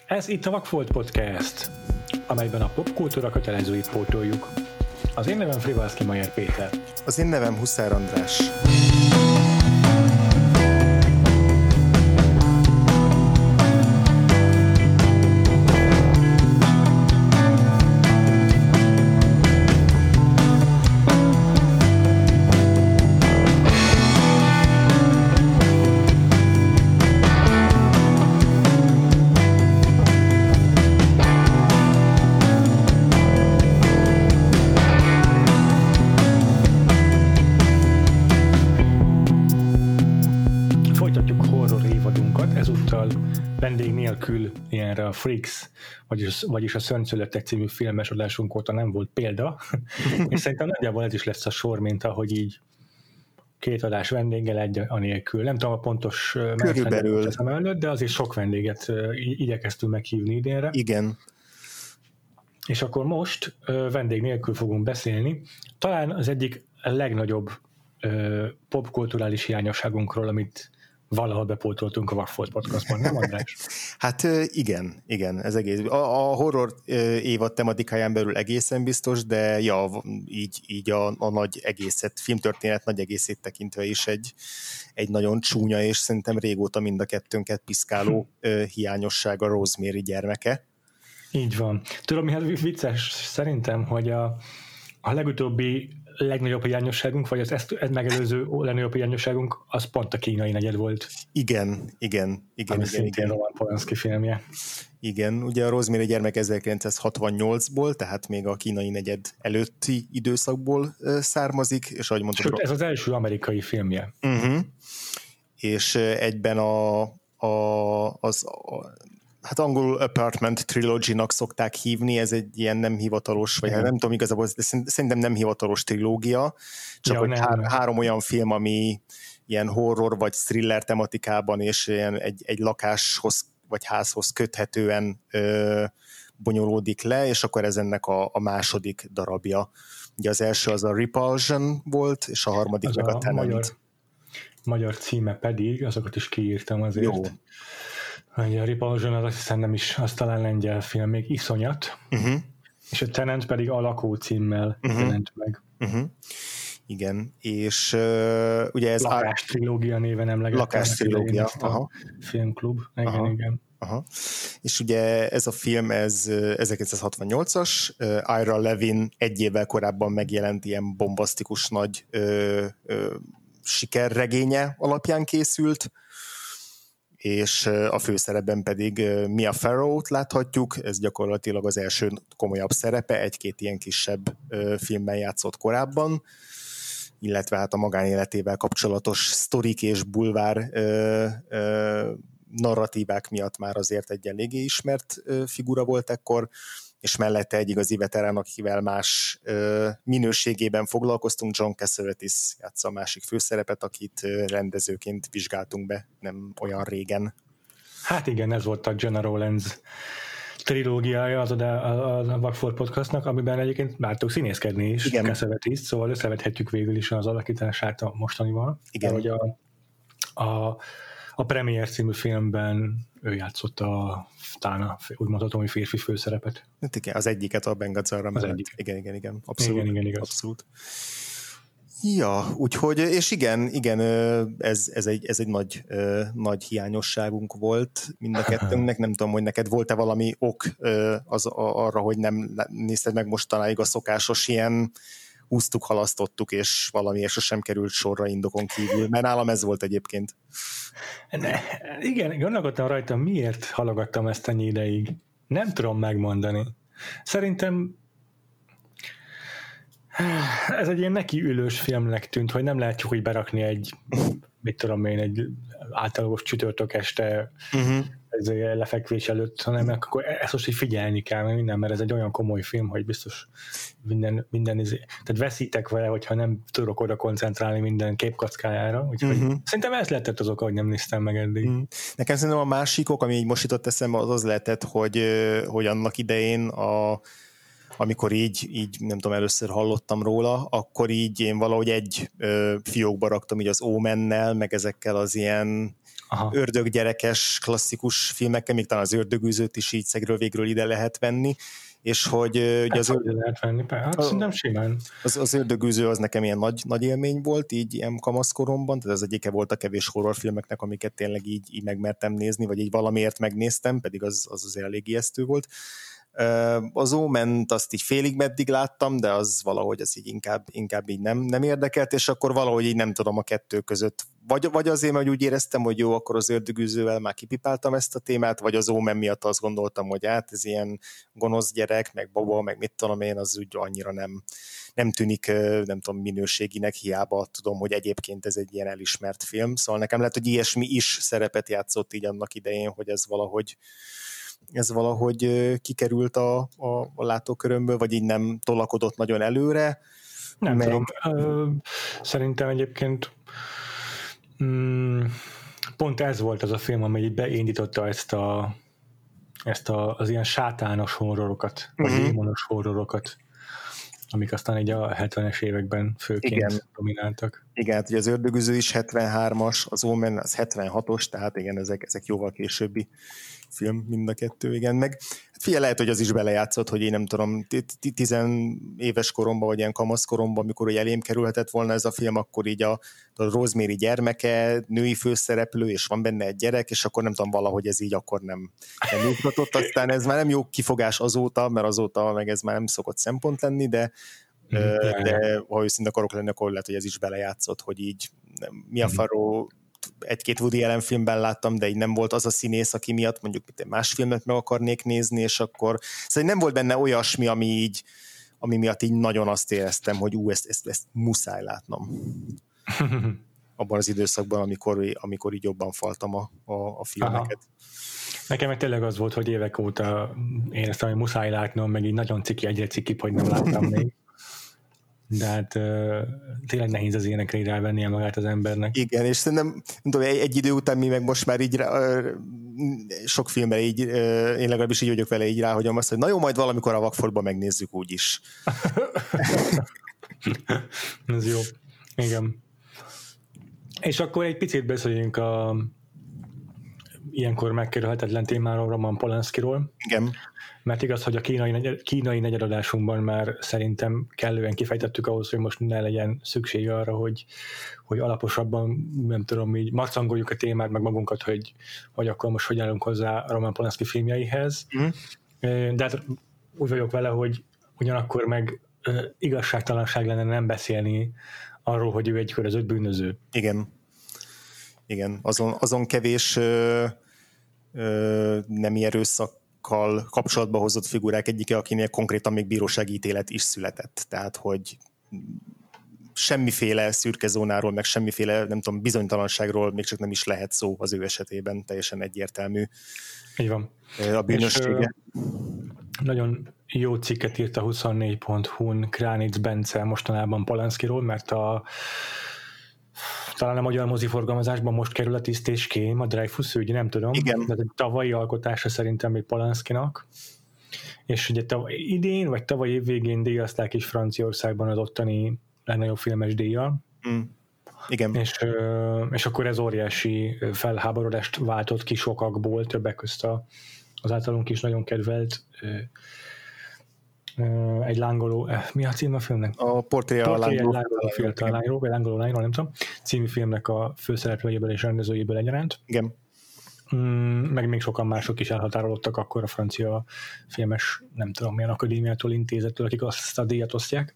Ez itt a Vakfolt Podcast, amelyben a popkultúra kötelezőit pótoljuk. Az én nevem Frivalszky Mayer Péter. Az én nevem Huszár András. Ilyenre a Freaks, vagyis a Szörnyszülöttek című filmes adásunk óta nem volt példa, és szerintem nagyjából ez is lesz a sor, mint ahogy így 2 adás vendéggel, egy anélkül. Nem tudom a pontos körülbelül előtt, de azért sok vendéget igyekeztünk meghívni idénre. Igen. És akkor most vendég nélkül fogunk beszélni. Talán az egyik legnagyobb popkulturális hiányosságunkról, amit valahol bepótoltunk a Vakfolt Podcastban, nem András? Hát igen, ez egész. A horror évad tematikáján belül egészen biztos, de ja, így a nagy egészet, filmtörténet nagy egészét tekintve is egy nagyon csúnya, és szerintem régóta mind a kettőnket piszkáló hiányosság a Rosemary gyermeke. Így van. Tudom, mi hát vicces szerintem, hogy a legutóbbi legnagyobb hiányosságunk, vagy az ezt megelőző legnagyobb hiányosságunk, az pont a kínai negyed volt. Igen. Ami szintén Roman Polanski filmje. Igen, ugye a Rosemary gyermek 1968-ból, tehát még a kínai negyed előtti időszakból származik, és ahogy mondtam... Sőt, ez az első amerikai filmje. És egyben hát angolul Apartment Trilogy-nak szokták hívni, ez egy ilyen nem hivatalos, vagy nem tudom igazából, de szerintem nem hivatalos trilógia, csak hogy három olyan film, ami ilyen horror vagy thriller tematikában, és ilyen egy lakáshoz vagy házhoz köthetően bonyolódik le, és akkor ez ennek a második darabja. Ugye az első az a Repulsion volt, és a harmadik meg a Tenant. Magyar címe pedig, azokat is kiírtam azért. Jó. A Repulsion az azt hiszem nem is, az talán lengyel film, még Iszonyat, és a Tenant pedig a Lakó címmel jelent meg. Igen, és ugye ez... Lakás trilógia néven emlegettem. Lakás trilógia, aha. Filmklub, igen. Aha. És ugye ez a film, ez 1968-as, Ira Levin egy évvel korábban megjelent ilyen bombasztikus nagy sikerregénye alapján készült, és a főszerepben pedig Mia Farrow-t láthatjuk, ez gyakorlatilag az első komolyabb szerepe, 1-2 ilyen kisebb filmben játszott korábban, illetve hát a magánéletével kapcsolatos sztorik és bulvár narratívák miatt már azért egy eléggé ismert figura volt ekkor, és mellette egy igazi veterán, akivel más minőségében foglalkoztunk, John Cassavetes játsza a másik főszerepet, akit rendezőként vizsgáltunk be nem olyan régen. Hát igen, ez volt a Gena Rowlands trilógiája a Vakfolt Podcastnak, amiben egyébként láttuk színészkedni is Cassavetes, szóval összevethetjük végül is az alakítását a mostanival. Igen. Hogy a Premiere című filmben ő játszott úgy mondhatom, hogy férfi főszerepet. Hát igen, az egyiket a Ben Gazzara mellett. Igen. Abszolút. Igen. Abszolút. Ja, úgyhogy, és igen, ez egy nagy hiányosságunk volt mind a kettőnknek. Nem tudom, hogy neked volt-e valami ok arra, hogy nem nézted meg mostanáig a szokásos ilyen húztuk, halasztottuk, és valamiért sosem került sorra indokon kívül, mert nálam ez volt egyébként. Igen, gondolkodtam rajta, miért halogattam ezt ennyi ideig. Nem tudom megmondani. Szerintem ez egy ilyen nekiülős filmnek tűnt, hogy nem látjuk, hogy berakni egy általagos csütörtök este lefekvés előtt, hanem akkor ezt most így figyelni kell, mert ez egy olyan komoly film, hogy biztos minden tehát veszítek vele, hogyha nem tudok oda koncentrálni minden képkockájára, úgyhogy szerintem ez lehetett az oka, hogy nem néztem meg eddig. Nekem szerintem a másik ok, ami így most jutott eszembe, az lehetett, hogy annak idején amikor így nem tudom, először hallottam róla, akkor így én valahogy egy fiókba raktam így az Omennel, meg ezekkel az ilyen ördöggyerekes klasszikus filmekkel, még talán az Ördögűzőt is így szegről végről ide lehet venni, és hogy ugye lehet venni, szerintem simán. Az Ördögűző az nekem ilyen nagy élmény volt, így ilyen kamaszkoromban, tehát az egyike volt a kevés horrorfilmeknek, amiket tényleg így megmertem nézni, vagy így valamiért megnéztem, pedig az azért elég ijesztő volt. Az Oment azt így félig meddig láttam, de az valahogy az így inkább így nem érdekelt, és akkor valahogy így nem tudom a kettő között. Vagy azért, mert úgy éreztem, hogy jó, akkor az Ördögűzővel már kipipáltam ezt a témát, vagy az Omen miatt azt gondoltam, hogy ez ilyen gonosz gyerek, meg baba, meg mit tudom én, az úgy annyira nem tűnik, nem tudom, minőséginek, hiába tudom, hogy egyébként ez egy ilyen elismert film. Szóval nekem lehet, hogy ilyesmi is szerepet játszott így annak idején, hogy ez valahogy kikerült a látókörömből, vagy így nem tolakodott nagyon előre. Nem tudom. Szerintem egyébként pont ez volt az a film, amely beindította az ilyen sátános horrorokat, vagy démonos horrorokat, amik aztán így a 70-es években főként domináltak. Igen, ugye az Ördögűző is 73-as, az Omen az 76-os, tehát igen, ezek jóval későbbi film, mind a kettő, igen, meg figyelj, lehet, hogy az is belejátszott, hogy én nem tudom, 10 éves koromban, vagy ilyen kamaszkoromban, amikor elém kerülhetett volna ez a film, akkor így a Rosemary gyermeke, női főszereplő, és van benne egy gyerek, és akkor nem tudom, valahogy ez így akkor nem mutatott, aztán ez már nem jó kifogás azóta, mert azóta meg ez már nem szokott szempont lenni, de ha őszinte akarok lenni, akkor lehet, hogy ez is belejátszott, hogy így Mia Farrow egy-két Woody Allen filmben láttam, de így nem volt az a színész, aki miatt mondjuk más filmet meg akarnék nézni, és akkor szóval nem volt benne olyasmi, ami miatt így nagyon azt éreztem, hogy ezt muszáj látnom. Abban az időszakban, amikor így jobban faltam a filmeket. Aha. Nekem meg tényleg az volt, hogy évek óta éreztem, hogy muszáj látnom, meg így nagyon ciki, egyre cikibb, hogy nem láttam még. De hát tényleg nehéz az ilyenekre így rávennie magát az embernek. Igen, és szerintem egy idő után mi meg most már így sok filmben így, én legalábbis így vagyok vele így ráhagyom azt, hogy na jó, majd valamikor a Vakfoltban megnézzük úgyis. Ez jó. Igen. És akkor egy picit beszéljünk a ilyenkor megkerülhetetlen témáról, Roman Polanskiról. Igen. Mert igaz, hogy a kínai negyedadásunkban már szerintem kellően kifejtettük ahhoz, hogy most ne legyen szükség arra, hogy alaposabban, nem tudom, így marcangoljuk a témát, meg magunkat, hogy akkor most hogy állunk hozzá Roman Polanski filmjeihez. De hát úgy vagyok vele, hogy ugyanakkor meg igazságtalanság lenne nem beszélni arról, hogy ő egykor az 5 bűnöző. Igen. Azon kevés nemi erőszakkal kapcsolatba hozott figurák egyike, akinél konkrétan még bírósági ítélet is született. Tehát, hogy semmiféle szürke zónáról, meg semmiféle, nem tudom, bizonytalanságról még csak nem is lehet szó az ő esetében, teljesen egyértelmű. Így van. A bűnössége. Nagyon jó cikket írt a 24.hu-n Kránitz Bence mostanában Polanskiról, mert talán a magyar moziforgalmazásban most kerül a Tiszt és Kém, a Dreyfus ügy, nem tudom. Igen. De egy tavalyi alkotása szerintem még Polanskinak. És ugye idén, vagy tavaly év végén díjazták is Franciaországban az ottani legnagyobb filmes díjjal. Igen. És akkor ez óriási felháborodást váltott ki sokakból, többek közt az általunk is nagyon kedvelt egy lángoló, mi a cím a filmnek? A Portré a lángoló fiatal lányról, vagy lángoló lányról, nem tudom, című filmnek a főszereplőjéből és rendezőjéből egyaránt. Igen. Meg még sokan mások is elhatárolódtak akkor a francia filmes, nem tudom milyen akadémiától, intézettől, akik azt a díjat osztják.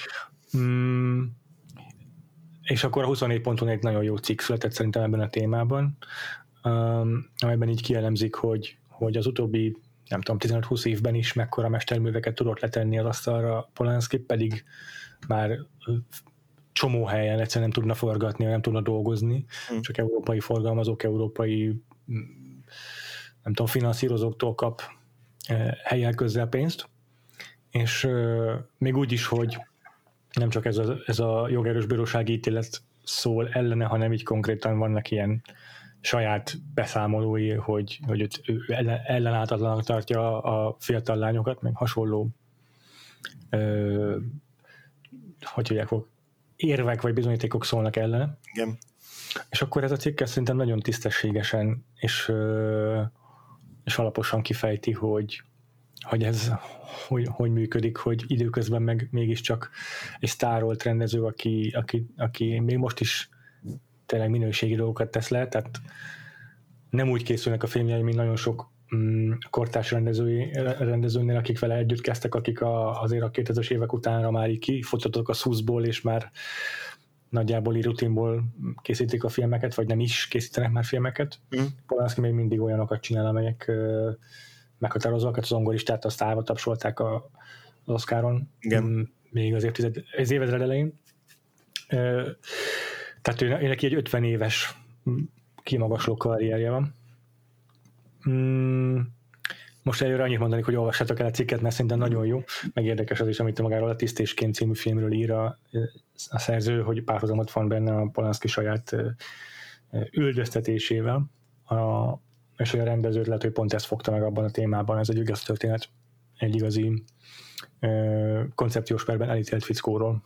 És akkor a 24 ponton egy nagyon jó cikk született szerintem ebben a témában, amelyben így kielemzik, hogy az utóbbi, nem tudom, 15-20 évben is mekkora mesterműveket tudott letenni az asztalra Polanski, pedig már csomó helyen egyszerűen nem tudna forgatni, nem tudna dolgozni, csak európai forgalmazók, európai, nem tudom, finanszírozóktól kap helyen közel pénzt, és még úgy is, hogy nem csak ez a jogerős bírósági ítélet szól ellene, hanem így konkrétan vannak ilyen saját beszámolói, hogy ő ellenállhatatlanak tartja a fiatal lányokat, meg hasonló hogy érvek vagy bizonyítékok szólnak ellene. Igen. És akkor ez a cikk szerintem nagyon tisztességesen és alaposan kifejti, hogy ez hogy működik, hogy időközben meg mégiscsak egy sztárolt rendező, aki még most is tényleg minőségi dolgokat tesz le, tehát nem úgy készülnek a filmjei, mint nagyon sok kortárs rendezőnél, akik vele együtt kezdtek, akik azért a 2000-es évek utánra már így kifutottak a szuszból, és már nagyjából rutinból készítik a filmeket, vagy nem is készítenek már filmeket. Polanski még mindig olyanokat csinál, amelyek meghatározóak, az Zongoristát azt állva tapsolták az Oscaron. Igen. Még azért az évezred elején. Tehát ő neki egy 50 éves kimagasló karrierje van. Most előre annyit mondani, hogy olvassátok el a cikket, mert szerintem nagyon jó, meg érdekes az is, amit magáról a Tisztésként című filmről ír a szerző, hogy párhuzamot van benne a Polanski saját üldöztetésével, és hogy a rendezőt lehet, hogy pont ezt fogta meg abban a témában, ez egy igaz történet, egy igazi koncepciós perben elítélt fickóról.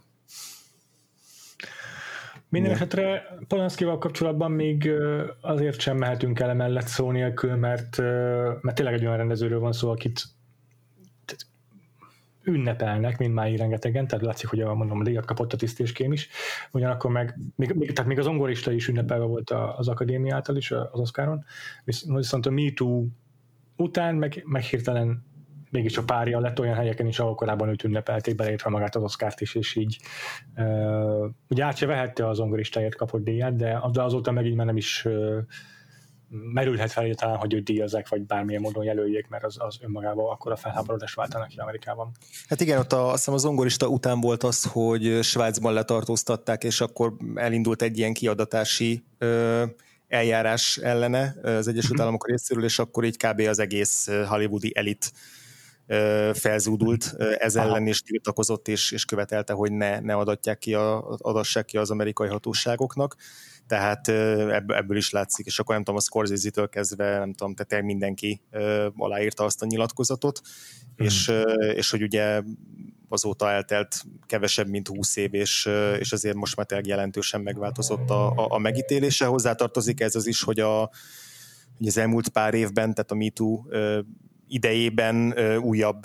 Minden esetre Polanskival kapcsolatban még azért sem mehetünk el emellett szó nélkül, mert tényleg egy olyan rendezőről van szó, akit ünnepelnek, mint már rengetegen, tehát látszik, hogy a díjat kapott a Tisztéském is, ugyanakkor tehát még az Zongorista is ünnepelve volt az Akadémia által is az Oscaron, viszont a Me Too után meg hirtelen mégiscsak párja lett olyan helyeken is, ahol korábban őt ünnepelték, beleértve magát az Oscart is, és így ugye át se vehette az Zongoristáért kapott díjat, de azóta meg így már nem is merülhet fel talán, hogy őt díjazzák, vagy bármilyen módon jelöljék, mert az önmagában akkor a felháborodást váltanak ki Amerikában. Hát igen, ott azt hiszem a Zongorista után volt az, hogy Svájcban letartóztatták, és akkor elindult egy ilyen kiadatási eljárás ellene az Egyesült Államok részéről, és akkor így kb. Az egész hollywoodi elit felzúdult ez ellen, és tiltakozott, és követelte, hogy ne adassák ki az amerikai hatóságoknak. Tehát ebből is látszik, és akkor nem tudom, a Scorsese-től kezdve, nem tudom, tehát mindenki aláírta azt a nyilatkozatot, és hogy ugye azóta eltelt kevesebb, mint 20 év, és azért most már tényleg jelentősen megváltozott a megítélése. Hozzátartozik ez az is, hogy az elmúlt pár évben, tehát a MeToo idejében újabb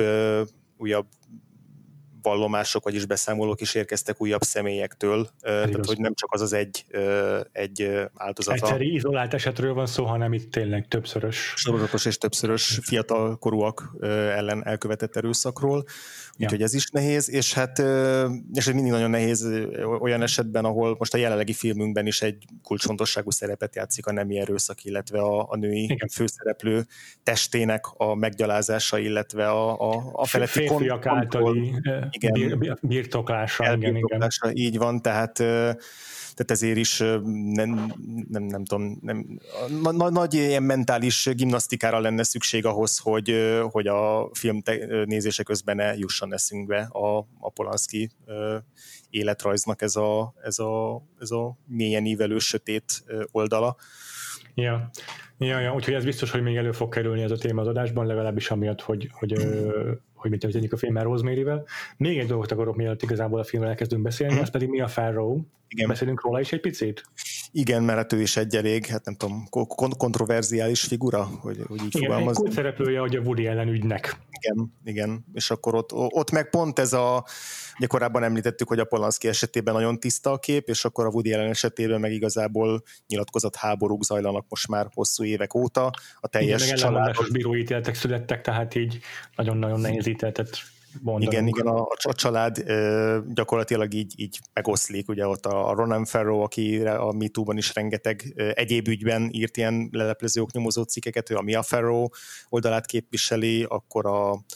vallomások, vagyis beszámolók is érkeztek újabb személyektől, tehát hogy nem csak az egy áldozata. Egyszeri izolált esetről van szó, hanem itt tényleg többszörös. Sorozatos és többszörös fiatalkorúak ellen elkövetett erőszakról, úgyhogy ez is nehéz, és ez mindig nagyon nehéz olyan esetben, ahol most a jelenlegi filmünkben is egy kulcsfontosságú szerepet játszik a nemi erőszak, illetve a női főszereplő testének a meggyalázása, illetve a feletti férfiak általi birtoklása. Igen. Így van, tehát ezért is nem tudom, nagy ilyen mentális gimnasztikára lenne szükség ahhoz, hogy a film nézése közben ne jusson eszünkbe a Polanski életrajznak ez a mélyen ívelő, sötét oldala. Ja, úgyhogy ez biztos, hogy még elő fog kerülni ez a téma az adásban, legalábbis amiatt, hogy mit történik a filmmel Rosemary-vel. Még egy dolgot akarok, mielőtt igazából a filmről elkezdünk beszélni, az pedig Mia Farrow. Igen. Beszélünk róla is egy picit? Igen, mert ő is egy elég, hát nem tudom, kontroverziális figura, hogy így fogalmaz. Igen, egy szereplője, hogy a Woody Allen ügynek. Igen, és akkor ott meg pont ez ugye korábban említettük, hogy a Polanski esetében nagyon tiszta a kép, és akkor a Woody Allen esetében meg igazából nyilatkozott háborúk zajlanak most már hosszú évek óta. A teljes családos bíróítéletek születtek, tehát így nagyon-nagyon nehéz ítéletet mondani. Igen, a család gyakorlatilag így megoszlik, ugye ott a Ronan Farrow, aki a MeToo-ban is rengeteg egyéb ügyben írt ilyen leleplező oknyomozó cikkeket, ő a Mia Farrow oldalát képviseli, akkor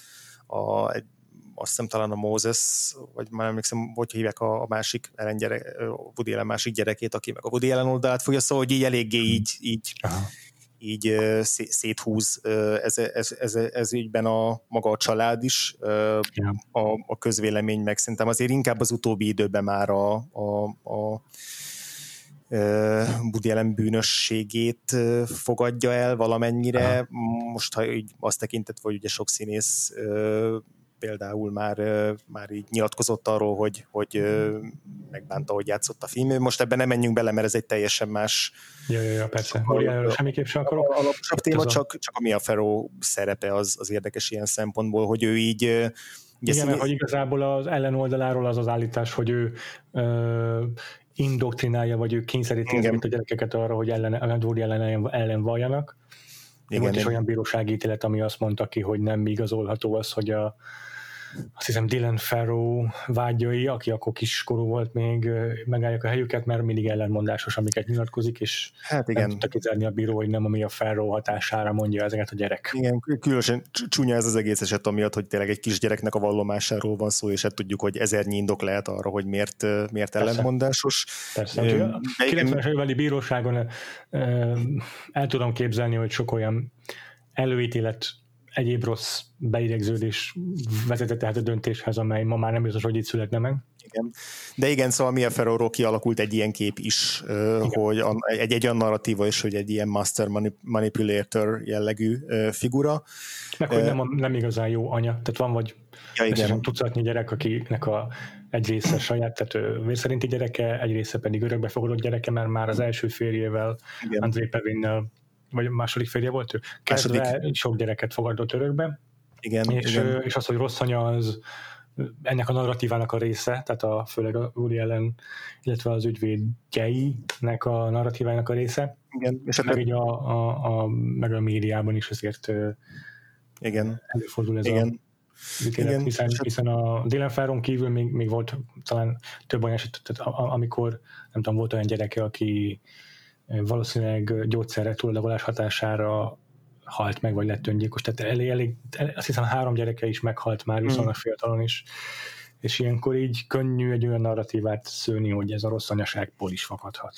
azt hiszem talán a Moses, vagy már emlékszem, hogy hívják a másik Woody Allen másik gyerekét, aki meg a Woody Allen oldalát fogja, szóval hogy így eléggé így széthúz ez ügyben maga a család is, a közvélemény meg szerintem azért inkább az utóbbi időben már a Woody Allen bűnösségét fogadja el valamennyire. Most, ha így azt tekintetve, hogy ugye sok színész például már így nyilatkozott arról, hogy megbánta, hogy játszott a film. Most ebben nem menjünk bele, mert ez egy teljesen más... Ja, persze. Erről semmiképp sem akarok. Alaposabb téma, csak a Mia Farrow szerepe az érdekes ilyen szempontból, hogy ő így... Igen, mert hogy igazából az ellenoldaláról az állítás, hogy ő indoktrinálja, vagy ő kényszeríti a gyerekeket arra, hogy Woody ellen valljanak. Volt is olyan bírósági ítélet, ami azt mondta ki, hogy nem igazolható az, hogy azt hiszem Dylan Farrow vágyai, aki akkor kiskorú volt még, megállják a helyüket, mert mindig ellenmondásos, amiket nyilatkozik, és nem tudta kizárni a bíró, hogy nem a Mia Farrow hatására mondja ezeket a gyerek. Igen, különösen csúnya ez az egész eset amiatt, hogy tényleg egy kisgyereknek a vallomásáról van szó, és hát tudjuk, hogy ezernyi indok lehet arra, hogy miért ellentmondásos. Persze. A 90-es éveli bíróságon el tudom képzelni, hogy sok olyan előítélet, egyéb rossz beidegződés vezetett át a döntéshez, amely ma már nem biztos, hogy itt születne meg. Igen. De igen, szóval Mia Farrowról kialakult egy ilyen kép is, hogy egy olyan narratíva is, hogy egy ilyen master manipulator jellegű figura. Meg, hogy nem igazán jó anya. Tehát van vagy tucatnyi gyerek, akinek egy része saját, tehát vérszerinti gyereke, egy része pedig örökbefogadott gyereke, mert már az első férjével, André Pevinnel, vagy második férje volt ő? Kezdve sok gyereket fogadott örökbe. Igen, és az, hogy rossz anya, az ennek a narratívának a része, tehát főleg a Woody Allen, illetve az ügyvédjeinek a narratívának a része. Igen. És meg így meg a médiában is azért előfordul ez a ítélet, hiszen a Dylan Farrow kívül még volt talán több olyan eset, amikor nem tudom, volt olyan gyereke, aki valószínűleg gyógyszerre túladagolás hatására halt meg, vagy lett öngyilkos. Tehát elég, azt hiszem 3 gyereke is meghalt már viszonylag fiatalon is. És ilyenkor így könnyű egy olyan narratívát szőni, hogy ez a rossz anyaságból is fakadhat.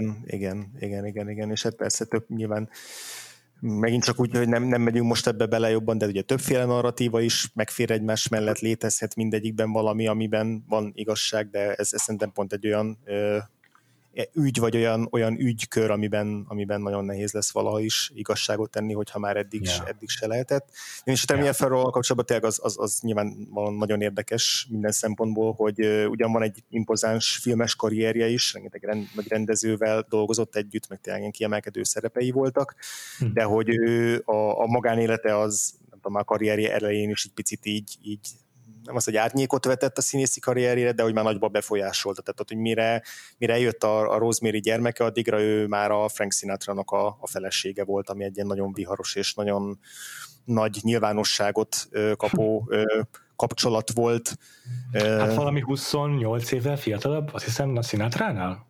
Igen. És hát persze több nyilván megint csak úgy, hogy nem megyünk most ebbe bele jobban, de ugye többféle narratíva is megfér egymás mellett, létezhet mindegyikben valami, amiben van igazság, de ez szerintem pont egy olyan ügy, vagy olyan ügykör, amiben nagyon nehéz lesz valaha is igazságot tenni, hogyha már eddig se lehetett. És a Mia Farrow kapcsolatban tényleg az nyilván nagyon érdekes minden szempontból, hogy ugyan van egy impozáns filmes karrierje is, rengeteg nagy rendezővel dolgozott együtt, meg tényleg kiemelkedő szerepei voltak, de hogy ő a magánélete az, nem tudom, a karrierje elején is egy picit így nem az, hogy árnyékot vetett a színészi karrierjére, de hogy már nagyban befolyásolta. Tehát, hogy mire jött a Rosemary gyermeke, addigra ő már a Frank Sinatra-nak a felesége volt, ami egy ilyen nagyon viharos és nagyon nagy nyilvánosságot kapó kapcsolat volt. Hát valami 28 évvel fiatalabb, azt hiszem, a Sinatra-nál?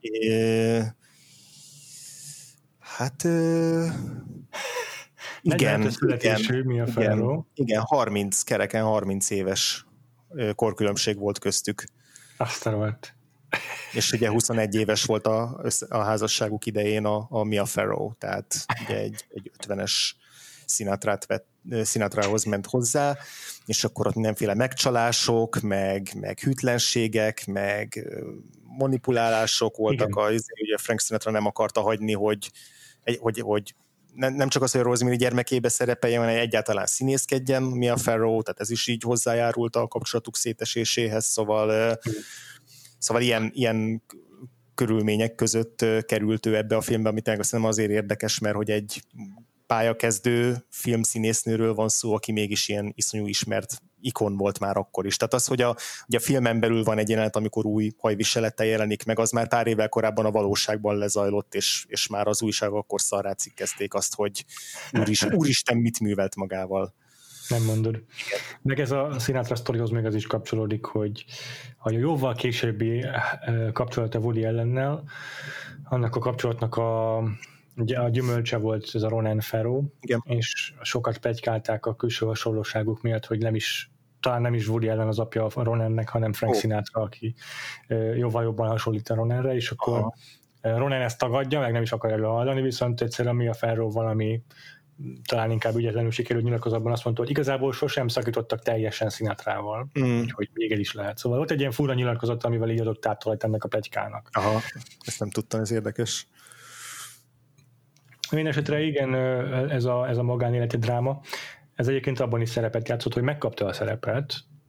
Igen, 30 éves korkülönbség volt köztük. Azt volt. És ugye 21 éves volt a házasságuk idején a Mia Farrow, tehát ugye egy 50-es Sinatrahoz ment hozzá, és akkor ott mindenféle megcsalások, meg hűtlenségek, meg manipulálások voltak. Ugye Frank Sinatra nem akarta hagyni, hogy nem csak az, hogy a Rosemary gyermekébe szerepeljen, hanem egyáltalán színészkedjen Mia Farrow, tehát ez is így hozzájárult a kapcsolatuk széteséséhez, szóval ilyen körülmények között került ő ebbe a filmbe, amit szerintem azért érdekes, mert hogy egy pályakezdő filmszínésznőről van szó, aki mégis ilyen iszonyú ismert ikon volt már akkor is. Tehát az, hogy a filmen belül van egy jelenet, amikor új hajviselettel jelenik meg, az már pár évvel korábban a valóságban lezajlott, és már az újságok akkor szarrá cikkezték azt, hogy úristen mit művelt magával. Nem mondod. Meg ez a Sinatra sztorihoz még az is kapcsolódik, hogy a jóval későbbi kapcsolata Woody Allennel, annak a kapcsolatnak ugye a gyümölcse volt ez a Ronan Farrow, és sokat pletykálták a külső hasonlóságuk miatt, hogy talán nem is Woody Allen az apja a Ronannek, hanem Frank Sinatra, aki jóval jobban hasonlít a Ronanre, és akkor Ronan ezt tagadja, meg nem is akarja hallani, viszont egyszerűen Mia Farrow valami talán inkább ügyetlenül sikerült nyilatkozatban azt mondta, hogy igazából sosem szakítottak teljesen Sinatrával, hogy még el is lehet. Szóval ott egy ilyen fura nyilatkozat, amivel így adott áttalajt ennek a pletykának. Aha, ezt nem tudtam, ez érdekes. Mindenesetre igen, ez a magánéleti dráma, ez egyébként abban is szerepet játszott, hogy megkapta a szerepet,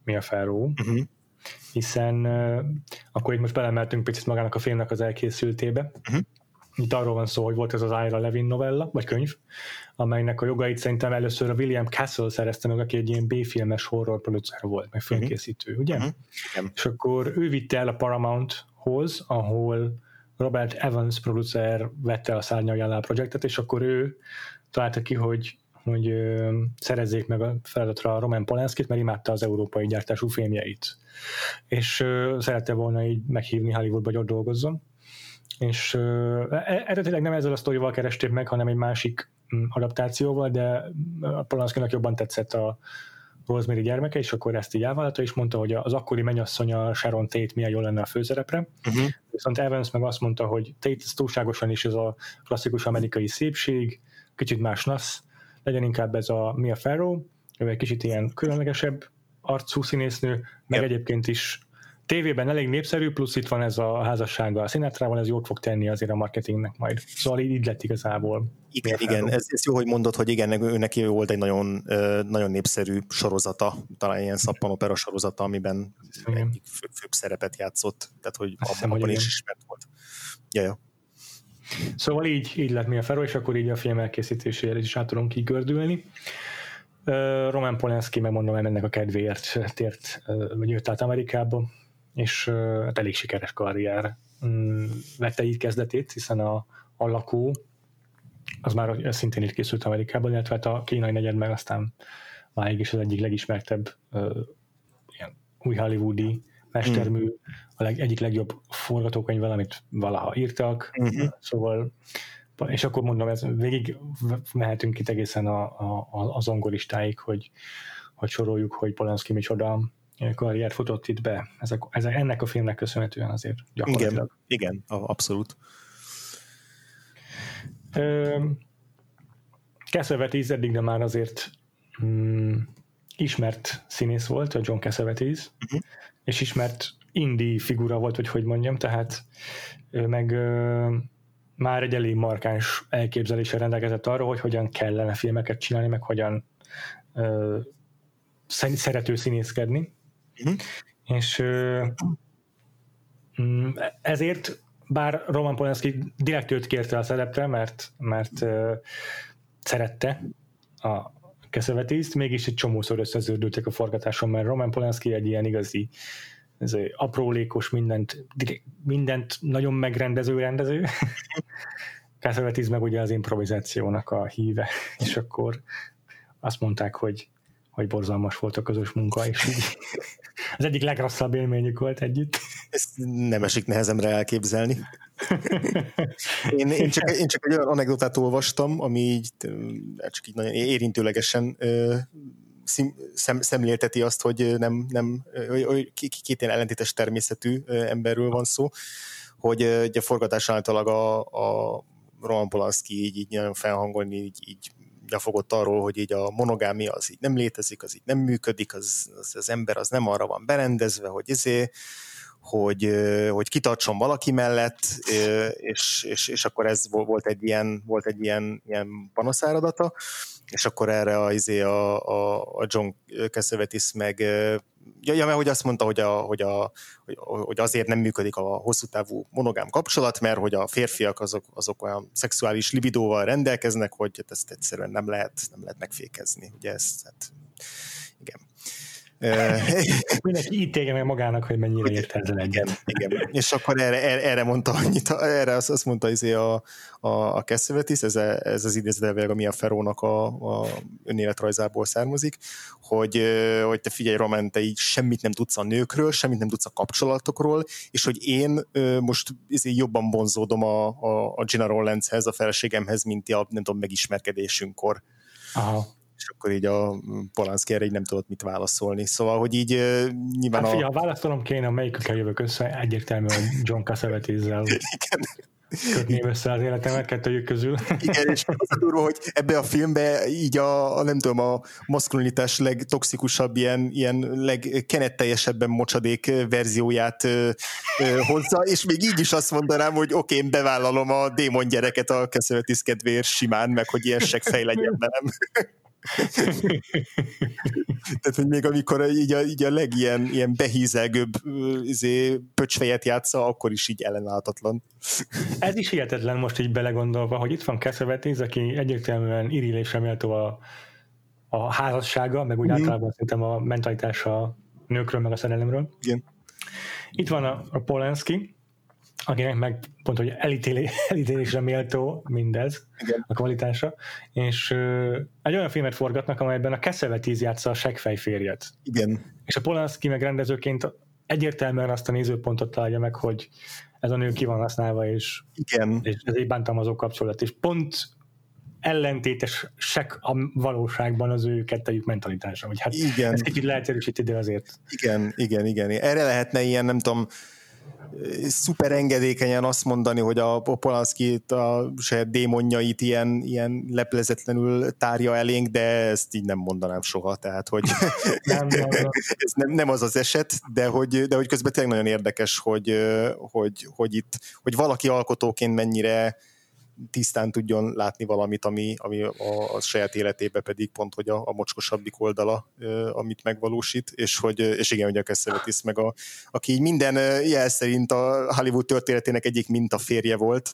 Mia Farrow, hiszen akkor így most belemeltünk picit magának a filmnek az elkészültébe. Itt arról van szó, hogy volt ez az Ira Levin novella, vagy könyv, amelynek a jogait szerintem először a William Castle szerezte meg, aki egy ilyen B-filmes horror producer volt, meg filmkészítő, ugye? És akkor ő vitte el a Paramounthoz, ahol Robert Evans producer vette a szárnyai alá a projektet, és akkor ő találta ki, hogy szerezzék meg a feladatra a Roman Polanskit, mert imádta az európai gyártású filmjeit. És szerette volna így meghívni Hollywoodba, hogy ott dolgozzon. És eredetileg nem ezzel a sztorival keresték meg, hanem egy másik adaptációval, de a Polanskinak jobban tetszett a Rosemary gyermeke, és akkor ezt így elvállalta, és mondta, hogy az akkori mennyasszonya Sharon Tate milyen jól lenne a főszerepre. Viszont Evans meg azt mondta, hogy Tate túlságosan is ez a klasszikus amerikai szépség, kicsit más nasz, legyen inkább ez a Mia Farrow, ő egy kicsit ilyen különlegesebb arcú színésznő, meg egyébként is tévében elég népszerű, plusz itt van ez a házassága a Sinatrával, ez jót fog tenni azért a marketingnek majd. Szóval így lett igazából. Igen, ez jó, hogy mondod, hogy igen, ő neki volt egy nagyon, nagyon népszerű sorozata, talán ilyen szappanopera sorozata, amiben egyik főbb szerepet játszott, tehát hogy abban is ismert volt. Ja. Szóval így lett Mia Farrow, és akkor így a film elkészítésére is át tudunk kigördülni. Roman Polanski, megmondom, ennek a kedvéért jött át Amerikába, és hát elég sikeres karrier vette így kezdetét, hiszen a Lakó az már szintén itt készült Amerikában, illetve hát a Kínai negyed meg aztán máig is az egyik legismertebb ilyen új hollywoodi mestermű, egyik legjobb forgatókönyvvel, amit valaha írtak, szóval, és akkor mondom, végig mehetünk itt egészen a zongoristáig, hogy soroljuk, hogy Polanski micsoda karriert futott itt be. Ennek a filmnek köszönhetően azért gyakorlatilag. Igen, abszolút. Cassavetes eddig, de már azért ismert színész volt, a John Cassavetes, és ismert indie figura volt, hogy mondjam, tehát ő meg már egy elég markáns elképzeléssel rendelkezett arról, hogy hogyan kellene filmeket csinálni, meg hogyan szerető színészkedni. És ezért, bár Roman Polanski direkt őt kérte a szerepre, mert szerette a Cassavetest, mégis egy csomószor összeződültek a forgatáson, mert Roman Polanski egy ilyen igazi aprólékos, mindent nagyon megrendező rendező. Cassavetes meg ugye az improvizációnak a híve, és akkor azt mondták, hogy borzalmas volt a közös munka, és így az egyik legrosszabb élményük volt együtt. Ezt nem esik nehezemre elképzelni. Én csak egy olyan anekdotát olvastam, ami így, csak így nagyon érintőlegesen szemlélteti azt, hogy hogy két ilyen ellentétes természetű emberről van szó, hogy a forgatás általag a Roman Polanski így nagyon felhangolni, így gyafogott arról, hogy így a monogámia az így nem létezik, az így nem működik, az ember az nem arra van berendezve, hogy kitartson valaki mellett, és akkor ez volt egy ilyen panaszáradata, és akkor erre a John Cassavetes meg mert hogy azt mondta, hogy azért nem működik a hosszú távú monogám kapcsolat, mert hogy a férfiak azok olyan szexuális libidóval rendelkeznek, hogy ezt egyszerűen nem lehet megfékezni. Ugye ez, hát, igen. Mindenki ítélje meg magának, hogy mennyire ért ezzel egyet. Igen. És akkor erre mondta annyit, erre azt mondta a Cassavetes, ez az idézőjelvileg a Mia Farrownak a önéletrajzából származik, hogy te figyelj, Roman, te így semmit nem tudsz a nőkről, semmit nem tudsz a kapcsolatokról, és hogy én most jobban vonzódom a Gina Rowlandshez, a feleségemhez, mint a nem tudom, megismerkedésünkkor. Aha. És akkor így a Polanski erre így nem tudott mit válaszolni. Szóval, hogy így nyilván hát figyelj, ha válaszolom kéne, melyikükkel jövök össze, egyértelműen John Cassavetes-zel kötném össze az életemet kettőjük közül. Igen, és az a durva, hogy ebbe a filmbe így nem tudom, a maszkulinitás legtoxikusabb, ilyen legkenetteljesebben mocsadék verzióját hozza, és még így is azt mondanám, hogy oké, én bevállalom a démon gyereket a Cassavetes kedvéért simán, meg hogy ilyen seggfej legyen velem. Tehát, hogy még amikor így a legilyen behízelgőbb pöcsfejet játsza, akkor is így ellenállhatatlan. Ez is hihetetlen most így belegondolva, hogy itt van Cassavetes, aki egyértelműen irigylésre méltó a házassága, meg úgy általában szerintem a mentalitása a nőkről, meg a szerelemről. Igen. Itt van a Polanski, akinek meg pont, hogy elítélésre méltó mindez, igen, a kvalitása, és egy olyan filmet forgatnak, amelyben a Cassavetes játsza a seggfej férjet. Igen. És a Polanski meg rendezőként egyértelműen azt a nézőpontot találja meg, hogy ez a nő ki van használva, és ez egy bántalmazó kapcsolat, és pont ellentétes a valóságban az ő kettejük mentalitása. Hogy hát igen. Ez kicsit leegyszerűsíti, de azért. Igen. Erre lehetne ilyen, nem tudom, szuper engedékenyen azt mondani, hogy a Polanskit, a saját démonjait ilyen leplezetlenül tárja elénk, de ezt így nem mondanám soha, tehát hogy ez nem az az eset, de hogy közben tényleg nagyon érdekes, hogy valaki alkotóként mennyire tisztán tudjon látni valamit, ami a saját életében pedig pont, hogy a mocskosabbik oldala, amit megvalósít, és igen, hogy a Cassavetes meg aki így minden jel szerint a Hollywood történetének egyik mintaférje volt,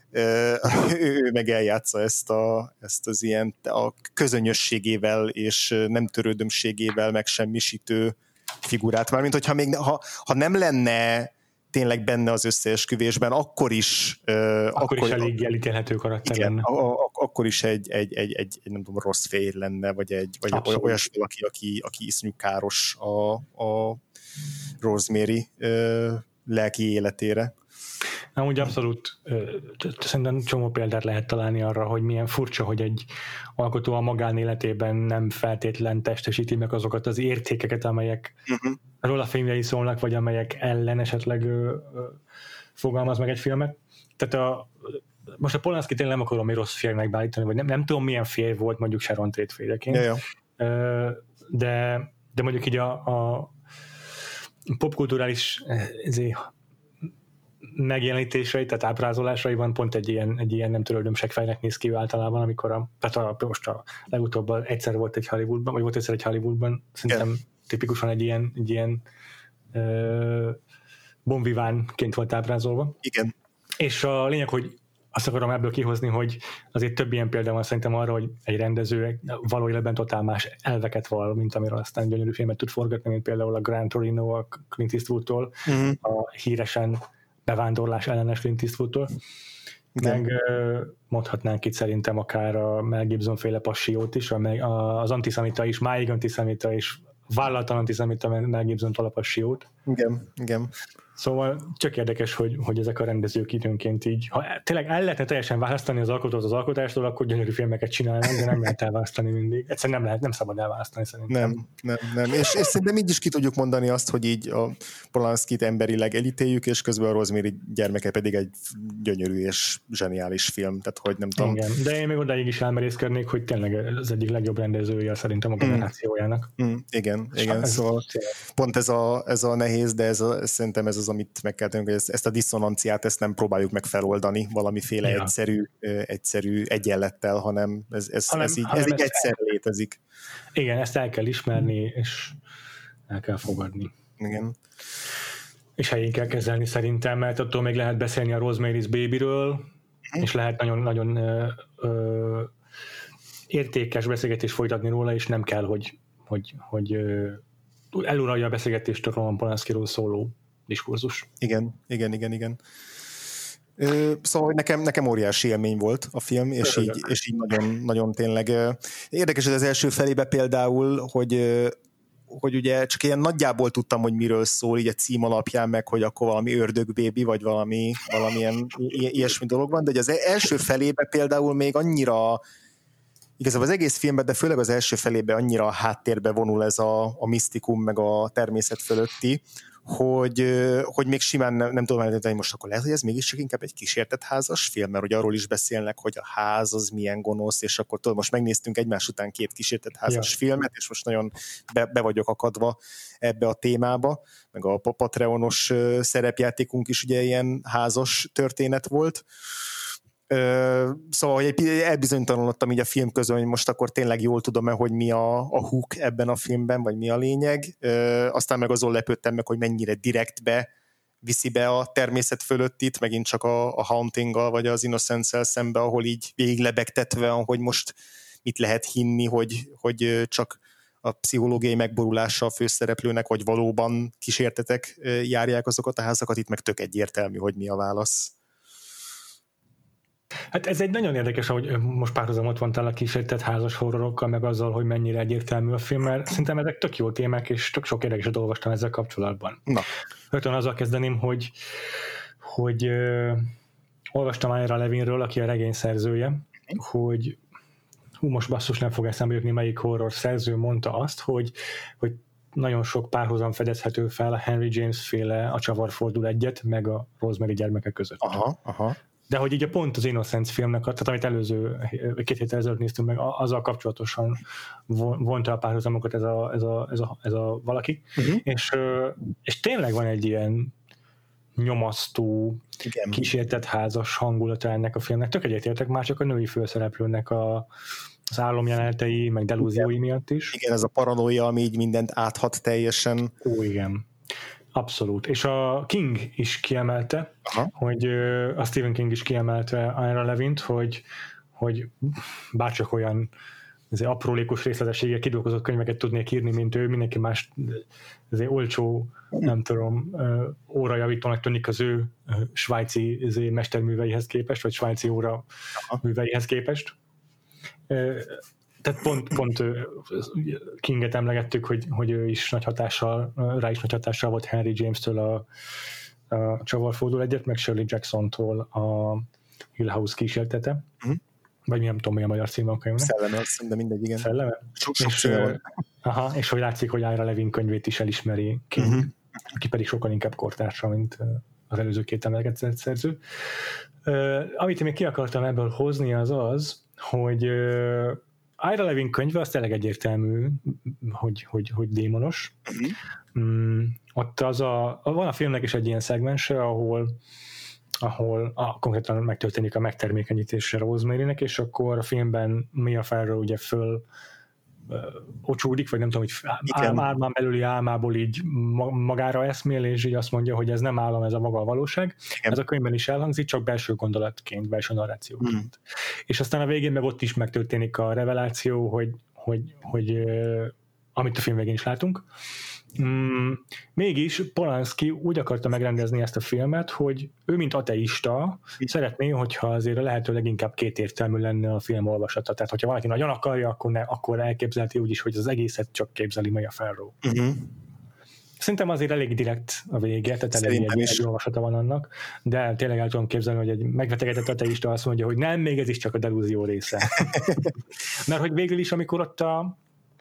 ő meg eljátsza ezt az ilyen a közönyösségével és nem törődömségével megsemmisítő figurát. Mármint, hogyha még ha nem lenne tényleg benne az összeesküvésben, akkor is elég elítélhető karakter lenne. Akkor is egy nem tudom, rossz férj lenne, vagy olyas valaki, aki iszonyú káros a Rosemary lelki életére. Amúgy abszolút szerintem csomó példát lehet találni arra, hogy milyen furcsa, hogy egy alkotó a magánéletében nem feltétlen testesíti meg azokat az értékeket, amelyek róla filmjei szólnak, vagy amelyek ellen esetleg fogalmaz meg egy filmet. Tehát most a Polanski tényleg nem akarom egy rossz férjnek beállítani, vagy nem tudom milyen férj volt mondjuk Sharon Tate férjeként. De mondjuk így a popkulturális megjelenítései, tehát ábrázolásaiban pont egy ilyen nem törődöm seggfejnek néz ki általában, amikor most a legutóbb egyszer volt egy Hollywoodban, vagy volt egyszer egy Hollywoodban, szerintem tipikusan egy ilyen bonvivánként volt ábrázolva. Igen. És a lényeg, hogy azt akarom ebből kihozni, hogy azért több ilyen példa van szerintem arra, hogy egy rendező való életben totál más elveket val, mint amiről aztán gyönyörű filmet tud forgatni, mint például a Gran Torino a Clint Eastwoodtól, a híresen bevándorlás ellenes Clint Eastwoodtól. Meg mondhatnánk itt szerintem akár a Mel Gibson féle Passiót is, az antiszemita is, máig antiszemita és vállaltan antiszemita Mel Gibson-tól a Passiót. Igen. Szóval csak érdekes, hogy ezek a rendezők időnként így, ha tényleg el lehetne teljesen választani az alkotót az alkotástól, akkor gyönyörű filmeket csinálnak, de nem lehet elválasztani mindig. Egyszerűen nem szabad elválasztani szerintem. Nem. És szerintem így is ki tudjuk mondani azt, hogy így a Polanskit emberileg elítéljük, és közben a Rosemary gyermeke pedig egy gyönyörű és zseniális film, tehát hogy nem tudom. Igen, de én még odáig is elmerészkednék, hogy tényleg az egyik legjobb rendezője szerintem a generációjának. Igen, szóval pont ez a nehéz, de szerintem ez az, amit meg kell tennünk, hogy ezt a diszonanciát ezt nem próbáljuk meg feloldani valamiféle egyszerű egyenlettel, hanem ez így egyszer létezik. Igen, ezt el kell ismerni, és el kell fogadni. Igen. És helyén kell kezelni szerintem, mert attól még lehet beszélni a Rosemary's Babyről, és lehet nagyon-nagyon értékes beszélgetést folytatni róla, és nem kell, hogy eluralja a beszélgetést a Roman Polanskiról szóló diskurzus. Igen. Szóval nekem óriási élmény volt a film, és így nagyon, nagyon tényleg érdekes, hogy az első felébe például, hogy ugye csak ilyen nagyjából tudtam, hogy miről szól így a cím alapján, meg hogy akkor valami ördögbébi, vagy valamilyen ilyesmi dolog van, de hogy az első felébe például még annyira igazából az egész filmben, de főleg az első felében annyira a háttérbe vonul ez a misztikum, meg a természet fölötti, hogy még simán nem tudom elmondani, most akkor lehet, hogy ez mégis csak inkább egy kísértett házas film, mert hogy arról is beszélnek, hogy a ház az milyen gonosz, és akkor tudod, most megnéztünk egymás után 2 kísértett házas filmet, és most nagyon be vagyok akadva ebbe a témába, meg a Patreonos szerepjátékunk is ugye ilyen házas történet volt. Szóval, hogy elbizonytalanodtam így a film közön, hogy most akkor tényleg jól tudom-e, hogy mi a hook ebben a filmben, vagy mi a lényeg. Aztán meg azon lepődtem meg, hogy mennyire direktbe viszi be a természet fölöttit, megint csak a Hauntinggal, vagy az Innocence-szel szembe, ahol így végig lebegtetve, hogy most mit lehet hinni, hogy csak a pszichológiai megborulása a főszereplőnek, vagy valóban kísértetek járják azokat a házakat, itt meg tök egyértelmű, hogy mi a válasz. Hát ez egy nagyon érdekes, hogy most párhuzamot vontál a kísértett házas horrorokkal, meg azzal, hogy mennyire egyértelmű a film, mert szerintem ezek tök jó témák, és tök sok érdekeset olvastam ezzel kapcsolatban. Na. Rögtön azzal kezdeném, hogy olvastam Ira Levinről, aki a regény szerzője, hogy most basszus nem fog eszembe jutni, melyik horror szerző mondta azt, hogy nagyon sok párhuzam fedezhető fel a Henry James féle A csavar fordul egyet, meg a Rosemary gyermeke között. Aha. De hogy így pont az Innocence filmnek, tehát amit előző 2 héttel ezelőtt néztünk meg, azzal kapcsolatosan vonta a párhuzamokat ez a valaki, és tényleg van egy ilyen nyomasztó, kísértett házas hangulata ennek a filmnek. Tök egyetértek, már csak a női főszereplőnek az álomjelenetei, meg delúziói miatt is. Igen, ez a paranoia, ami így mindent áthat teljesen. Ó, igen. Abszolút. És a King is kiemelte, hogy a Stephen King is kiemelte Ira Levint, hogy bárcsak olyan aprólékos részletességgel kidolgozott könyveket tudnék írni, mint ő, mindenki más olcsó, nem tudom, órajavítónak tűnik az ő svájci mesterműveihez képest, vagy svájci óra műveihez képest. Tehát pont Kinget emlegettük, hogy ő is nagy hatással, rá is nagy hatással volt Henry James-től a Csavar fordul egyet, meg Shirley Jackson-tól a Hill House kísértete. Vagy nem tudom, mi a magyar címe a könyvnek. Szelleme, de mindegy, igen. Szelleme? És hogy látszik, hogy Ira Levin könyvét is elismeri King, aki pedig sokkal inkább kortársa, mint az előző 2 emlegetett szerző. Amit én még ki akartam ebből hozni, az, hogy Ira Levin könyve az tényleg egyértelmű, hogy démonos. Ott van a filmnek is egy ilyen szegmense, ahol konkrétan megtörténik a megtermékenyítése Rosemarynek, és akkor a filmben Mia Farrow ugye föl ocsúdik, vagy nem tudom, hogy álmán belüli álmából így magára eszmél, és így azt mondja, hogy ez nem álom, ez a maga a valóság. Igen. Ez a könyvben is elhangzik, csak belső gondolatként, belső narrációként. És aztán a végén meg ott is megtörténik a reveláció, hogy amit a film végén is látunk. Mégis Polanski úgy akarta megrendezni ezt a filmet, hogy ő, mint ateista, szeretné, hogyha azért a lehető leginkább kétértelmű lenne a film olvasata. Tehát, hogyha valaki nagyon akarja, akkor elképzelheti úgy is, hogy az egészet csak képzeli Mia Farrow. Szerintem azért elég direkt a vége, tehát elég egy olvasata van annak, de tényleg el tudom képzelni, hogy egy megbetegedett ateista azt mondja, hogy nem, még ez is csak a delúzió része. Mert hogy végül is, amikor ott a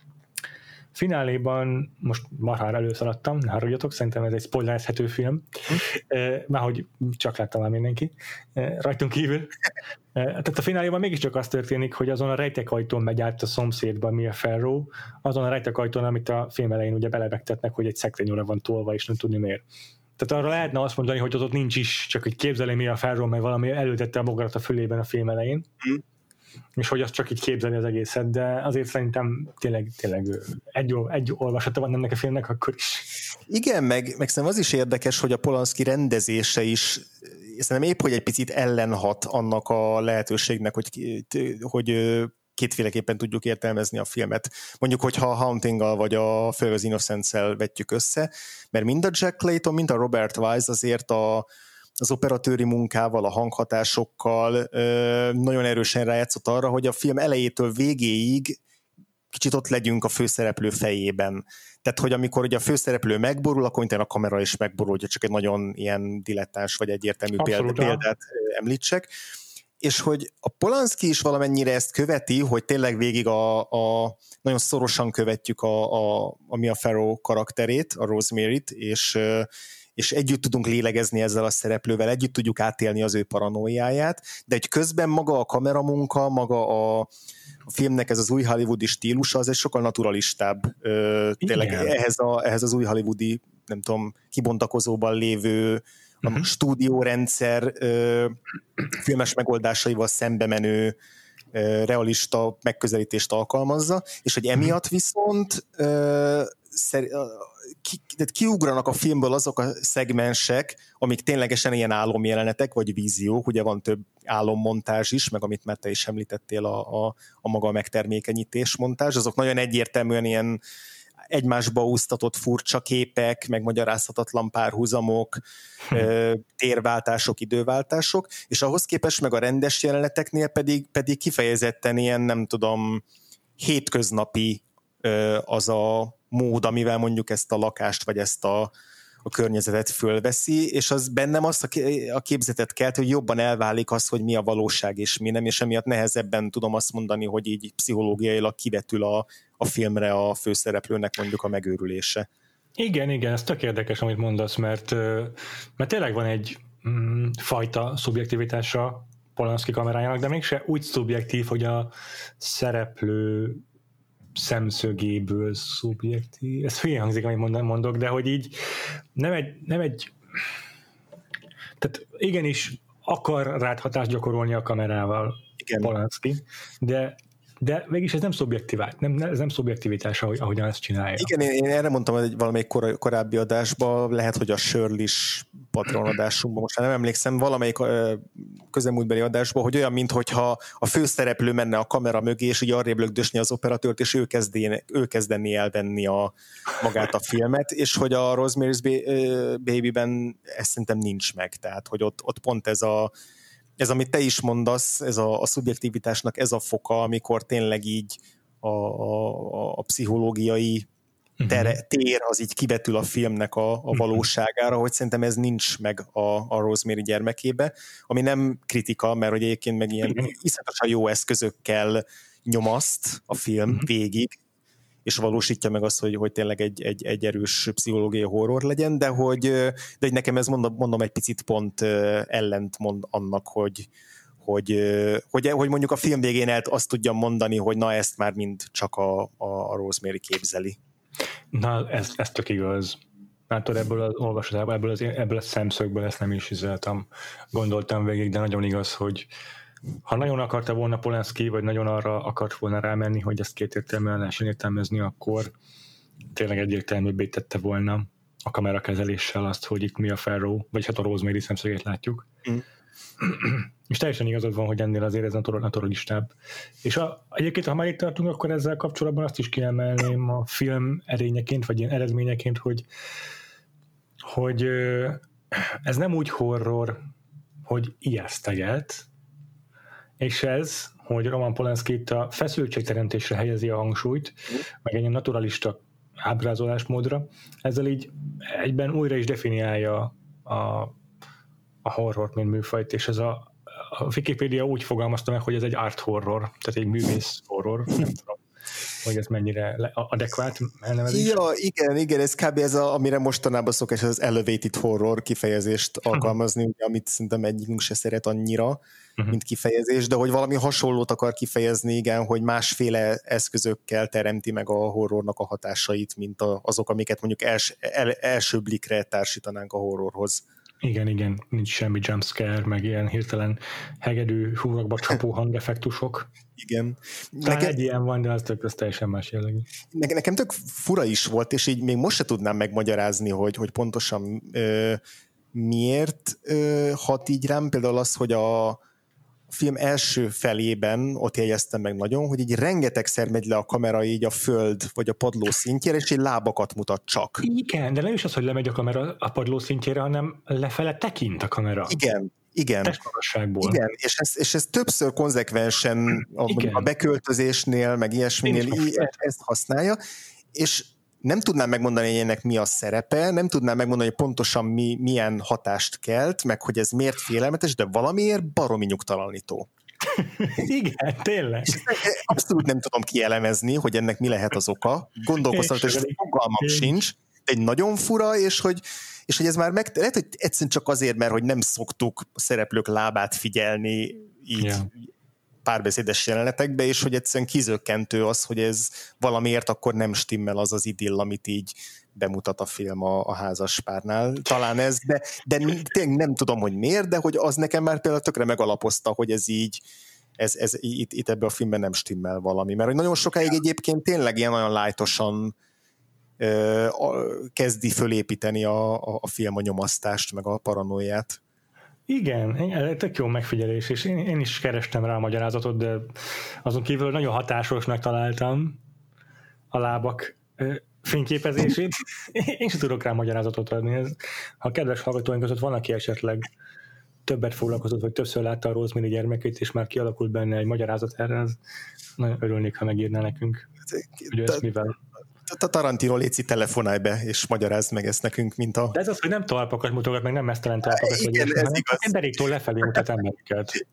fináléban, most marhára előszaladtam, ne haragudjatok, szerintem ez egy spoilerezhető film, már hogy csak látta már mindenki, rajtunk kívül. Tehát a fináléban mégiscsak az történik, hogy azon a rejtekajtón megy át a szomszédba Mia Farrow, azon a rejtekajtón, amit a film elején ugye belebegtetnek, hogy egy szekrényóra van tolva, és nem tudni miért. Tehát arra lehetne azt mondani, hogy ott nincs is, csak hogy képzeli Mia Farrow, mert valami előtette a bogarat a fülében a film elején. És hogy azt csak így képzeli az egészet, de azért szerintem tényleg egy olvasata van ennek a filmnek akkor is. Igen, meg szerintem az is érdekes, hogy a Polanski rendezése is szerintem épp, hogy egy picit ellenhat annak a lehetőségnek, hogy kétféleképpen tudjuk értelmezni a filmet. Mondjuk, hogyha a Hauntinggal vagy a Főleg az Innocence-szel vetjük össze, mert mind a Jack Clayton, mind a Robert Wise azért az operatőri munkával, a hanghatásokkal nagyon erősen rájátszott arra, hogy a film elejétől végéig kicsit ott legyünk a főszereplő fejében. Tehát, hogy amikor ugye a főszereplő megborul, akkor utána a kamera is megborul, hogyha csak egy nagyon ilyen dilettáns vagy egyértelmű példát említsek. És hogy a Polanski is valamennyire ezt követi, hogy tényleg végig nagyon szorosan követjük a Mia Farrow karakterét, a Rosemary-t, és együtt tudunk lélegezni ezzel a szereplővel, együtt tudjuk átélni az ő paranoiáját, de egy közben maga a kameramunka, maga a filmnek ez az új hollywoodi stílusa, az egy sokkal naturalistább. Tényleg ehhez az új hollywoodi, nem tudom, kibontakozóban lévő a stúdiórendszer filmes megoldásaival szembe menő realista megközelítést alkalmazza, és hogy emiatt viszont kiugranak a filmből azok a szegmensek, amik ténylegesen ilyen álomjelenetek, vagy víziók, ugye van több álommontázs is, meg amit már te is említettél, a maga megtermékenyítés montázs, azok nagyon egyértelműen ilyen egymásba úsztatott furcsa képek, meg magyarázhatatlan párhuzamok, térváltások, időváltások, és ahhoz képest meg a rendes jeleneteknél pedig kifejezetten ilyen, nem tudom, hétköznapi az a mód, amivel mondjuk ezt a lakást, vagy ezt a környezetet fölveszi, és az bennem azt a képzetet kelt, hogy jobban elválik az, hogy mi a valóság és mi nem, és emiatt nehezebben tudom azt mondani, hogy így pszichológiailag kivetül a filmre a főszereplőnek mondjuk a megőrülése. Igen, ez tök érdekes, amit mondasz, mert tényleg van egy fajta szubjektivitása Polanski kamerájának, de mégse úgy szubjektív, hogy a szereplő szemszögéből szubjektív. Ez hülye hangzik, amit mondok, de hogy így nem egy tehát igenis akar rád hatást gyakorolni a kamerával Polanski, de mégis ez nem ez nem szubjektivitás, ahogyan ezt csinálja. Igen, én erre mondtam, hogy valamelyik korábbi adásban, lehet, hogy a Shirley-s Patreon adásunkban, most nem emlékszem, valamelyik közelmúltbeli adásban, hogy olyan, minthogyha a főszereplő menne a kamera mögé, és így arrébb lögdösni az operatőrt, és ő kezdené elvenni magát a filmet, és hogy a Rosemary's Baby-ben ez szerintem nincs meg, tehát hogy ott pont ez, amit te is mondasz, ez a szubjektivitásnak ez a foka, amikor tényleg így a pszichológiai tér az így kivetül a filmnek a valóságára, hogy szerintem ez nincs meg a Rosemary gyermekébe, ami nem kritika, mert hogy egyébként meg ilyen iszonyatosan jó eszközökkel nyomaszt a film végig, és valósítja meg azt, hogy tényleg egy erős pszichológiai horror legyen, de hogy nekem ez mondom egy picit pont ellentmond annak, hogy mondjuk a film végén azt tudjam mondani, hogy na ezt már mind csak a Rosemary képzeli. Na, ez tök igaz. Látod, ebből az olvasatában, ebből a szemszögből ezt nem is gondoltam végig, de nagyon igaz, hogy ha nagyon akarta volna Polanski, vagy nagyon arra akart volna rámenni, hogy ezt kétértelműen lehessen értelmezni, akkor tényleg egyértelműbbé tette volna a kamerakezeléssel azt, hogy itt mi a Farrow, vagy hát a Rosemary szemszögét látjuk. És teljesen igazad van, hogy ennél azért ez naturalistább. És egyébként, ha már itt tartunk, akkor ezzel kapcsolatban azt is kiemelném a film erényeként, vagy ilyen eredményeként, hogy ez nem úgy horror, hogy ijeszteget, és ez, hogy Roman Polanski itt a feszültségteremtésre helyezi a hangsúlyt, meg egy naturalista ábrázolásmódra, ezzel így egyben újra is definiálja a horrort, mint műfajt, és ez a Wikipedia úgy fogalmazta meg, hogy ez egy art horror, tehát egy művész horror, nem tudom, hogy ez mennyire adekvát elnevezés. Ja, igen, ez kb. Amire mostanában szokás az elevated horror kifejezést alkalmazni, ugye, amit szerintem egyikünk se szeret annyira, mint kifejezés, de hogy valami hasonlót akar kifejezni, igen, hogy másféle eszközökkel teremti meg a horrornak a hatásait, mint azok, amiket mondjuk első blikre társítanánk a horrorhoz. Igen, nincs semmi jumpscare, meg ilyen hirtelen hegedű, húrokba csapó hangeffektusok. Igen. Egy ilyen van, de az teljesen más jellegű. Nekem tök fura is volt, és így még most se tudnám megmagyarázni, hogy pontosan miért hat így rám. Például az, hogy a film első felében ott jegyeztem meg nagyon, hogy így rengetegszer megy le a kamera így a föld vagy a padló szintjére, és egy lábakat mutat csak. Igen, de nem is az, hogy lemegy a kamera a padló szintjére, hanem lefele tekint a kamera. Igen. Testmagasságból. Igen, és ez többször konzekvensen a beköltözésnél, meg ilyesminél ezt használja, és nem tudnám megmondani, hogy ennek mi a szerepe, nem tudnám megmondani, hogy pontosan milyen hatást kelt, meg hogy ez miért félelmetes, de valamiért baromi nyugtalanító. Igen, tényleg. Abszolút nem tudom kielemezni, hogy ennek mi lehet az oka. Gondolkoztam, hogy fogalmam sincs, de egy nagyon fura, és hogy ez már lehet, hogy egyszerűen csak azért, mert hogy nem szoktuk a szereplők lábát figyelni így párbeszédes jelenetekbe, és hogy egyszerűen kizökkentő az, hogy ez valamiért akkor nem stimmel az az idill, amit így bemutat a film a házaspárnál. Talán ez, de tényleg nem tudom, hogy miért, de hogy az nekem már például tökre megalapozta, hogy ez így, ez itt ebben a filmben nem stimmel valami. Mert hogy nagyon sokáig egyébként tényleg ilyen olyan lightosan kezdi fölépíteni a film a nyomasztást, meg a paranoiát. Igen, ez tök jó megfigyelés, és én is kerestem rá a magyarázatot, de azon kívül nagyon hatásosnak találtam a lábak fényképezését. Én sem tudok rá magyarázatot adni. Ha a kedves hallgatóink között van, aki esetleg többet foglalkozott, vagy többször látta a Rosemary gyermekét, és már kialakult benne egy magyarázat erre, az nagyon örülnék, ha megírná nekünk, hogy ez mivel. A Tarantino, léci, telefonálj be, és magyarázd meg ezt nekünk, mint a... De ez az, hogy nem talpakat mutogat, meg nem mesztelen talpakat, igen, ez igaz. Emberéktől lefelé mutat embereket.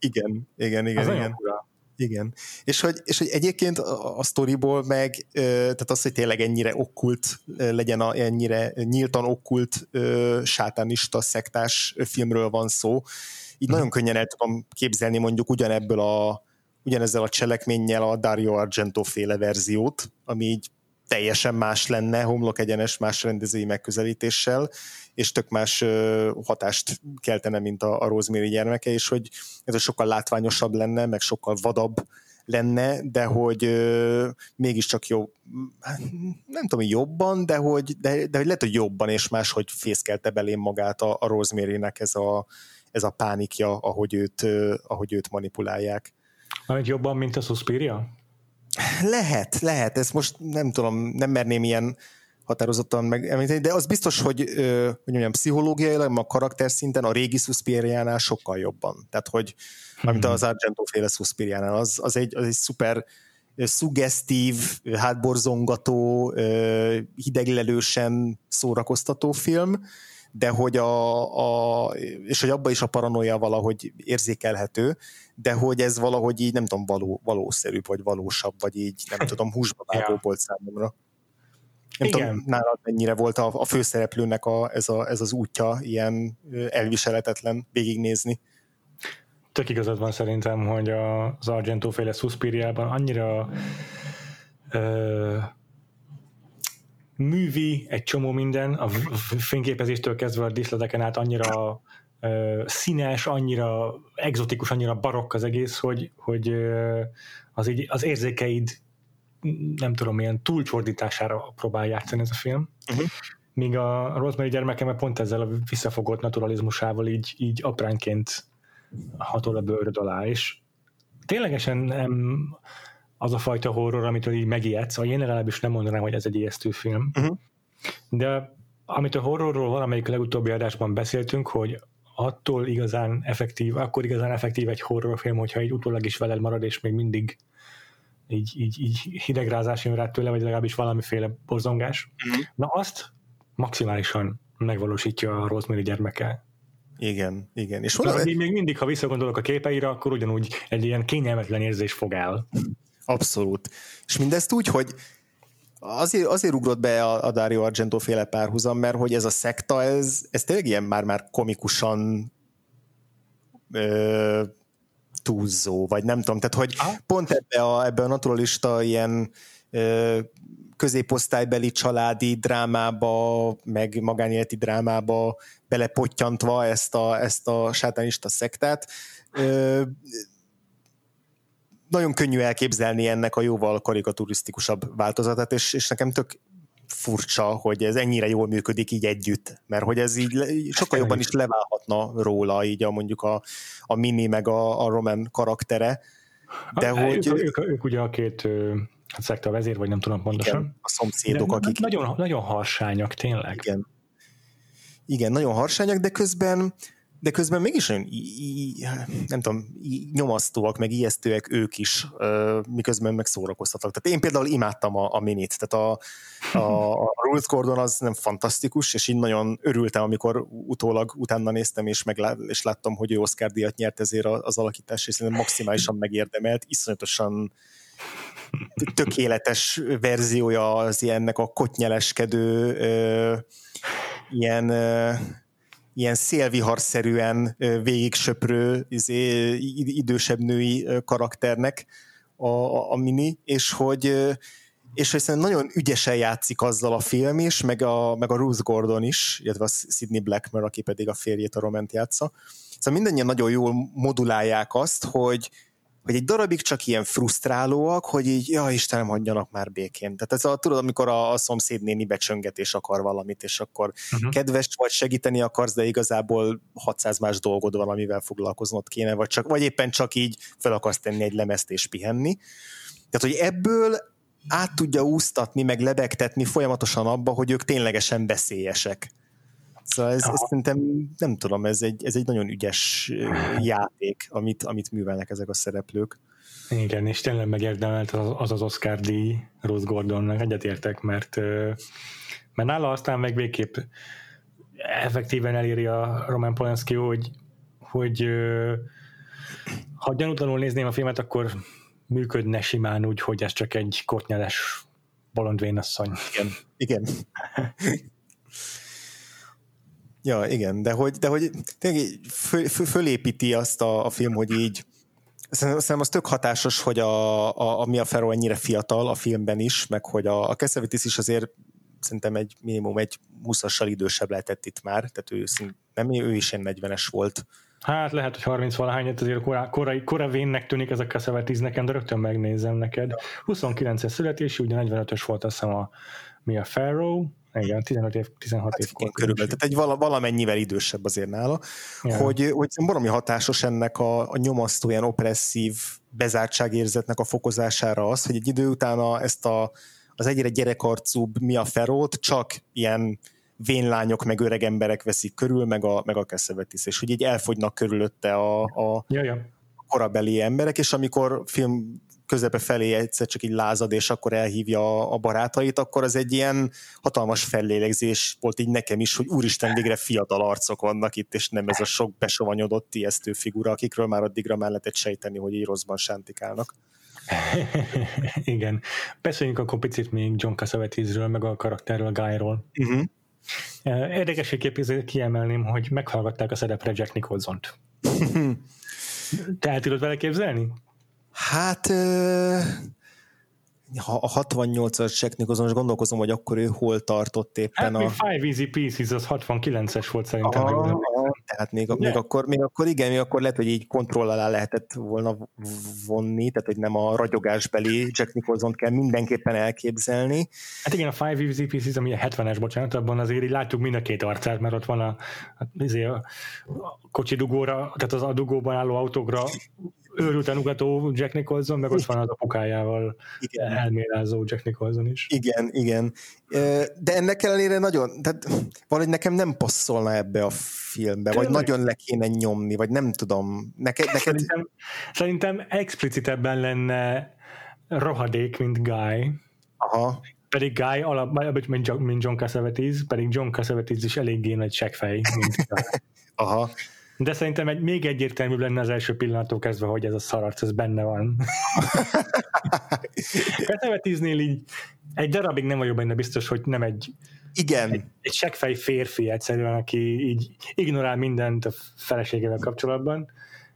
Igen. És hogy egyébként a sztoriból meg, tehát az, hogy tényleg ennyire okkult legyen, ennyire nyíltan okkult sátánista, szektás filmről van szó, így nagyon könnyen el tudom képzelni mondjuk ugyanezzel a cselekménnyel a Dario Argento féle verziót, ami így teljesen más lenne, homlok egyenes, más rendezői megközelítéssel, és tök más hatást keltene, mint a Rosemary gyermeke, és hogy ez sokkal látványosabb lenne, meg sokkal vadabb lenne, de hogy mégiscsak jó, nem tudom, jobban, de hogy lehet, hogy jobban és máshogy fészkelte belém magát a Rosemarynek ez a pánikja, ahogy őt manipulálják. Amit jobban, mint a Suspiria? Lehet, ezt most nem tudom, nem merném ilyen határozottan megemlíteni, de az biztos, hogy mondjam, pszichológiailag, a karakter szinten a régi Suspiriánál sokkal jobban. Tehát, hogy amit az Argento-féle Suspiriánál, az egy szuper szuggesztív, hátborzongató, hideglelősen szórakoztató film, de hogy és hogy abban is a paranoia valahogy érzékelhető, de hogy ez valahogy így nem tudom, valószerűbb, vagy valósabb, vagy így nem tudom, húsba vágó volt számomra. Nem tudom, nálad mennyire volt a főszereplőnek ez az útja ilyen elviselhetetlen végignézni. Tök igazad van szerintem, hogy az Argento-féle Suspiriában annyira művi, egy csomó minden, a fényképezéstől kezdve a díszleteken át annyira színes, annyira egzotikus, annyira barokk az egész, hogy az érzékeid nem tudom, milyen túlcsordítására próbál játszani ez a film. Míg a Rosemary gyermeke pont ezzel a visszafogott naturalizmusával így apránként hatol a bőröd alá, és ténylegesen nem az a fajta horror, amitől így megijedsz, vagy én legalábbis nem mondanám, hogy ez egy ijesztő film. De amit a horrorról valamelyik legutóbbi adásban beszéltünk, hogy akkor igazán effektív egy horrorfilm, hogyha így utólag is veled marad, és még mindig így hidegrázás jön rá tőle, vagy legalábbis valamiféle borzongás. Na azt maximálisan megvalósítja a Rosemary gyermeke. Igen. És még mindig, ha visszagondolok a képeire, akkor ugyanúgy egy ilyen kényelmetlen érzés fog el. Abszolút. És mindezt úgy, hogy azért ugrott be a Dario Argento féle párhuzam, mert hogy ez a szekta, ez tényleg ilyen már komikusan túlzó, vagy nem tudom, tehát hogy pont ebbe a naturalista ilyen középosztálybeli családi drámába, meg magánéleti drámába belepottyantva ezt a sátánista szektát, nagyon könnyű elképzelni ennek a jóval karikaturisztikusabb változatát, és nekem tök furcsa, hogy ez ennyire jól működik így együtt, mert hogy ez így sokkal jobban is leválhatna róla így mondjuk a Minnie meg a Roman karaktere, de hogy... Ők ugye a két szekta vezér, vagy nem tudom pontosan. Igen, a szomszédok, akik... Nagyon, nagyon harsányak, tényleg. Igen, nagyon harsányak, de közben mégis olyan, nem tudom, nyomasztóak, meg ijesztőek ők is, miközben meg szórakoztatnak. Tehát én például imádtam a Minit, tehát a Ruth Gordon az nem fantasztikus, és így nagyon örültem, amikor utána néztem, és láttam, hogy ő Oscar-díjat nyert ezért az alakítás, és szerintem maximálisan megérdemelt, iszonyatosan tökéletes verziója az ilyennek a kotnyeleskedő, ilyen ilyen szélviharszerűen végig söprő idősebb női karakternek a Mini, és hogy szerintem nagyon ügyesen játszik azzal a film is, meg a Ruth Gordon is, illetve a Sidney Blackmer, aki pedig a férjét, a Roment játsza. Szóval mindannyian nagyon jól modulálják azt, hogy egy darabig csak ilyen frusztrálóak, hogy így, ja Istenem, hagyjanak már békén. Tehát ez tudod, amikor a szomszédnéni becsönget és akar valamit, és akkor kedves vagy segíteni akarsz, de igazából 600 más dolgod van, amivel foglalkoznod kéne, vagy éppen csak így fel akarsz tenni egy lemezt és pihenni. Tehát, hogy ebből át tudja úsztatni, meg lebegtetni folyamatosan abba, hogy ők ténylegesen veszélyesek. Szóval ez szerintem, nem tudom, ez egy nagyon ügyes játék, amit művelnek ezek a szereplők. Igen, és tényleg megérdemelt az Oscar-díj Ruth Gordonnak, egyetértek, mert nála aztán meg végképp effektíven eléri a Roman Polanski, hogy ha gyanútlanul nézném a filmet, akkor működne simán úgy, hogy ez csak egy kortnyeles bolond vénasszony. Igen. Ja, igen, de hogy tényleg fölépíti azt a film, hogy így szerintem az tök hatásos, hogy a Mia Farrow ennyire fiatal a filmben is, meg hogy a Cassavetes is azért szerintem minimum egy 20-assal idősebb lehetett itt már, tehát ő is ilyen 40-es volt. Hát lehet, hogy 30-valahány, azért korai vénnek tűnik ez a Cassavetes nekem, de rögtön megnézem neked. 29-es születésű, ugye 45-ös volt azt hiszem a Mia Farrow, igen, 16 év körülbelül, tehát egy valamennyivel idősebb azért nála, ja. hogy baromi hatásos ennek a nyomasztó, ilyen opresszív bezártságérzetnek a fokozására az, hogy egy idő utána ezt az egyre gyerekarcúbb Mia Farrowt csak ilyen vénlányok, meg öreg emberek veszik körül, meg a Cassavetes, és hogy így elfogynak körülötte a korabeli emberek, és amikor film közepe felé egyszer csak így lázad, és akkor elhívja a barátait, akkor az egy ilyen hatalmas fellélegzés volt így nekem is, hogy úristen, végre fiatal arcok vannak itt, és nem ez a sok besovanyodott ijesztő figura, akikről már addigra már lehetett sejteni, hogy így rosszban sántikálnak. Igen. Beszéljünk akkor picit még John Cassavetesről, meg a karakterről, Guyról. Érdekességképp kiemelném, hogy meghallgatták a szerepre Jack Nicholsont. Te el tudod vele képzelni? Hát a 68-as Jack Nicholson, és gondolkozom, hogy akkor ő hol tartott éppen. Hát Five Easy Pieces az 69-es volt szerintem. Tehát még akkor lehet, hogy így kontroll alá lehetett volna vonni, tehát hogy nem a ragyogásbeli Jack Nicholsont kell mindenképpen elképzelni. Hát igen, a Five Easy Pieces, ami a 70-es, bocsánat, abban azért így látjuk mind a két arcát, mert ott van a kocsi dugóra, tehát az a dugóban álló autókra őrülten ugató Jack Nicholson, meg ott van az apukájával elmélázó Jack Nicholson is. Igen. De ennek ellenére tehát valahogy nekem nem passzolna ebbe a filmbe, vagy nagyon le kéne nyomni, vagy nem tudom. Szerintem explicitebben lenne rohadék, mint Guy. Aha. Pedig Guy mint John Cassavetes, pedig John Cassavetes is eléggé nagy seggfej, mint Guy. Aha. De szerintem még egyértelműbb lenne az első pillanattól kezdve, hogy ez a szararc, ez benne van. Cassavetesnél így egy darabig nem vagyok benne biztos, hogy nem egy seggfej férfi egyszerűen, aki így ignorál mindent a feleségével kapcsolatban,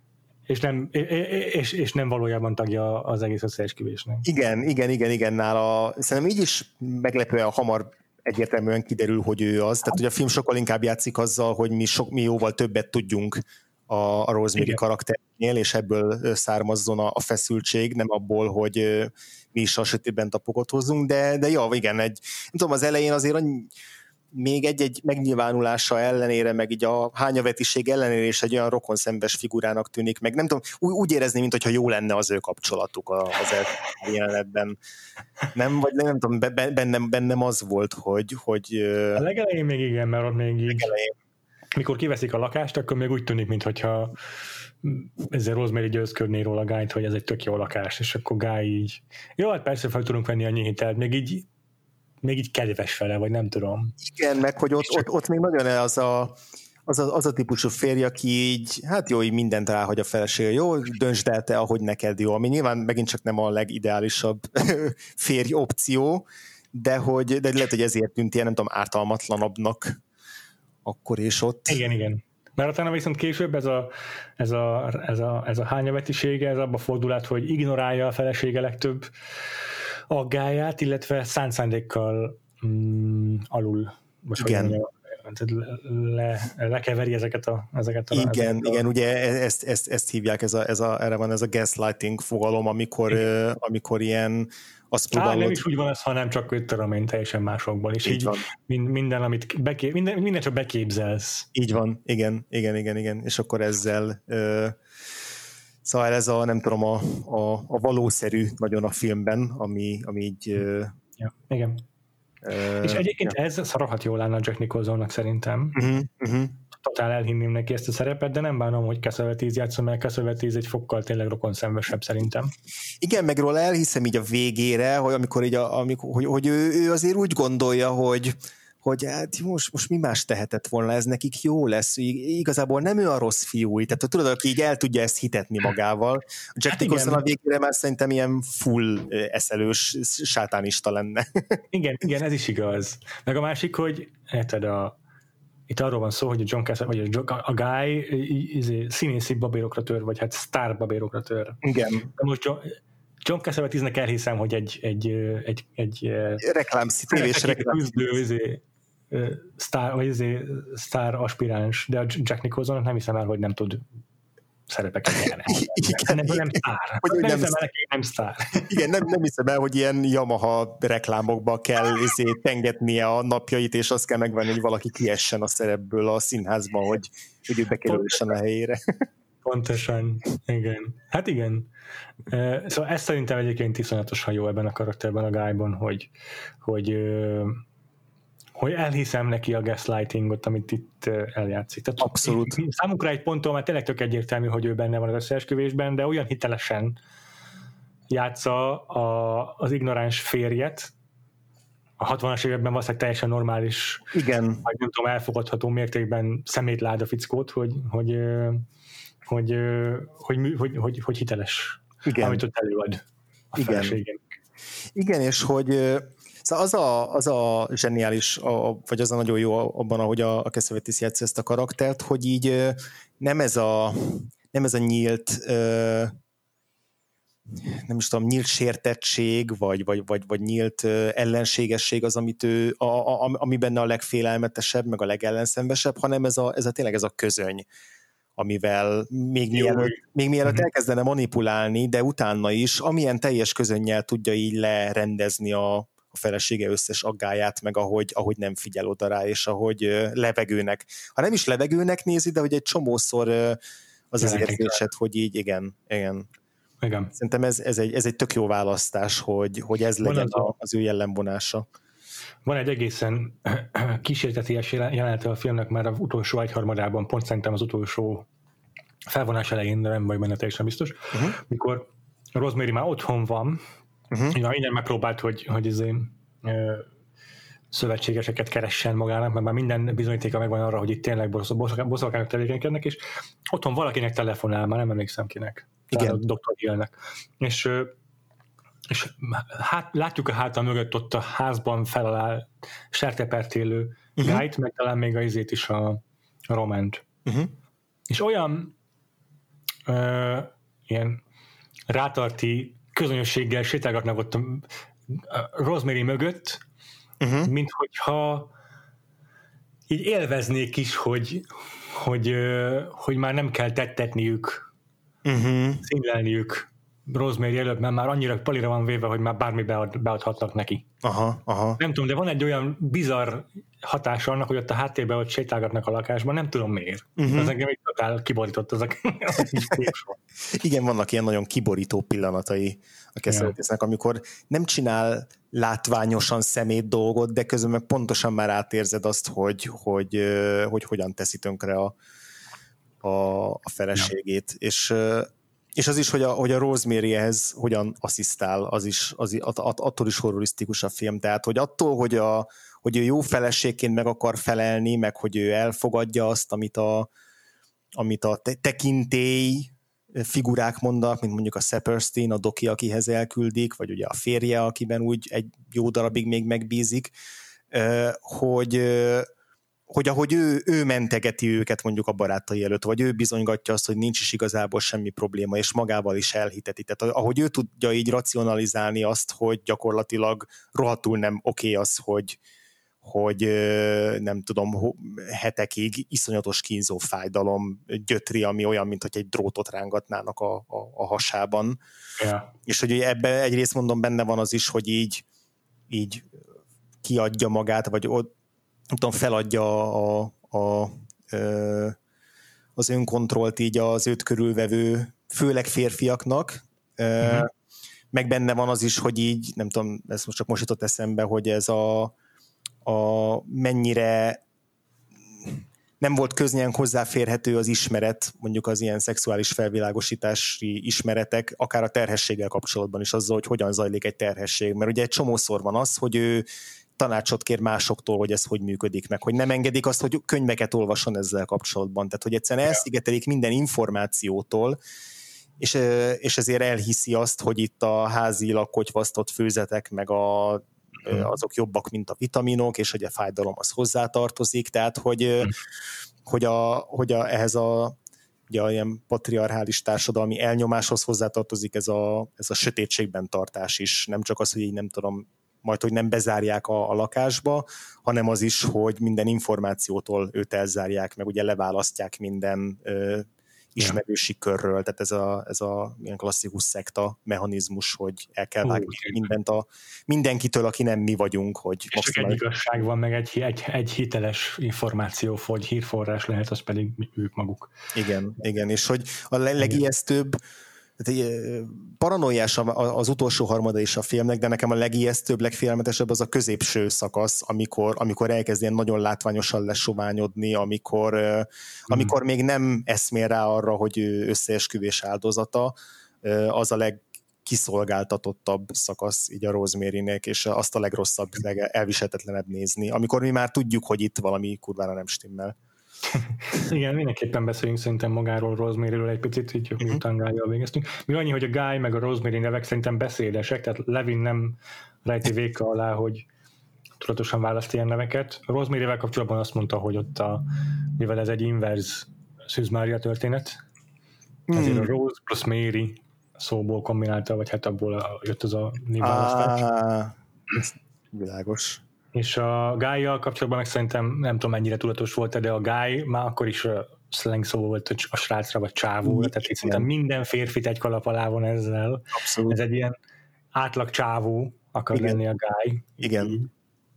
és nem valójában tagja az egész összeesküvésnek. Igen, nála szerintem így is meglepően hamar egyértelműen kiderül, hogy ő az. Tehát, hogy a film sokkal inkább játszik azzal, hogy mi jóval többet tudjunk a Rosemary karakternél, és ebből származzon a feszültség, nem abból, hogy mi is a sötétben tapogot hozzunk, de jó, igen, nem tudom, az elején azért még egy megnyilvánulása ellenére, meg így a hányavetiség ellenére is egy olyan rokonszembes figurának tűnik, meg nem tudom, úgy érezni, mintha jó lenne az ő kapcsolatuk az jelenetben. Nem, vagy nem tudom, bennem az volt, hogy a legelején még igen, mert ott még így, mikor kiveszik a lakást, akkor még úgy tűnik, mintha ezzel Rosemary győzködné róla Guy-t, hogy ez egy tök jó lakás, és akkor Guy így, jó, hát persze fel tudunk venni annyi hitelt, még így kedves vele, vagy nem tudom. Igen, meg hogy ott még nagyon az a típusú férj, aki így, hát jó, így mindent ráhagy a felesége, jó, döntsd el te, ahogy neked jó, ami nyilván megint csak nem a legideálisabb férj opció, de lehet, hogy ezért tűnt ilyen, nem tudom, ártalmatlanabbnak akkor és ott. Igen. Mert utána viszont később ez a hányavetisége, ez abba fordul át, hogy ignorálja a felesége legtöbb aggáját, illetve szánt szándékkal alul. Most igen. Lekeveri ezeket a igen, ugye ezt hívják, erre van ez a gaslighting fogalom, amikor ilyen azt próbálod... Nem is úgy van ez, hanem csak teljesen másokban is. Így minden, amit minden csak beképzelsz. Így van, igen. És akkor ezzel szóval ez nem tudom, a valószerű nagyon a filmben, ami így... Ja, igen. És egyébként ez szarhat jól állna Jack Nicholsonnak szerintem. Totál elhinném neki ezt a szerepet, de nem bánom, hogy Cassavetes játszom, mert Cassavetes egy fokkal tényleg rokonszenvesebb szerintem. Igen, meg róla elhiszem így a végére, hogy amikor így hogy ő azért úgy gondolja, hogy hát most mi más tehetett volna, ez nekik jó lesz, igazából nem ő a rossz fiú, tehát tudod, aki így el tudja ezt hitetni magával. Jack Nicholson a végére már szerintem ilyen full eszelős sátánista lenne. Igen, ez is igaz. Meg a másik, hogy itt arról van szó, hogy a John Cassavetes, vagy a Guy színészi babérokratőr, vagy hát sztár babérokratőr. Igen. De most John Cassavetesnek elhiszem, hogy egy tévés reklám. Küzdő sztár aspiráns, de a Jack Nicholson nem hiszem el, hogy nem tud szerepeket nyerni. Nem sztár. Igen, nem hiszem el, hogy ilyen Yamaha reklámokba kell tengetnie a napjait, és azt kell megvenni, hogy valaki kiessen a szerepből a színházban, hogy ő bekerülhessen a helyére. Pontosan, igen. Hát igen. Szóval ez szerintem egyébként iszonyatosan jó ebben a karakterben, a Guyban, hogy elhiszem neki a gaslightingot, amit itt eljátszik. Tehát abszolút. Számukra egy ponton már tényleg tök egyértelmű, hogy ő benne van az összeesküvésben, de olyan hitelesen játsza az ignoráns férjet, a 60-as években valószínűleg teljesen normális, igen. Vagy nem tudom, elfogadható mértékben szemétláda fickót, hogy hiteles, igen. amit ott előad a feleségének. Igen, és hogy szóval az a zseniális, vagy az a nagyon jó abban, ahogy a Cassavetes játsza ezt a karaktert, hogy így nem ez a nyílt, nem is tudom, nyílt sértettség, vagy nyílt ellenségesség az, amit ami benne a legfélelmetesebb, meg a legellenszenvesebb, hanem ez a tényleg ez a közöny, amivel még mielőtt elkezdene manipulálni, de utána is, amilyen teljes közönnyel tudja így lerendezni a felesége összes aggáját, meg ahogy nem figyel oda rá, és ahogy levegőnek. Ha nem is levegőnek nézi, de hogy egy csomószor az érzésed, hogy így igen. Szerintem ez egy tök jó választás, hogy ez legyen az ő jellemvonása. Van egy egészen kísérteties jelenete a filmnek már az utolsó egyharmadában, pont szerintem az utolsó felvonás elején, de nem vagy benne teljesen biztos, mikor Rosemary már otthon van, innen megpróbált, hogy szövetségeseket keressen magának, mert már minden bizonyítéka megvan arra, hogy itt tényleg boszorkányok tevékenykednek, és otthon valakinek telefonál, már nem emlékszem kinek. Igen. A Dr. Hillnek. És látjuk a hátam mögött ott a házban feláll sertepertélő Guy-t, meg talán még a izét is a Románt. És olyan ilyen rátarti közönösséggel sétálgatnak ott a Rosemary mögött, mint hogyha így élveznék is, hogy már nem kell tettetniük, színlelniük Rosemary előtt, mert már annyira palira van véve, hogy már bármi beadhatnak neki. Aha. Nem tudom, de van egy olyan bizarr hatása annak, hogy ott a háttérben ott sétálgatnak a lakásban, nem tudom miért. Az engem egy totál kiborított az a Igen, vannak ilyen nagyon kiborító pillanatai a Cassavetesnek, amikor nem csinál látványosan szemét dolgot, de közben meg pontosan már átérzed azt, hogy hogyan teszi tönkre a feleségét. És az is, hogy a Rosemary ehhez hogyan asszisztál, attól is horrorisztikus a film. Tehát, hogy attól, hogy ő jó feleségként meg akar felelni, meg hogy ő elfogadja azt, amit a tekintély figurák mondanak, mint mondjuk a Saperstein, a doki, akihez elküldik, vagy ugye a férje, akiben úgy egy jó darabig még megbízik, hogy hogy ahogy ő mentegeti őket mondjuk a barátai előtt, vagy ő bizonygatja azt, hogy nincs is igazából semmi probléma, és magával is elhiteti. Tehát ahogy ő tudja így racionalizálni azt, hogy gyakorlatilag rohadtul nem oké az, hogy nem tudom, hetekig iszonyatos kínzó fájdalom gyötri, ami olyan, mint hogy egy drótot rángatnának a hasában. Yeah. És hogy ebben egyrészt mondom, benne van az is, hogy így kiadja magát, vagy nem tudom, feladja az önkontrollt így az őt körülvevő, főleg férfiaknak, meg benne van az is, hogy így, nem tudom, ez most jutott eszembe, hogy ez a mennyire nem volt könnyen hozzáférhető az ismeret, mondjuk az ilyen szexuális felvilágosítási ismeretek, akár a terhességgel kapcsolatban is azzal, hogy hogyan zajlik egy terhesség. Mert ugye egy csomószor van az, hogy ő tanácsot kér másoktól, hogy ez hogy működik meg, hogy nem engedik azt, hogy könyveket olvasson ezzel kapcsolatban. Tehát, hogy egyszerűen elszigetelik minden információtól, és ezért elhiszi azt, hogy itt a házilag kotyvasztott főzetek, meg azok jobbak, mint a vitaminok, és hogy a fájdalom az hozzátartozik, tehát hogy ehhez ugye ilyen patriarchális társadalmi elnyomáshoz hozzátartozik ez a sötétségben tartás is, nem csak az, hogy így nem tudom, majd, hogy nem bezárják a lakásba, hanem az is, hogy minden információtól őt elzárják, meg ugye leválasztják minden ismerősi körről, tehát ez a ilyen klasszikus szekta mechanizmus, hogy el kell vágni mindenkitől, aki nem mi vagyunk, hogy és csak egy igazság van, meg egy hiteles információfogy, hírforrás lehet, az pedig ők maguk. Igen, és hogy a legijesztőbb, paranoiás az utolsó harmada is a filmnek, de nekem a legijesztőbb, legfélelmetesebb az a középső szakasz, amikor elkezd ilyen nagyon látványosan lesoványodni, amikor még nem eszmél rá arra, hogy ő összeesküvés áldozata, az a legkiszolgáltatottabb szakasz így a Rosemarynek, és azt a legrosszabb, elviselhetetlenebb nézni, amikor mi már tudjuk, hogy itt valami kurvára nem stimmel. Igen, mindenképpen beszéljünk szerintem magáról, Rosemaryről egy picit, így miután Guy-jal végeztünk. Mi annyi, hogy a Guy meg a Rosemary nevek szerintem beszédesek, tehát Levin nem rejti véka alá, hogy tudatosan választ ilyen neveket. A Rosemaryvel kapcsolatban azt mondta, hogy ott mivel ez egy inverse Szűz Mária történet, ezért a Rose plusz Mary szóból kombinálta, vagy hát abból jött az a névválasztás. Világos. És a Guy-jal kapcsolatban meg szerintem nem tudom mennyire tudatos volt, de a Guy már akkor is slang szó volt a srácra vagy csávóra, tehát szerintem minden férfit egy kalap alá van ezzel. Abszolút. Ez egy ilyen átlag csávó akar lenni a Guy. Igen.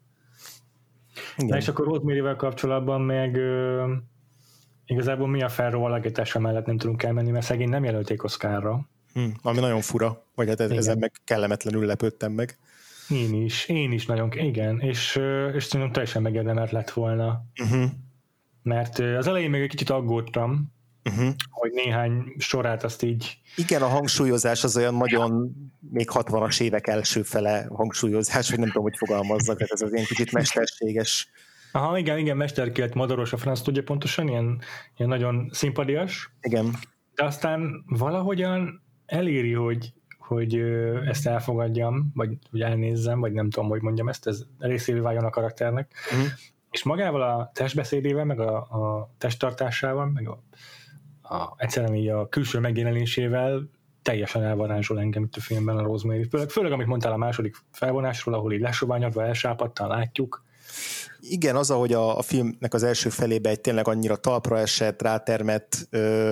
Na és akkor Rosemaryvel kapcsolatban meg igazából mi a Ferro alakítása mellett nem tudunk elmenni, mert szegény nem jelölték Oscarra. Ami nagyon fura, vagy hát ezen meg kellemetlenül lepődtem meg. Én is nagyon, igen, és szerintem teljesen megérdemelt lett volna. Mert az elején még egy kicsit aggódtam, hogy néhány sorát azt így... Igen, a hangsúlyozás az olyan nagyon még 60-as évek első fele hangsúlyozás, hogy nem tudom, hogy fogalmazzak, tehát ez az ilyen kicsit mesterséges. Aha, igen, mesterkélt madaros, a franc tudja pontosan, ilyen nagyon szimpadias. Igen. De aztán valahogyan eléri, hogy ezt elfogadjam, vagy hogy elnézzem, vagy nem tudom, hogy mondjam ezt, ez részévé váljon a karakternek. És magával a testbeszédével, meg a testtartásával, meg egyszerűen így a külső megjelenésével teljesen elvarázsol engem itt a filmben a Rosemary. Főleg amit mondtál a második felvonásról, ahol így lesoványodva, elsápadtan látjuk. Igen, az, ahogy a filmnek az első felébe egy tényleg annyira talpra esett, rátermett,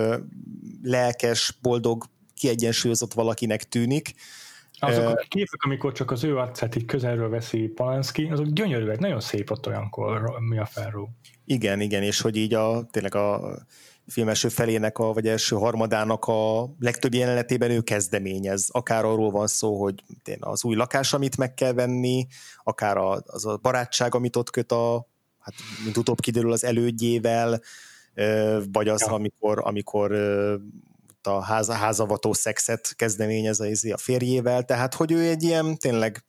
lelkes, boldog, kiegyensúlyozott valakinek tűnik. Azok a képek, amikor csak az ő arcát így közelről veszi Polanski, azok gyönyörűek, nagyon szép ott olyankor, mi a Ferro. Igen, és hogy így tényleg a film első felének, vagy első harmadának a legtöbb jelenetében ő kezdeményez. Akár arról van szó, hogy az új lakás, amit meg kell venni, akár az a barátság, amit ott köt hát mint utóbb kiderül az elődjével, vagy az, amikor a házavató szexet kezdeményez a férjével, tehát hogy ő egy ilyen tényleg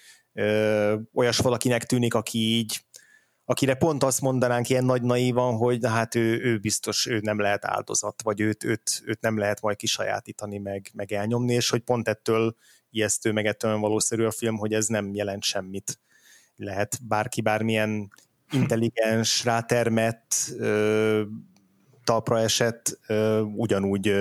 olyas valakinek tűnik, akire pont azt mondanánk ilyen nagy naívan, hogy hát ő biztos, ő nem lehet áldozat, vagy őt nem lehet majd kisajátítani, meg elnyomni, és hogy pont ettől ijesztő, meg ettől valószínű a film, hogy ez nem jelent semmit. Lehet bárki bármilyen intelligens, rátermett, talpra esett, ugyanúgy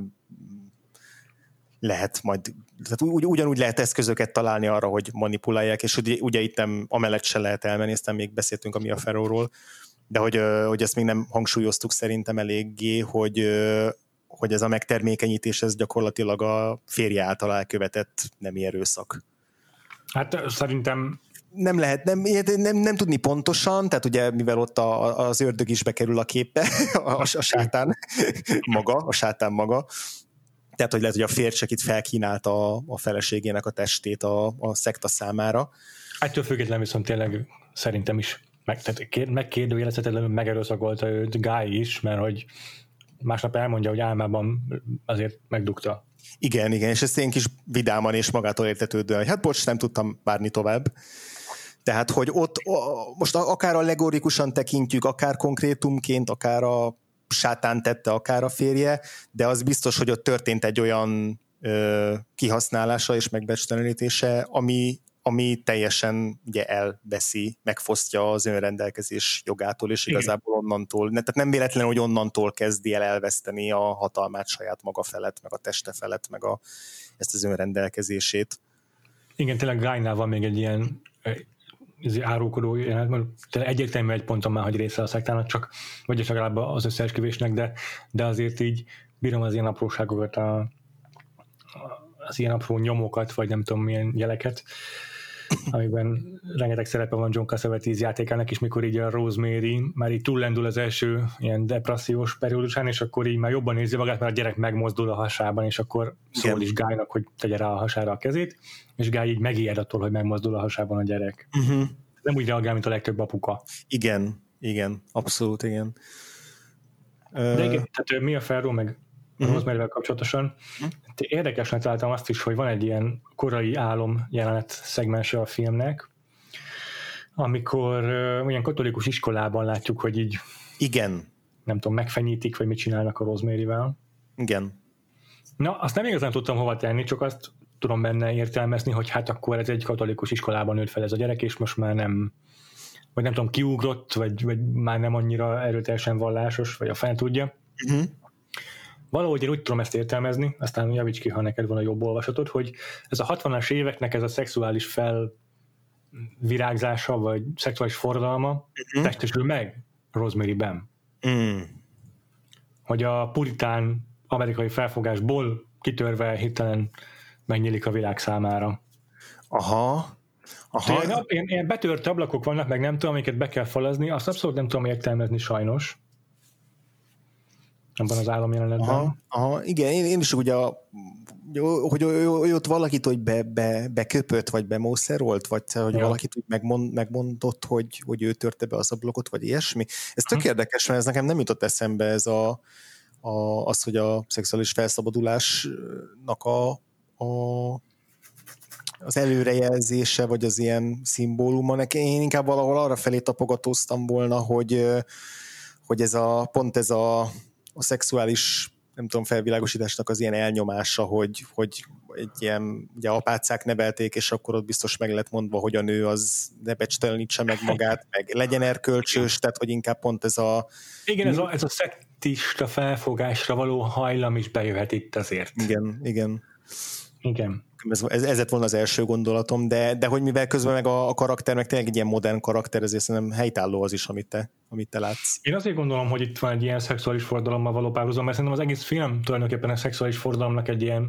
lehet majd, tehát ugyanúgy lehet eszközöket találni arra, hogy manipulálják, és ugye itt nem, amellett se lehet elmenni, aztán még beszéltünk a Mia Farrowról, de hogy ezt még nem hangsúlyoztuk szerintem eléggé, hogy ez a megtermékenyítés, ez gyakorlatilag a férje által elkövetett nemi erőszak. Hát szerintem nem lehet, nem tudni pontosan, tehát ugye mivel ott az ördög is bekerül a képbe, a sátán maga, tehát hogy lehet, hogy a férjek itt felkínálta a feleségének a testét a szekta számára. Ettől függetlenül viszont tényleg szerintem is megkérdőjelezhetetlenül megerőszakolta őt Guy is, mert hogy másnap elmondja, hogy álmában azért megdugta. Igen, és ezt én kis vidáman és magától értetődően, hogy hát bocs, nem tudtam várni tovább. Tehát, hogy ott most akár allegorikusan tekintjük, akár konkrétumként, akár a sátán tette, akár a férje, de az biztos, hogy ott történt egy olyan kihasználása és megbecsültenítése, ami teljesen ugye elveszi, megfosztja az önrendelkezés jogától, és igazából onnantól, tehát nem véletlen, hogy onnantól kezdi el elveszteni a hatalmát saját maga felett, meg a teste felett, meg ezt az önrendelkezését. Igen, tényleg Guynál van még egy ilyen árulkodó jelenet, egyértelműen egy ponton már, hogy része a szektának, csak vagyis legalább az összeesküvésnek, de azért így bírom az ilyen apróságokat, az ilyen apró nyomokat, vagy nem tudom milyen jeleket, amiben rengeteg szerepe van John Cassavetes játékának is, mikor így a Rosemary már így túllendül az első ilyen depressziós periódusán, és akkor így már jobban érzi magát, mert a gyerek megmozdul a hasában, és akkor szól is Guynak, hogy tegye rá a hasára a kezét, és Guy így megijed attól, hogy megmozdul a hasában a gyerek. Nem úgy reagál, mint a legtöbb apuka. Igen, abszolút igen. De igen, tehát Mia Farrow meg Rosemary-vel kapcsolatosan. Érdekesnek találtam azt is, hogy van egy ilyen korai álom jelenet szegmense a filmnek, amikor olyan katolikus iskolában látjuk, hogy így nem tudom, megfenyítik, vagy mit csinálnak a Rosemary-vel. Igen. Na, azt nem igazán tudtam hova tenni, csak azt tudom benne értelmezni, hogy hát akkor ez egy katolikus iskolában nőtt fel ez a gyerek, és most már nem, vagy nem tudom, kiugrott, vagy már nem annyira erőteljesen vallásos, vagy a fene tudja. Valahogy én úgy tudom ezt értelmezni, aztán javíts ki, ha neked van a jobb olvasatod, hogy ez a 60-as éveknek ez a szexuális felvirágzása, vagy szexuális forradalma testesül meg Rosemary-ben. Hogy a puritán amerikai felfogásból kitörve hirtelen megnyílik a világ számára. Aha. Ilyen betört ablakok vannak, meg nem tudom, amiket be kell falazni, azt abszolút nem tudom értelmezni sajnos. Abban az álomjelenetben. Igen, én is ugye, hogy ott valakit hogy beköpött, vagy bemószerolt, vagy hogy valakit úgy megmondott, hogy ő törte be az ablakot, vagy ilyesmi. Ez tök érdekes, mert ez nekem nem jutott eszembe ez az, hogy a szexuális felszabadulásnak az előrejelzése, vagy az ilyen szimbóluma. Én inkább valahol arra felé tapogatóztam volna, hogy ez a szexuális, nem tudom, felvilágosításnak az ilyen elnyomása, hogy egy ilyen, ugye apácák nevelték, és akkor ott biztos meg lett mondva, hogy a nő az ne becstelenítse meg magát, meg legyen erkölcsös, tehát hogy inkább pont ez a... Igen, ez a szektista felfogásra való hajlam is bejöhet itt azért. Igen. Ez lett volna az első gondolatom, de hogy mivel közben meg a karakter, meg tényleg egy ilyen modern karakter, ezért szerintem helytálló az is, amit te látsz. Én azért gondolom, hogy itt van egy ilyen szexuális forradalommal való párhuzam, mert szerintem az egész film tulajdonképpen a szexuális forradalomnak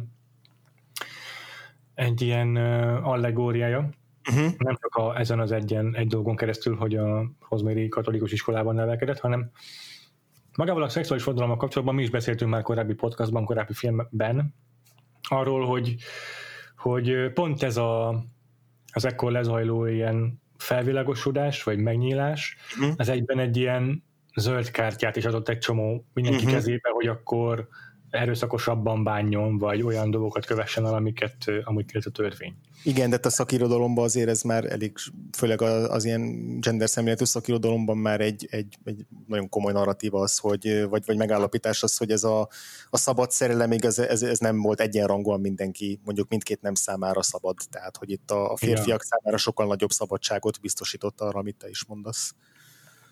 egy ilyen allegóriája. Nem csak ezen az egy dolgon keresztül, hogy a Rosemary katolikus iskolában nevelkedett, hanem magával a szexuális forradalommal kapcsolatban mi is beszéltünk már korábbi podcastban, korábbi filmben, arról, hogy pont ez az ekkor lezajló ilyen felvilágosodás, vagy megnyílás, ez egyben egy ilyen zöld kártyát is adott egy csomó mindenki kezébe, hogy akkor erőszakosabban bánjon, vagy olyan dolgokat kövessen el, amit a törvény. Igen, de a szakirodalomban azért ez már elég, főleg az ilyen gender szemléletű szakirodalomban már egy nagyon komoly narratíva az, vagy megállapítás az, hogy ez a szabad szerelem, ez nem volt egyenrangúan mindenki, mondjuk mindkét nem számára szabad, tehát hogy itt a férfiak számára sokkal nagyobb szabadságot biztosított arra, amit te is mondasz.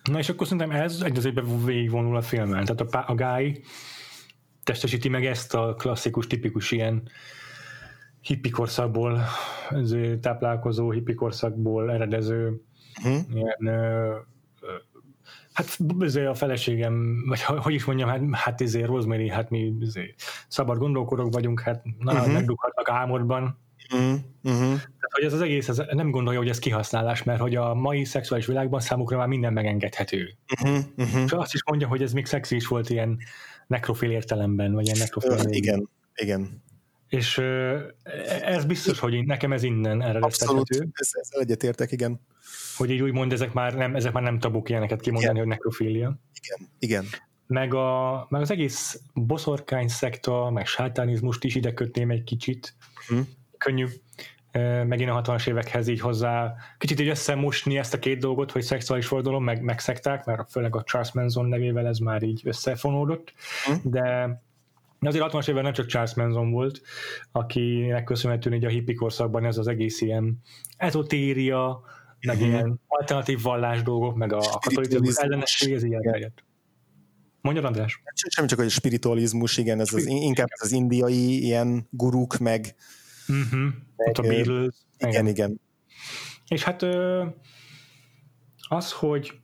Na és akkor szerintem ez egy az egyben végigvonul a filmen. Tehát a Guy testesíti meg ezt a klasszikus, tipikus ilyen hippi korszakból táplálkozó, hippi korszakból eredező ilyen, hát a feleségem, vagy hogy is mondjam, hát Rosemary, hát mi szabad gondolkodók vagyunk, hát megdughatnak álmodban. Tehát, hogy ez az egész, ez nem gondolja, hogy ez kihasználás, mert hogy a mai szexuális világban számukra már minden megengedhető. És azt is mondja, hogy ez még szexi is volt ilyen nekrofil értelemben, vagy ilyen nekrofil. Igen. És ez biztos, hogy nekem ez innen eredeztethető. Abszolút, ezzel egyetértek, igen. Hogy így úgymond ezek már nem tabuk ilyeneket kimondani, igen. Hogy nekrofília. Igen. Meg az egész boszorkány szekta, meg sátánizmust is ide kötném egy kicsit. Könnyű megint a 60-as évekhez így hozzá kicsit így összemosni ezt a két dolgot, hogy szexuális forradalom, meg szekták, mert főleg a Charles Manson nevével ez már így összefonódott, de azért 60-as évben nem csak Charles Manson volt, akinek köszönhetően így a hippi korszakban ez az egész ilyen ezotéria, meg ilyen alternatív vallás dolgok, meg a katolikus ellenesség, ez ilyen terjedt. Mondjad, András? Semmi csak a spiritualizmus, igen, ez inkább az indiai ilyen guruk, meg a Beatles. Igen. És hát az, hogy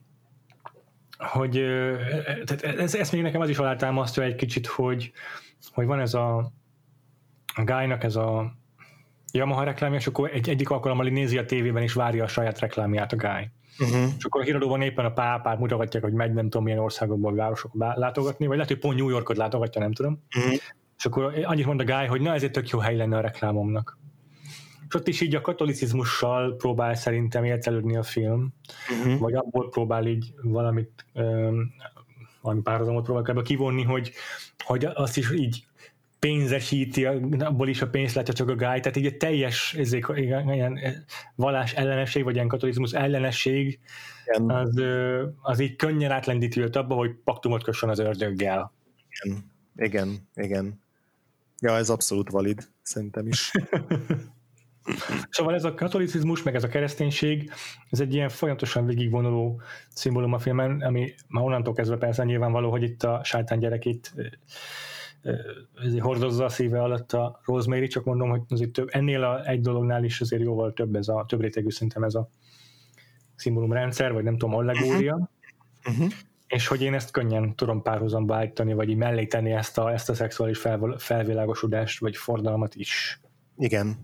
ez még nekem az is alátámasztja egy kicsit, hogy van ez a Guy-nak ez a Yamaha reklámja, és akkor egyik alkalommal nézi a tévében és várja a saját reklámját a Guy. És akkor a híradóban éppen a pápát mutogatják, hogy megy nem tudom milyen országokban, városokba látogatni, vagy lehet, hogy pont New Yorkot látogatja, nem tudom. És akkor annyit mond a Guy, hogy na ez egy tök jó hely lenne a reklámomnak. És ott is így a katolicizmussal próbál szerintem értelődni a film, vagy abból próbál így valami párhuzamot próbál ebbe kivonni, hogy azt is így pénzesíti, abból is a pénzt látja csak a Guy, tehát így egy teljes ilyen vallás ellenesség, vagy ilyen katolizmus ellenesség, az így könnyen átlendíti őt abba, hogy paktumot kössön az ördöggel. Igen. Ja, ez abszolút valid, szerintem is. Szóval ez a katolicizmus, meg ez a kereszténység, ez egy ilyen folyamatosan végigvonuló szimbólum a filmen, ami már onnantól kezdve persze nyilvánvaló, hogy itt a sátán gyerekét hordozza a szíve alatt a Rosemary, csak mondom, hogy azért több, ennél egy dolognál is azért jóval több több rétegű szerintem ez a szimbólumrendszer, vagy nem tudom, allegória, és hogy én ezt könnyen tudom párhuzamba állítani, vagy így mellé tenni ezt a szexuális felvilágosodást, vagy fordalmat is. Igen.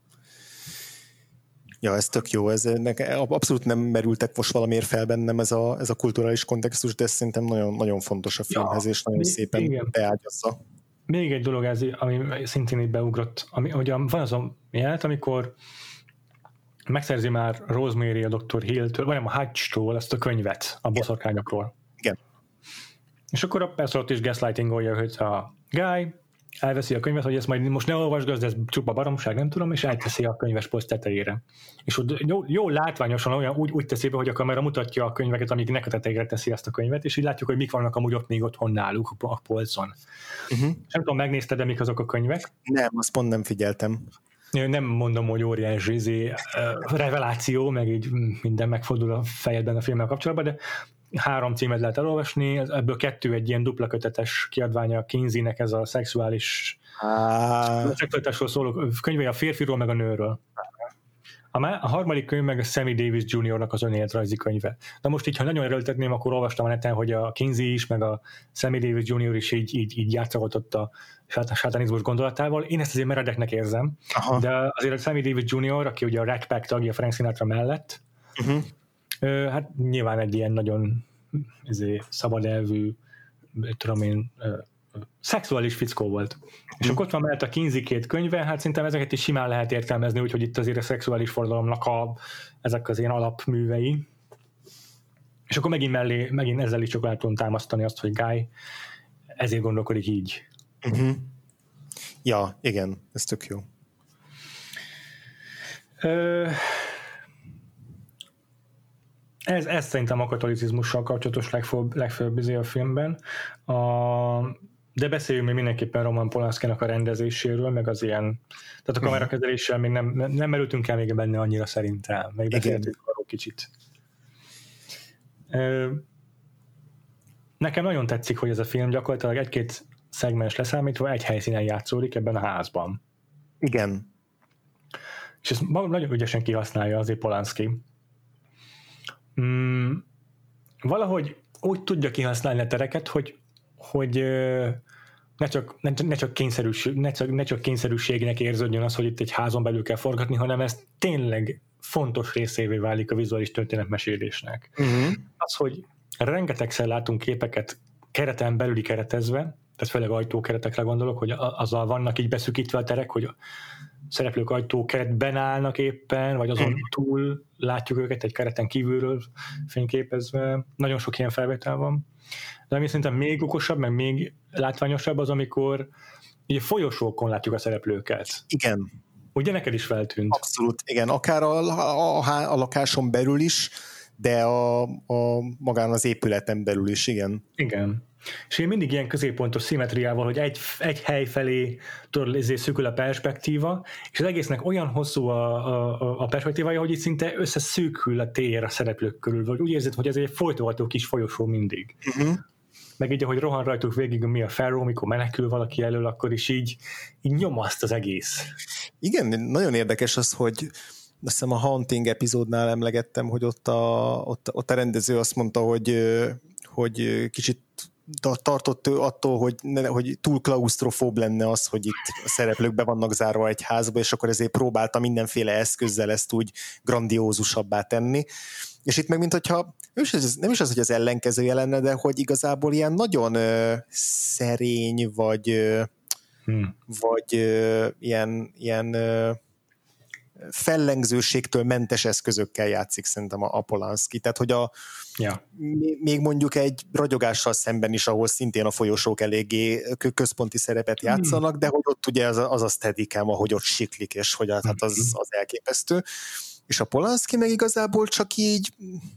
Ja, ez tök jó, abszolút nem merültek most valamiért fel bennem ez a kulturális kontextus, de szerintem nagyon, nagyon fontos a filmhez, és nagyon szépen beágyazza. Még egy dolog ez, ami szintén így beugrott, hogy van az a jelenet, amikor megszerzi már Rosemary a Dr. Hill-től, vagy nem a Hutch-tól ezt a könyvet a boszorkányokról. Igen. És akkor persze ott is gaslightingolja, hogy a Guy elveszi a könyvet, hogy ezt majd most ne olvasd, de ez csupa baromság, nem tudom, és elteszi a könyvespolc tetejére. És ott jó látványosan olyan úgy teszi be, hogy a kamera mutatja a könyveket, amik nek a tetejére teszi ezt a könyvet, és így látjuk, hogy mik vannak amúgy ott még otthon náluk a polcon. Nem tudom, megnézted, de mik azok a könyvek? Nem, azt pont nem figyeltem. Nem mondom, hogy óriási reveláció, meg így minden megfordul a fejedben a filmmel kapcsolatban, de 3 címet lehet elolvasni, ebből 2 egy ilyen dupla kötetes kiadványa a Kinsey-nek, ez a szexuális szexualitásról szóló könyve, a férfiról meg a nőről. A harmadik könyv meg a Sammy Davis Jr.-nak az önéletrajzi könyve. De most így, ha nagyon erőltetném, akkor olvastam a neten, hogy a Kinsey is, meg a Sammy Davis Jr. is így játszagotott a sátánizmus gondolatával. Én ezt azért meredeknek érzem, de azért a Sammy Davis Jr., aki ugye a Rat Pack tagja Frank Sinatra mellett, hát nyilván egy ilyen nagyon szabad elvű, tudom én, szexuális fickó volt. És akkor ott van mellett a Kinsey 2 könyve, hát szerintem ezeket is simán lehet értelmezni, úgyhogy itt azért a szexuális forradalomnak ezek az ilyen alapművei. És akkor megint ezzel is csak tudom támasztani azt, hogy Guy ezért gondolkodik így. Ja, igen, ez tök jó. Ez szerintem a katolicizmussal kapcsolatos legfőbb a filmben. De beszéljünk még mindenképpen Roman Polanskinak a rendezéséről, meg az ilyen, tehát a kamerakezeléssel még nem merültünk el még benne annyira szerintem, meg beszéltünk arról kicsit. nekem nagyon tetszik, hogy ez a film gyakorlatilag egy-két szegmens leszámítva egy helyszínen játszódik ebben a házban. Igen. És ezt nagyon ügyesen kihasználja azért Polanski. Valahogy úgy tudja kihasználni a tereket, hogy ne csak kényszerűségnek érződjön az, hogy itt egy házon belül kell forgatni, hanem ez tényleg fontos részévé válik a vizuális történetmesélésnek. Az, hogy rengetegszer látunk képeket kereten belüli keretezve, tehát főleg ajtókeretekre gondolok, hogy azzal vannak így beszűkítve a terek, hogy a szereplők ajtókeretben állnak éppen, vagy azon túl látjuk őket egy kereten kívülről fényképezve. Nagyon sok ilyen felvétel van. De ami szerintem még okosabb, meg még látványosabb az, amikor így folyosókon látjuk a szereplőket. Igen. Ugye neked is feltűnt? Abszolút, igen. Akár a lakáson belül is, de magán az épületen belül is, igen. Igen. És én mindig ilyen középpontos szimmetriával, hogy egy hely felé szűkül a perspektíva, és az egésznek olyan hosszú a perspektívája, hogy itt szinte összeszűkül a tér a szereplők körül, vagy úgy érzed, hogy ez egy folytogató kis folyosó mindig. Meg így, ahogy rohan rajtuk végig mi a Ferro, mikor menekül valaki elől, akkor is így nyomaszt az egész. Igen, nagyon érdekes az, hogy azt hiszem a Haunting epizódnál emlegettem, hogy ott a rendező azt mondta, hogy kicsit tartott ő attól, hogy túl klausztrofób lenne az, hogy itt a szereplők be vannak zárva egy házba, és akkor ezért próbálta mindenféle eszközzel ezt úgy grandiózusabbá tenni. És itt meg minthogyha nem is az, hogy az ellenkezője lenne, de hogy igazából ilyen nagyon szerény, vagy ilyen fellengzőségtől mentes eszközökkel játszik szerintem a Polanski. Tehát, hogy még mondjuk egy ragyogással szemben is, ahol szintén a folyosók eléggé központi szerepet játszanak, de hogy ott ugye az a steadicam, ahogy ott siklik, és hogy hát az elképesztő. És a Polanski meg igazából csak így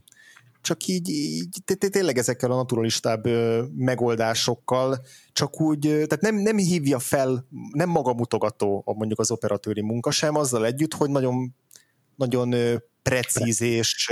tényleg ezekkel a naturalistább megoldásokkal, csak úgy, tehát nem hívja fel, nem magamutogató mondjuk az operatőri munka sem, azzal együtt, hogy nagyon, nagyon precíz és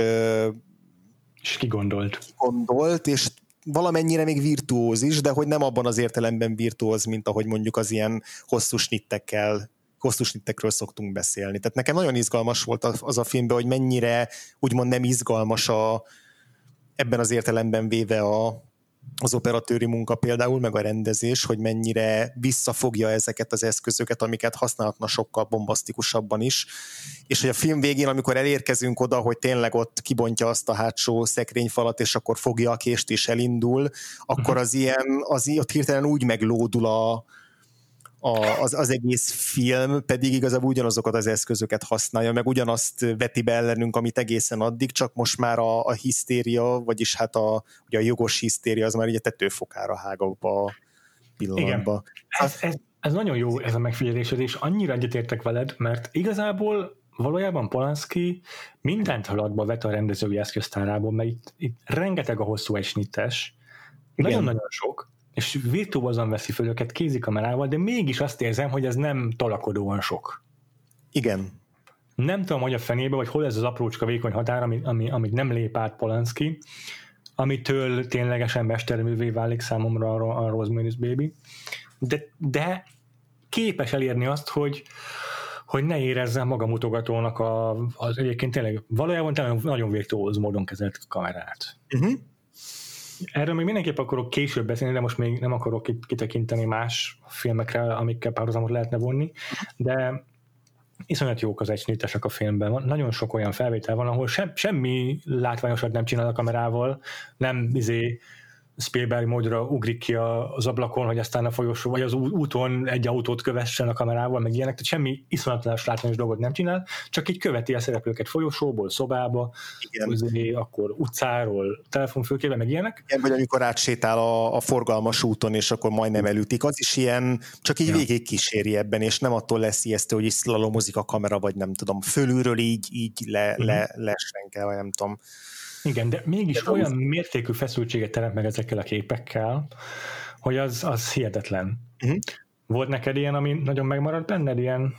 kigondolt, és valamennyire még virtuóz is, de hogy nem abban az értelemben virtuóz, mint ahogy mondjuk az ilyen hosszú snittekről szoktunk beszélni. Tehát nekem nagyon izgalmas volt az a filmben, hogy mennyire úgymond nem izgalmas ebben az értelemben véve az operatőri munka például, meg a rendezés, hogy mennyire visszafogja ezeket az eszközöket, amiket használhatna sokkal bombasztikusabban is. És hogy a film végén, amikor elérkezünk oda, hogy tényleg ott kibontja azt a hátsó szekrényfalat, és akkor fogja a kést és elindul, akkor az ott hirtelen úgy meglódul az egész film, pedig igazából ugyanazokat az eszközöket használja, meg ugyanazt veti be ellenünk, amit egészen addig, csak most már a hisztéria, vagyis hát ugye a jogos hisztéria, az már ugye tetőfokára hágabb a pillanatban. Ez nagyon jó ez a megfigyelésed, és annyira egyetértek veled, mert igazából valójában Polanski mindent haladba vet a rendezői eszköztárából, mert itt rengeteg a hosszú egysnittes, nagyon-nagyon sok, és virtuózan veszi föl őket kézikamerával, de mégis azt érzem, hogy ez nem tolakodóan sok. Igen. Nem tudom, hogy a fenébe, vagy hol ez az aprócska vékony határ, amit nem lép át Polanski, amitől ténylegesen mesterművé válik számomra a Rosemary's Baby, de képes elérni azt, hogy ne érezzem magamutogatónak az egyébként tényleg valójában nagyon virtuóz módon kezelt kamerát. Erről még mindenképp akarok később beszélni, de most még nem akarok kitekinteni más filmekre, amikkel párhuzamot lehetne vonni, de iszonyat jók az egysnittesek a filmben. Nagyon sok olyan felvétel van, ahol semmi látványosat nem csinál a kamerával, nem Spielberg módra ugrik ki az ablakon, hogy aztán a folyosó, vagy az úton egy autót kövessen a kamerával, meg ilyenek, tehát semmi iszonyatlanos látványos dolgot nem csinál, csak így követi a szereplőket folyosóból, szobába, akkor utcáról, telefonfülkébe, meg ilyenek. Igen, vagy amikor átsétál a forgalmas úton, és akkor majdnem elütik, az is ilyen, csak így végig kíséri ebben, és nem attól lesz ijesztő, hogy így szlalomozik a kamera, vagy nem tudom, fölülről így lesrenkel, vagy nem tudom. Igen, de mégis olyan mértékű feszültséget teremt meg ezekkel a képekkel, hogy az hihetetlen. Volt neked ilyen, ami nagyon megmaradt benned, ilyen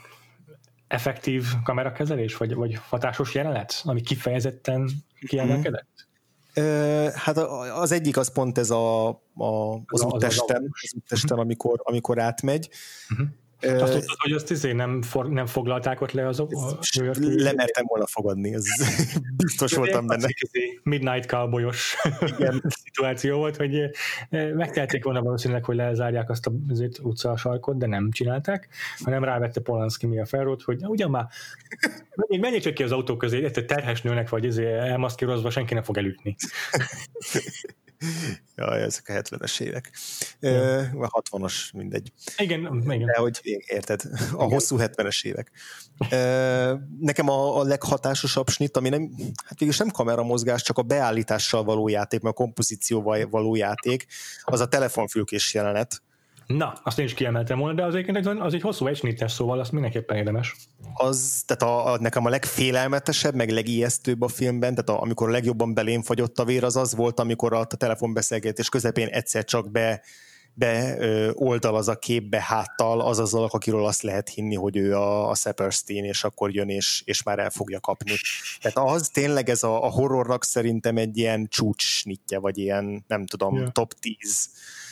effektív kamerakezelés, vagy hatásos jelenet, ami kifejezetten kiemelkedett? Hát az egyik az pont ez az úttesten, amikor átmegy. Azt tudtad, hogy azt nem foglalták ott le azok? Lemertem volna fogadni, ez biztos voltam benne. Midnight Cowboy-os szituáció volt, hogy megtehették volna valószínűleg, hogy lezárják azt az utca sarkot, de nem csinálták, hanem rávette Polanski mi a felrót, hogy ugyan már menjél csak ki az autó közé, egy terhes nőnek vagy elmaszkírozva, senki nem fog elütni. Jaj, ezek a 70-es évek. Vagy 60-as, mindegy. Igen. De hogy érted, a hosszú 70-es évek. Nekem a leghatásosabb snitt, ami végülis nem kameramozgás, csak a beállítással való játék, mert a kompozícióval való játék, az a telefonfülkés jelenet. Na, azt én is kiemeltem volna, de az egy hosszú egysnittes, szóval azt mindenképpen érdemes. Tehát nekem a legfélelmetesebb, meg legijesztőbb a filmben, tehát amikor a legjobban belém fagyott a vér, az volt, amikor a telefonbeszélgetés közepén egyszer csak oldalaz a képbe háttal azzal, akiről azt lehet hinni, hogy ő a Saperstein, és akkor jön, és már el fogja kapni. Tehát az tényleg ez a horrornak szerintem egy ilyen csúcssnittje, vagy ilyen, nem tudom, top 10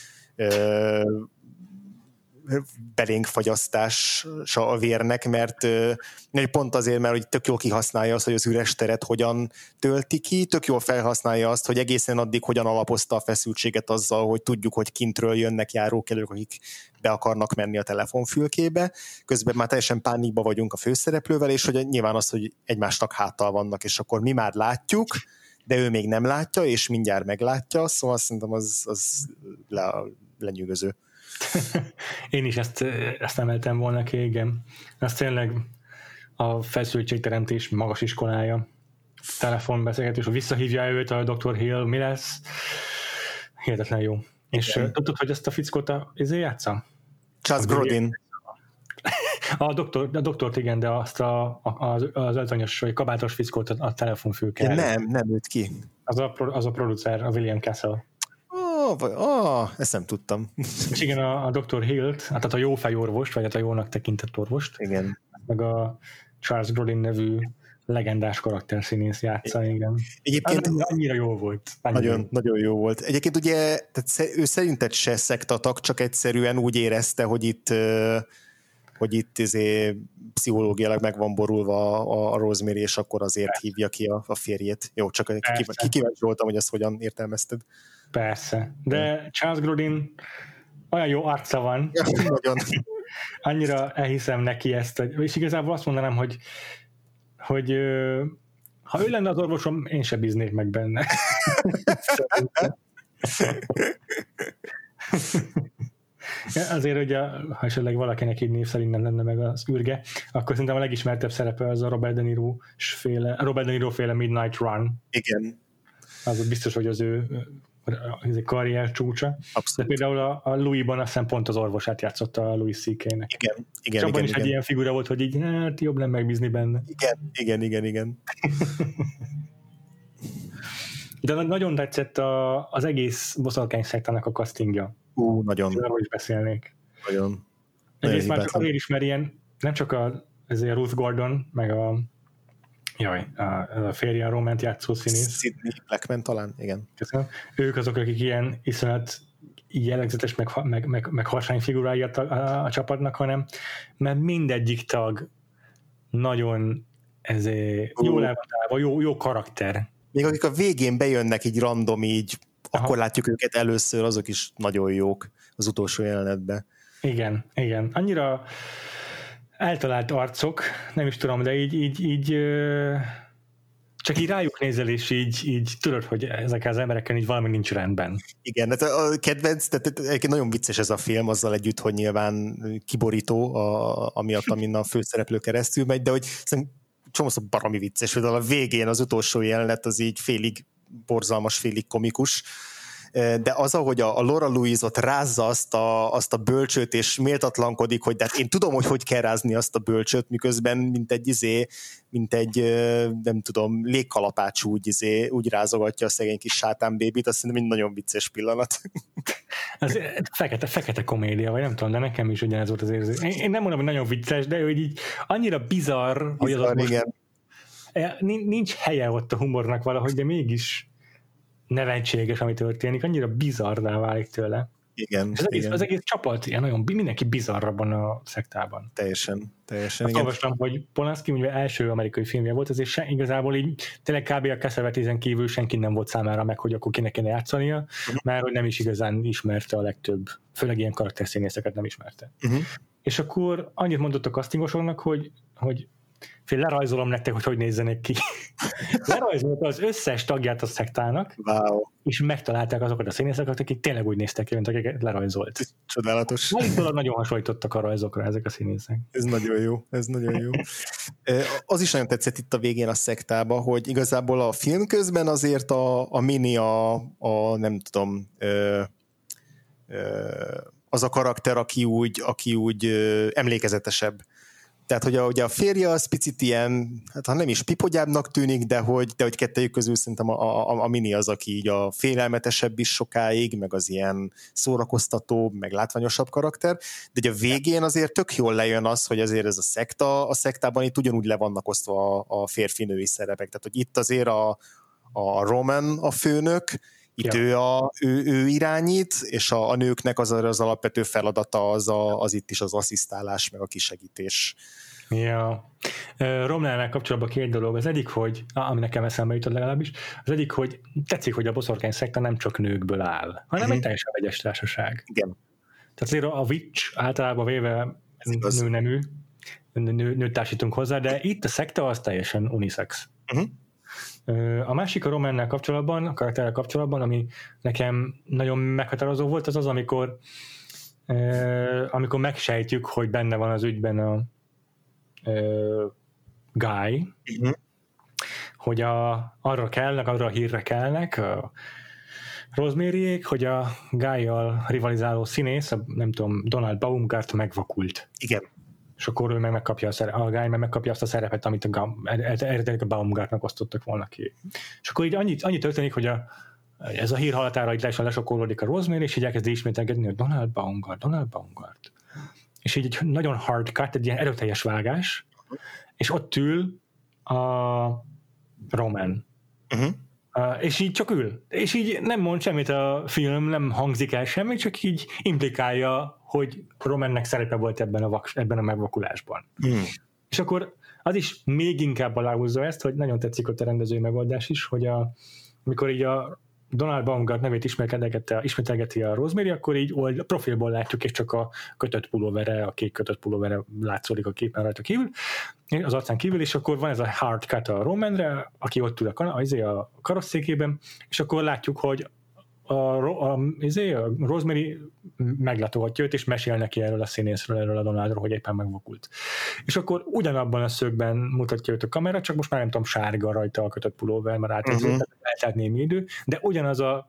belénkfagyasztása a vérnek, mert pont azért, mert hogy tök jól kihasználja azt, hogy az üres teret hogyan tölti ki, tök jól felhasználja azt, hogy egészen addig hogyan alapozta a feszültséget azzal, hogy tudjuk, hogy kintről jönnek járókelők, akik be akarnak menni a telefonfülkébe, közben már teljesen pánikba vagyunk a főszereplővel, és hogy nyilván az, hogy egymásnak háttal vannak, és akkor mi már látjuk, de ő még nem látja, és mindjárt meglátja, szóval szerintem az lenyűgöző. Én is ezt emeltem volna ki, igen. Ez tényleg a feszültségteremtés magas iskolája. Telefonbeszélgetés, hogy visszahívja őt a Dr. Hill, mi lesz? Hihetetlen jó. És tudod, hogy ezt a fickót játsza? Charles Grodin. A doktort igen, de azt az öltönyös vagy kabátos fickót a telefonfülke. Nem őt ki. Az a producer, a William Castle. Ezt nem tudtam. És igen, a Dr. Hill-t, tehát a jófej orvost, vagy a jónak tekintett orvost, igen. Meg a Charles Grodin nevű legendás karakterszínész játsza, igen. Egyébként annyira jó volt. Nagyon jó volt. Egyébként ugye ő szerinted se szektatak, csak egyszerűen úgy érezte, hogy itt pszichológiailag meg van borulva a Rosemary, és akkor azért hívja ki a férjét. Jó, csak kíváncsi voltam, hogy ezt hogyan értelmezted. Persze, de Charles Grodin olyan jó arca van. Nagyon. Annyira elhiszem neki ezt, és igazából azt mondanám, hogy ha ő lenne az orvosom, én se bíznék meg benne. Azért, hogy ha esetleg valakinek így név szerint nem lenne meg az űrge, akkor szerintem a legismertebb szerepe az a Robert De Niro féle Midnight Run. Igen. Az biztos, hogy az ő ez egy karrier csúcsa. Abszolút. De például a Louis-ban azt hiszem pont az orvosát játszotta a Louis C.K.-nek. Igen. Abban is egy ilyen figura volt, hogy így jobb nem megbízni benne. Igen. De nagyon tetszett az egész boszorkány szektának a castingja. Nagyon. Arról is beszélnék. Nagyon. Egész már csak azért is, mert ilyen, nem csak ezért Ruth Gordon, meg a férje a Roment játszó színész. Sidney Blackman talán, igen. Köszönöm. Ők azok, akik ilyen iszonyat jellegzetes, meg harsány figurái a csapatnak, hanem mert mindegyik tag nagyon jól elvatálva, jó karakter. Még akik a végén bejönnek így random így, akkor látjuk őket először, azok is nagyon jók az utolsó jelenetben. Igen. Annyira eltalált arcok, nem is tudom, de így csak így rájuk nézel, és így tudod, hogy ezekkel az emberekkel így valami nincs rendben. Igen, hát a kedvenc, tehát nagyon vicces ez a film, azzal együtt, hogy nyilván kiborító, amiatt, amin a főszereplő keresztül megy, de hogy szerintem csomószor baromi vicces, például a végén az utolsó jelenet az így félig borzalmas, félig komikus, de az, ahogy a Laura Louise-ot rázza azt a bölcsőt, és méltatlankodik, hogy de hát én tudom, hogy kell rázni azt a bölcsőt, miközben mint egy nem tudom, légkalapács úgy rázogatja a szegény kis sátánbébit, azt szerintem nagyon vicces pillanat. Ez fekete komédia, vagy nem tudom, de nekem is ugyanez volt az érzés. Én nem mondom, hogy nagyon vicces, de hogy így annyira bizarr, hogy az most nincs helye ott a humornak valahogy, de mégis nevetséges, ami történik, annyira bizarrá válik tőle. Igen, az egész csapat, ilyen nagyon, mindenki bizarrabban a szektában. Teljesen. Azt olvastam, hogy Polanski ugye első amerikai filmje volt, ezért igazából így tényleg kb. A Cassavetes-en kívül senki nem volt számára meg, hogy akkor kinek kéne játszania, mert hogy nem is igazán ismerte a legtöbb, főleg ilyen karakterszínészeket nem ismerte. És akkor annyit mondott a castingosoknak, hogy lerajzolom nektek, hogy nézzenek ki. Lerajzolta az összes tagját a szektának, wow. És megtalálták azokat a színészeket, akik tényleg úgy néztek ki, mint akiket lerajzolt. Ez csodálatos. Nagyon hasonlítottak a rajzokra ezek a színészek. Ez nagyon jó. Az is nagyon tetszett itt a végén a szektába, hogy igazából a film közben azért a Mini nem tudom, az a karakter, aki úgy emlékezetesebb. Tehát, hogy ugye a férje az picit ilyen, hát ha nem is pipogyábbnak tűnik, de hogy kettejük közül szerintem a Mini az, aki így a félelmetesebb is sokáig, meg az ilyen szórakoztatóbb, meg látványosabb karakter, de ugye a végén azért tök jól lejön az, hogy azért ez a szektában itt ugyanúgy le vannak osztva a férfi-női szerepek. Tehát, hogy itt azért a Roman a főnök, itt ő irányít, és a nőknek az alapvető feladata az itt is az asszisztálás, meg a kisegítés. Ja. Romnánál kapcsolatban két dolog. Az egyik, hogy, ami nekem eszembe jutott legalábbis, az egyik, hogy tetszik, hogy a boszorkány szekta nem csak nőkből áll, hanem egy teljesen vegyes társaság. Igen. Tehát azért a witch általában véve nőnemű, nőt társítunk hozzá, de itt a szekta az teljesen unisex. A másik a Románnál kapcsolatban, a karakterrel kapcsolatban, ami nekem nagyon meghatározó volt, az amikor megsejtjük, hogy benne van az ügyben a Guy, hogy arra a hírre kelnek a Rosemaryék, hogy a Guy-jal rivalizáló színész, nem tudom, Donald Baumgart megvakult. Igen. És akkor ő meg megkapja a Guy megkapja azt a szerepet, amit eredetileg a Baumgartnak osztottak volna ki. És akkor így annyi történik, hogy ez a hír hallatára így lesokkolódik a Rosemary, és így elkezdi ismételgetni, hogy Donald Baumgart. És így egy nagyon hard cut, egy ilyen erőteljes vágás, és ott ül a Roman. És így csak ül. És így nem mond semmit a film, nem hangzik el semmit, csak így implikálja, hogy Romannek szerepe volt ebben a megvakulásban. És akkor az is még inkább aláhúzza ezt, hogy nagyon tetszik ott a rendezői megoldás is, hogy amikor így a Donald Baumgart nevét ismételgeti a Rosemary, akkor így profilból látjuk, és csak a kötött pulóvere, a kék kötött pulóvere látszódik a képen rajta kívül, az arcán kívül, és akkor van ez a hard cut a Romanre, aki ott ül a karosszékében, és akkor látjuk, hogy a Rosemary meglátogatja őt, és mesél neki erről a színészről, erről a Donaldról, hogy éppen megvakult. És akkor ugyanabban a szögben mutatja őt a kamera, csak most már nem tudom, sárga rajta a kötött pulóver, mert eltelt némi idő, de ugyanaz a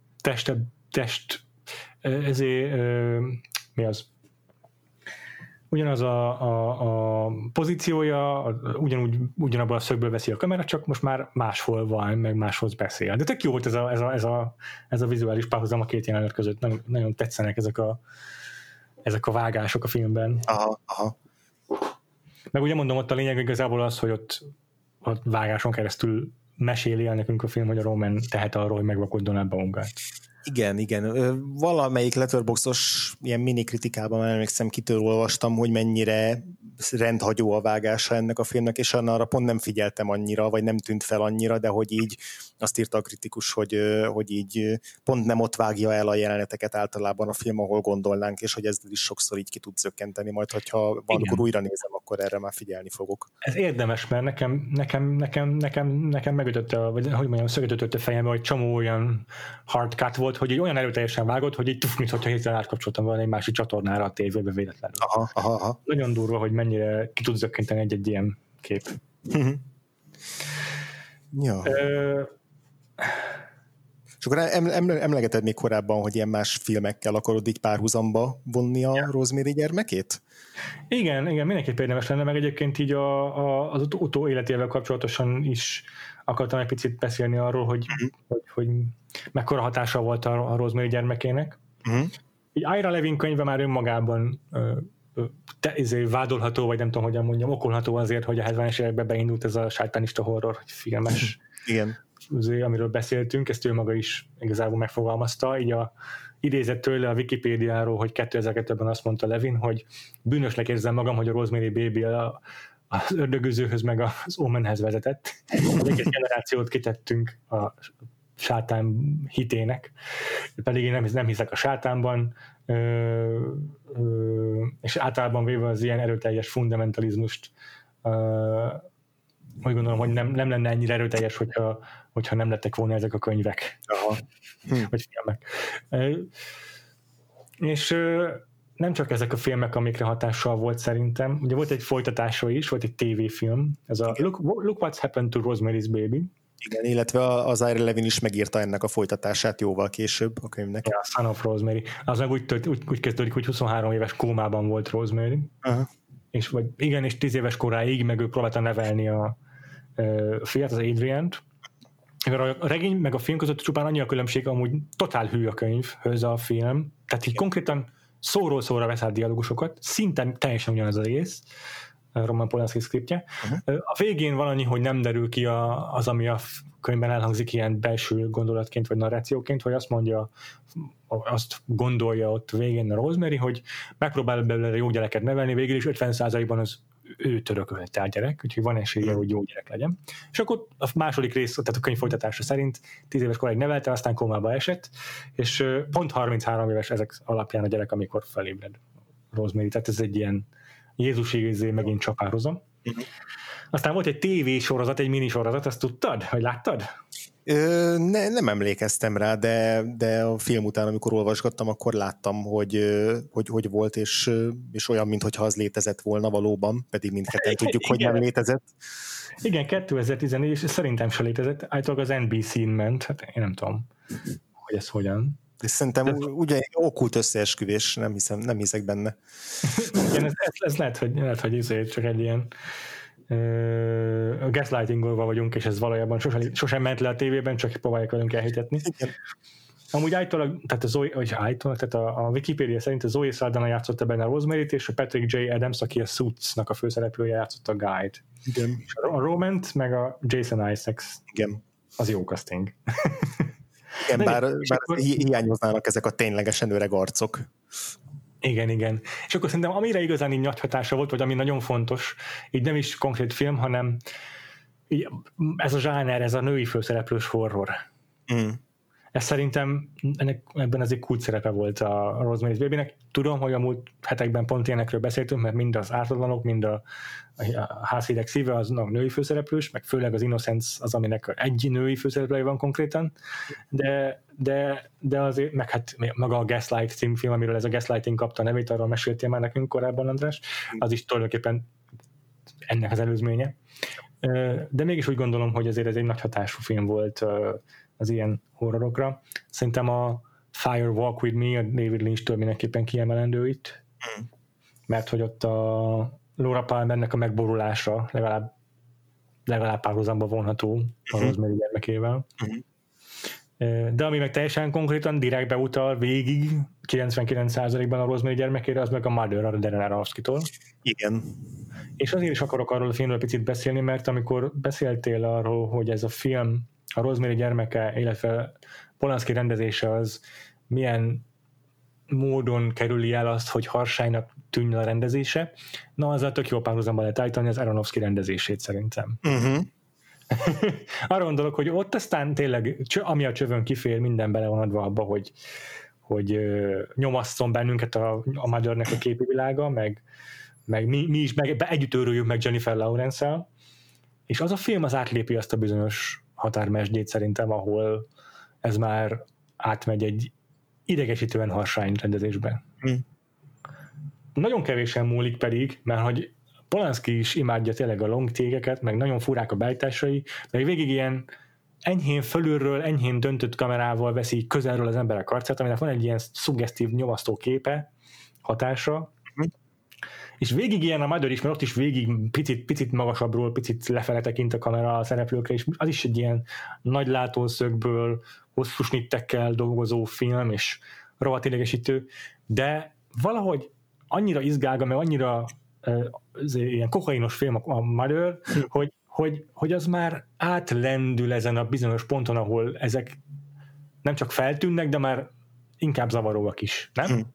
mi az? Ugyanaz a pozíciója, ugyanabban a szögből veszi a kamera, csak most már máshol van, meg máshoz beszél. De tök jó volt ez a vizuális párhuzam a két jelenet között. Nagyon, nagyon tetszenek ezek a vágások a filmben. Aha. Meg ugye mondom, ott a lényeg igazából az, hogy ott a vágáson keresztül meséli el nekünk a film, hogy a Roman tehet arról, hogy megvakult Donald Baumgart. Igen. Valamelyik Letterboxdos ilyen mini kritikában emlékszem, kitől olvastam, hogy mennyire rendhagyó a vágása ennek a filmnek, és arra pont nem figyeltem annyira, vagy nem tűnt fel annyira, de hogy így azt írta a kritikus, hogy így pont nem ott vágja el a jeleneteket általában a film, ahol gondolnánk, és hogy ezzel is sokszor így ki tud zökkenteni, majd hogyha valamikor újra nézem, akkor erre már figyelni fogok. Ez érdemes, mert nekem megütötte, vagy hogy mondjam, szögetött a fejembe, hogy csomó olyan hard cut volt, hogy egy olyan erőteljesen vágott, hogy így mintha hirtelen átkapcsoltam volna egy másik csatornára a tévébe véletlenül. Aha. Nagyon durva, hogy mennyire ki tud zökkenteni egy ilyen kép. Ja. És akkor emlegeted még korábban, hogy ilyen más filmekkel akarod így párhuzamba vonni a Rosemary gyermekét? Igen, mindenképp érdemes lenne, meg egyébként így az utó életével kapcsolatosan is akartam egy picit beszélni arról, hogy mekkora hatása volt a Rosemary gyermekének. Így Ira Levin könyve már önmagában vádolható, vagy nem tudom, hogyan mondjam, okolható azért, hogy a 70-es években beindult ez a sátánista horror filmes Igen. amiről beszéltünk, ezt ő maga is igazából megfogalmazta, így idézett tőle a Wikipédiáról, hogy 2002-ben azt mondta Levin, hogy bűnösnek érzem magam, hogy a Rosemary Baby az ördögűzőhöz meg az Omenhez vezetett. Egy egész generációt kitettünk a sátán hitének, pedig én nem hiszek a sátánban, és általában véve az ilyen erőteljes fundamentalizmust úgy gondolom, hogy nem lenne ennyire erőteljes, hogyha nem lettek volna ezek a könyvek. Aha. Vagy filmek. És nem csak ezek a filmek, amikre hatással volt szerintem. Ugye volt egy folytatása is, volt egy tévéfilm, ez a Look What's Happened to Rosemary's Baby. Igen, illetve az Ira Levin is megírta ennek a folytatását jóval később a könyvnek. Ja, Son of Rosemary. Az meg úgy kezdődik, hogy 23 éves kómában volt Rosemary. Uh-huh. És 10 éves koráig meg ő próbálta nevelni a fiát, az Adriant. A regény meg a film között csupán annyi a különbség, amúgy totál hű a könyvhöz a film. Tehát így konkrétan szóról szóra vesz át dialogusokat, szinte teljesen ugyanaz az egész, Roman Polanski szkriptje. Uh-huh. A végén van annyi, hogy nem derül ki az, ami a könyvben elhangzik ilyen belső gondolatként, vagy narrációként, hogy azt gondolja ott végén a Rosemary, hogy megpróbál belőle jó gyereket nevelni, végül is 50%-ban az ő örökölte a gyerek, úgyhogy van esélye, hogy jó gyerek legyen. És akkor a második rész, tehát a könyv folytatása szerint 10 éves koráig nevelte, aztán kómába esett, és pont 33 éves ezek alapján a gyerek, amikor felébred Rosemary. Tehát ez egy ilyen Jézusi megint csapározom. Uh-huh. Aztán volt egy tévésorozat, egy minisorozat, azt tudtad? Vagy láttad? Nem emlékeztem rá, de a film után, amikor olvasgattam, akkor láttam, hogy volt, és olyan, mintha az létezett volna valóban, pedig mindketten tudjuk, hogy nem létezett. Igen, 2014, és szerintem se létezett. Általában az NBC-n ment, hát én nem tudom, hogy ez hogyan. És szerintem ugye okkult összeesküvés, nem hiszek benne. Igen, ez lehet, hogy ezért csak egy ilyen gaslightingolva vagyunk, és ez valójában sosem ment le a tévében, csak próbálják velünk elhitetni. Igen. Amúgy állítólag, tehát a Wikipedia szerint a Zoe Saldana játszotta benne a Rosemary-t, és a Patrick J. Adams, aki a Suits-nak a főszereplője, játszotta a Guy-t. Igen. És a Romant, meg a Jason Isaacs. Igen. Az jó casting. Igen, bár hiányoznának ezek a ténylegesen öreg arcok. Igen. És akkor szerintem amire igazán így nagy hatása volt, vagy ami nagyon fontos, így nem is konkrét film, hanem így ez a zsáner, ez a női főszereplős horror. Mm. Ez szerintem ebben az egy kult szerepe volt a Rosemary's Babynek. Tudom, hogy a múlt hetekben pont ilyenekről beszéltünk, mert mind az ártatlanok, mind a házhideg szíve aznak női főszereplős, meg főleg az Innocence az, aminek egy női főszereplője van konkrétan, de azért, meg hát maga a Gaslight címfilm, amiről ez a Gaslighting kapta a nevét, arról meséltél már nekünk korábban, András, az is tulajdonképpen ennek az előzménye. De mégis úgy gondolom, hogy azért ez egy nagy hatású film volt az ilyen horrorokra. Szerintem a Fire Walk With Me, a David Lynch-től mindenképpen kiemelendő itt, mert hogy ott a Laura Palmernek a megborulása legalább párhuzamba vonható a Rosemary gyermekével. De ami meg teljesen konkrétan direkt beutal végig 99%-ban a Rosemary gyermekére, az meg a Mother, a Darren Aronofsky-tól. Igen. És azért is akarok arról a filmről picit beszélni, mert amikor beszéltél arról, hogy ez a film, a Rosemary gyermeke, illetve Polanski rendezése az milyen módon kerüli el azt, hogy Harsálynak tűnjön a rendezése, na azzal tök jó párhuzamba lehet állítani az Aronofsky rendezését szerintem. Arra gondolok, hogy ott aztán tényleg, ami a csövön kifér, minden bele van adva abba, hogy nyomasszon bennünket a Mothernek a képi világa, meg mi is együtt őrüljük meg Jennifer Lawrence-el, és az a film az átlépi azt a bizonyos határmesdjét szerintem, ahol ez már átmegy egy idegesítően harsány rendezésbe. Nagyon kevésen múlik pedig, mert hogy Polanski is imádja tényleg a long take-eket, meg nagyon furák a beállításai, meg végig ilyen enyhén fölülről, enyhén döntött kamerával veszi közelről az emberek arcát, aminek van egy ilyen szuggesztív, nyomasztó képe, hatása, és végig ilyen a Mother is, mert ott is végig picit magasabbról, picit lefele tekint a kamera a szereplőkre, és az is egy ilyen nagy látószögből, hosszú snittekkel dolgozó film, és rohadt idegesítő, de valahogy annyira izgálga, meg annyira ilyen kokainos film a Mother, hogy az már átlendül ezen a bizonyos ponton, ahol ezek nem csak feltűnnek, de már inkább zavaróak is, nem?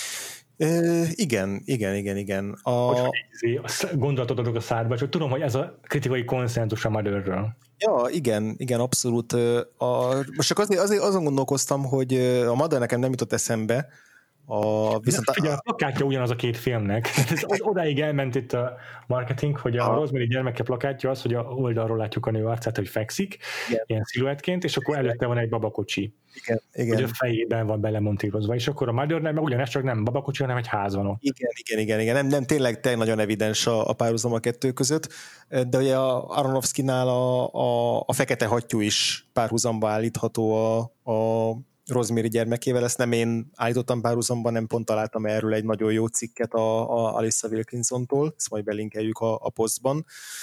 Igen. A gondolatot adok a szádba, csak tudom, hogy ez a kritikai konszenzus a Motherről. Ja, igen, abszolút. Most csak azért azon gondolkoztam, hogy a Mother nekem nem jutott eszembe, viszont figyelj, a plakátja ugyanaz a két filmnek. Odáig elment itt a marketing, hogy a Rosemary gyermeke plakátja az, hogy a oldalról látjuk a nő arcát, hogy fekszik, ilyen sziluettként, és akkor előtte van egy babakocsi. Igen. Hogy a fejében van belemontírozva, és akkor a Mother-nek meg ugyanez, csak nem babakocsi, hanem egy ház van ott. Igen. Nem tényleg nagyon evidens a párhuzam a kettő között, de ugye a Aronofsky-nál a fekete hattyú is párhuzamba állítható a Rosemary gyermekével, ezt nem én állítottam párhuzamban, nem pont találtam erről egy nagyon jó cikket a Alyssa Wilkinson-tól, ezt majd belinkeljük a posztban,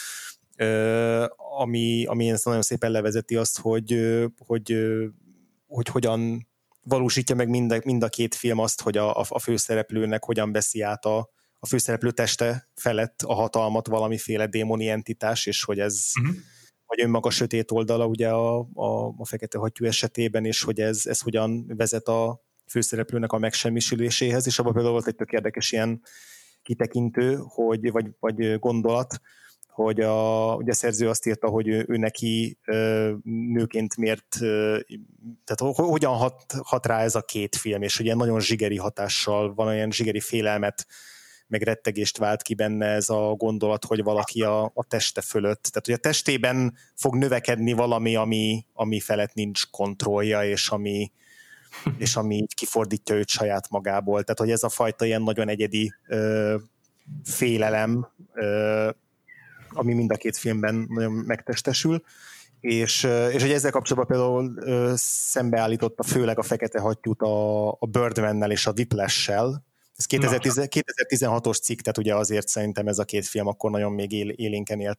ami ezt nagyon szépen levezeti azt, hogy hogyan valósítja meg mind a két film azt, hogy a főszereplőnek hogyan veszi át a főszereplő teste felett a hatalmat valamiféle démoni entitás, és hogy ez vagy önmaga sötét oldala ugye a fekete hattyú esetében, és hogy ez hogyan vezet a főszereplőnek a megsemmisüléséhez, és abban például volt egy tök érdekes ilyen kitekintő, vagy gondolat, hogy ugye a szerző azt írta, hogy ő neki nőként miért, tehát hogyan hat rá ez a két film, és ugye nagyon zsigeri hatással van, olyan zsigeri félelmet, meg rettegést vált ki benne ez a gondolat, hogy valaki a teste fölött, tehát hogy a testében fog növekedni valami, ami felett nincs kontrollja, és ami így kifordítja őt saját magából. Tehát, hogy ez a fajta ilyen nagyon egyedi félelem, ami mind a két filmben nagyon megtestesül, és hogy ezzel kapcsolatban például szembeállította főleg a fekete hattyút a Birdman-nel és a Whiplash-sel. Ez 2016-os cikk, tehát ugye azért szerintem ez a két film akkor nagyon még élénken élt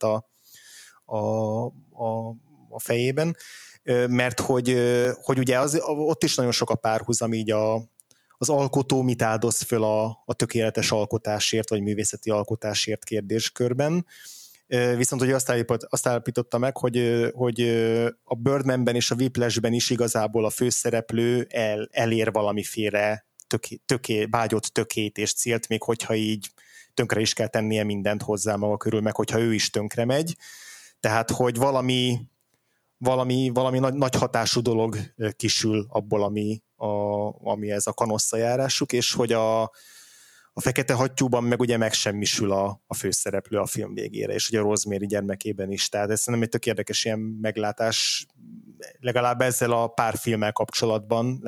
a fejében, mert hogy ugye ott is nagyon sok a párhuzam így az alkotó mit áldoz föl a tökéletes alkotásért, vagy művészeti alkotásért kérdéskörben. Viszont ugye azt állapította meg, hogy a Birdmanben és a Whiplashben is igazából a főszereplő elér valamiféle vágyott tökét és célt, még hogyha így tönkre is kell tennie mindent hozzá maga körül, meg hogyha ő is tönkre megy. Tehát, hogy valami nagy hatású dolog kisül abból, ami ez a kanosszajárásuk, és hogy a fekete hattyúban meg ugye megsemmisül a főszereplő a film végére, és ugye a Rosemary gyermekében is. Tehát ez szerintem egy tök érdekes ilyen meglátás, legalább ezzel a pár filmmel kapcsolatban,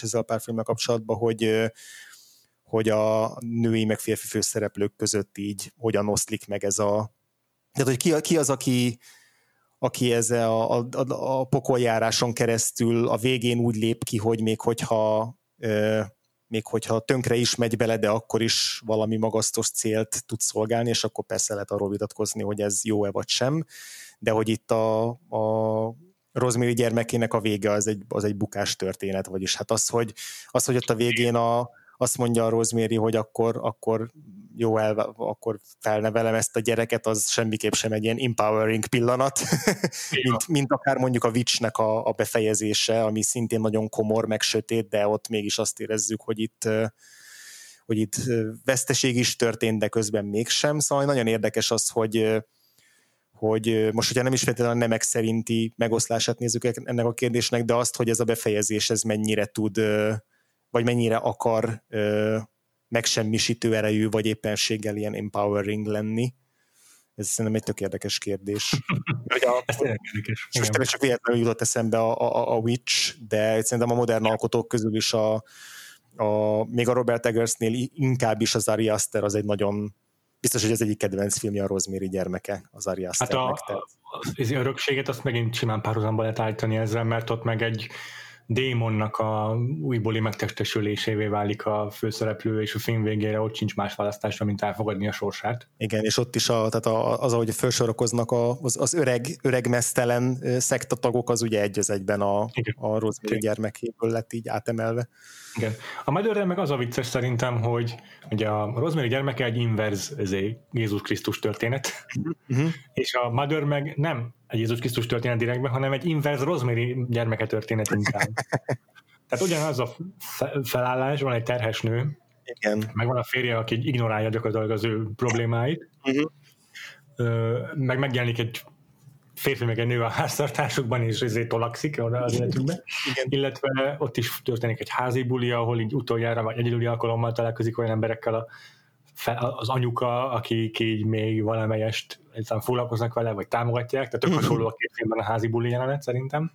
hogy a női meg férfi főszereplők között így hogyan oszlik meg ez tehát, hogy ki az, aki ezzel a pokoljáráson keresztül a végén úgy lép ki, hogy még hogyha tönkre is megy bele, de akkor is valami magasztos célt tud szolgálni, és akkor persze lehet arról vitatkozni, hogy ez jó-e vagy sem, de hogy itt a Rosemary gyermekének a vége az egy bukás történet, vagyis hát az, hogy ott a végén azt mondja a Rosemary, hogy akkor jó, akkor felnevelem ezt a gyereket, az semmiképp sem egy ilyen empowering pillanat, mint akár mondjuk a Witchnek a befejezése, ami szintén nagyon komor, meg sötét, de ott mégis azt érezzük, hogy itt veszteség is történt, de közben mégsem. Szóval nagyon érdekes az, hogy most, hogyha nem is feltétlenül a nemek szerinti megoszlását nézzük ennek a kérdésnek, de azt, hogy ez a befejezés, ez mennyire tud, vagy mennyire akar megsemmisítő erejű, vagy éppenséggel ilyen empowering lenni. Ez szerintem egy tök érdekes kérdés. Most csak véletlenül jutott eszembe a Witch, de szerintem a modern alkotók közül is még a Robert Eggersnél inkább is az Ari Aster az egy nagyon biztos, hogy az egyik kedvenc filmje a Rosemary gyermeke az Ari Asternek. Hát az örökséget azt megint simán párhuzamba lehet állítani ezzel, mert ott meg egy démonnak a újbóli megtestesülésévé válik a főszereplő, és a film végére ott sincs más választásra, mint elfogadni a sorsát. Igen, és ott is tehát az, ahogy felsorakoznak az öreg meztelen szektatagok, az ugye egy az egyben a Rosemary gyermekéből lett így átemelve. Igen. A Motherrel meg az a vicces szerintem, hogy ugye a Rosemary gyermeke egy inverz Jézus Krisztus történet, és a Mother meg nem egy Jézus Krisztus történet direktben, hanem egy inverz Rosemary gyermeke történet inkább. Tehát ugyanaz a felállás, van egy terhes nő, igen. Meg van a férje, aki ignorálja gyakorlatilag az ő problémáit, meg megjelenik egy férfi meg egy nő a háztartásukban, és ezért tolakszik oda az életükben. Illetve ott is történik egy házi buli, ahol így utoljára, vagy egyedüli alkalommal találkozik olyan emberekkel az anyuka, akik így még valamelyest foglalkoznak vele, vagy támogatják, tehát tök hasonló a két filmben a házi buli jelenet szerintem.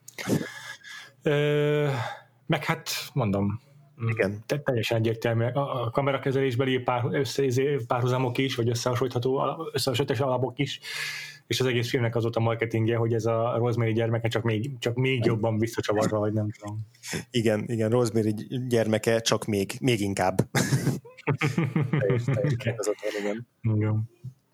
Meg hát mondom, igen. Teljesen egyértelmű a kamerakezelésbeli párhuzamok is, vagy összehasonlítható alapok is, és az egész filmnek az volt a marketingje, hogy ez a Rosemary gyermeke csak még jobban visszacsavarva, vagy nem tudom. Igen, Rosemary gyermeke csak még inkább. Igen.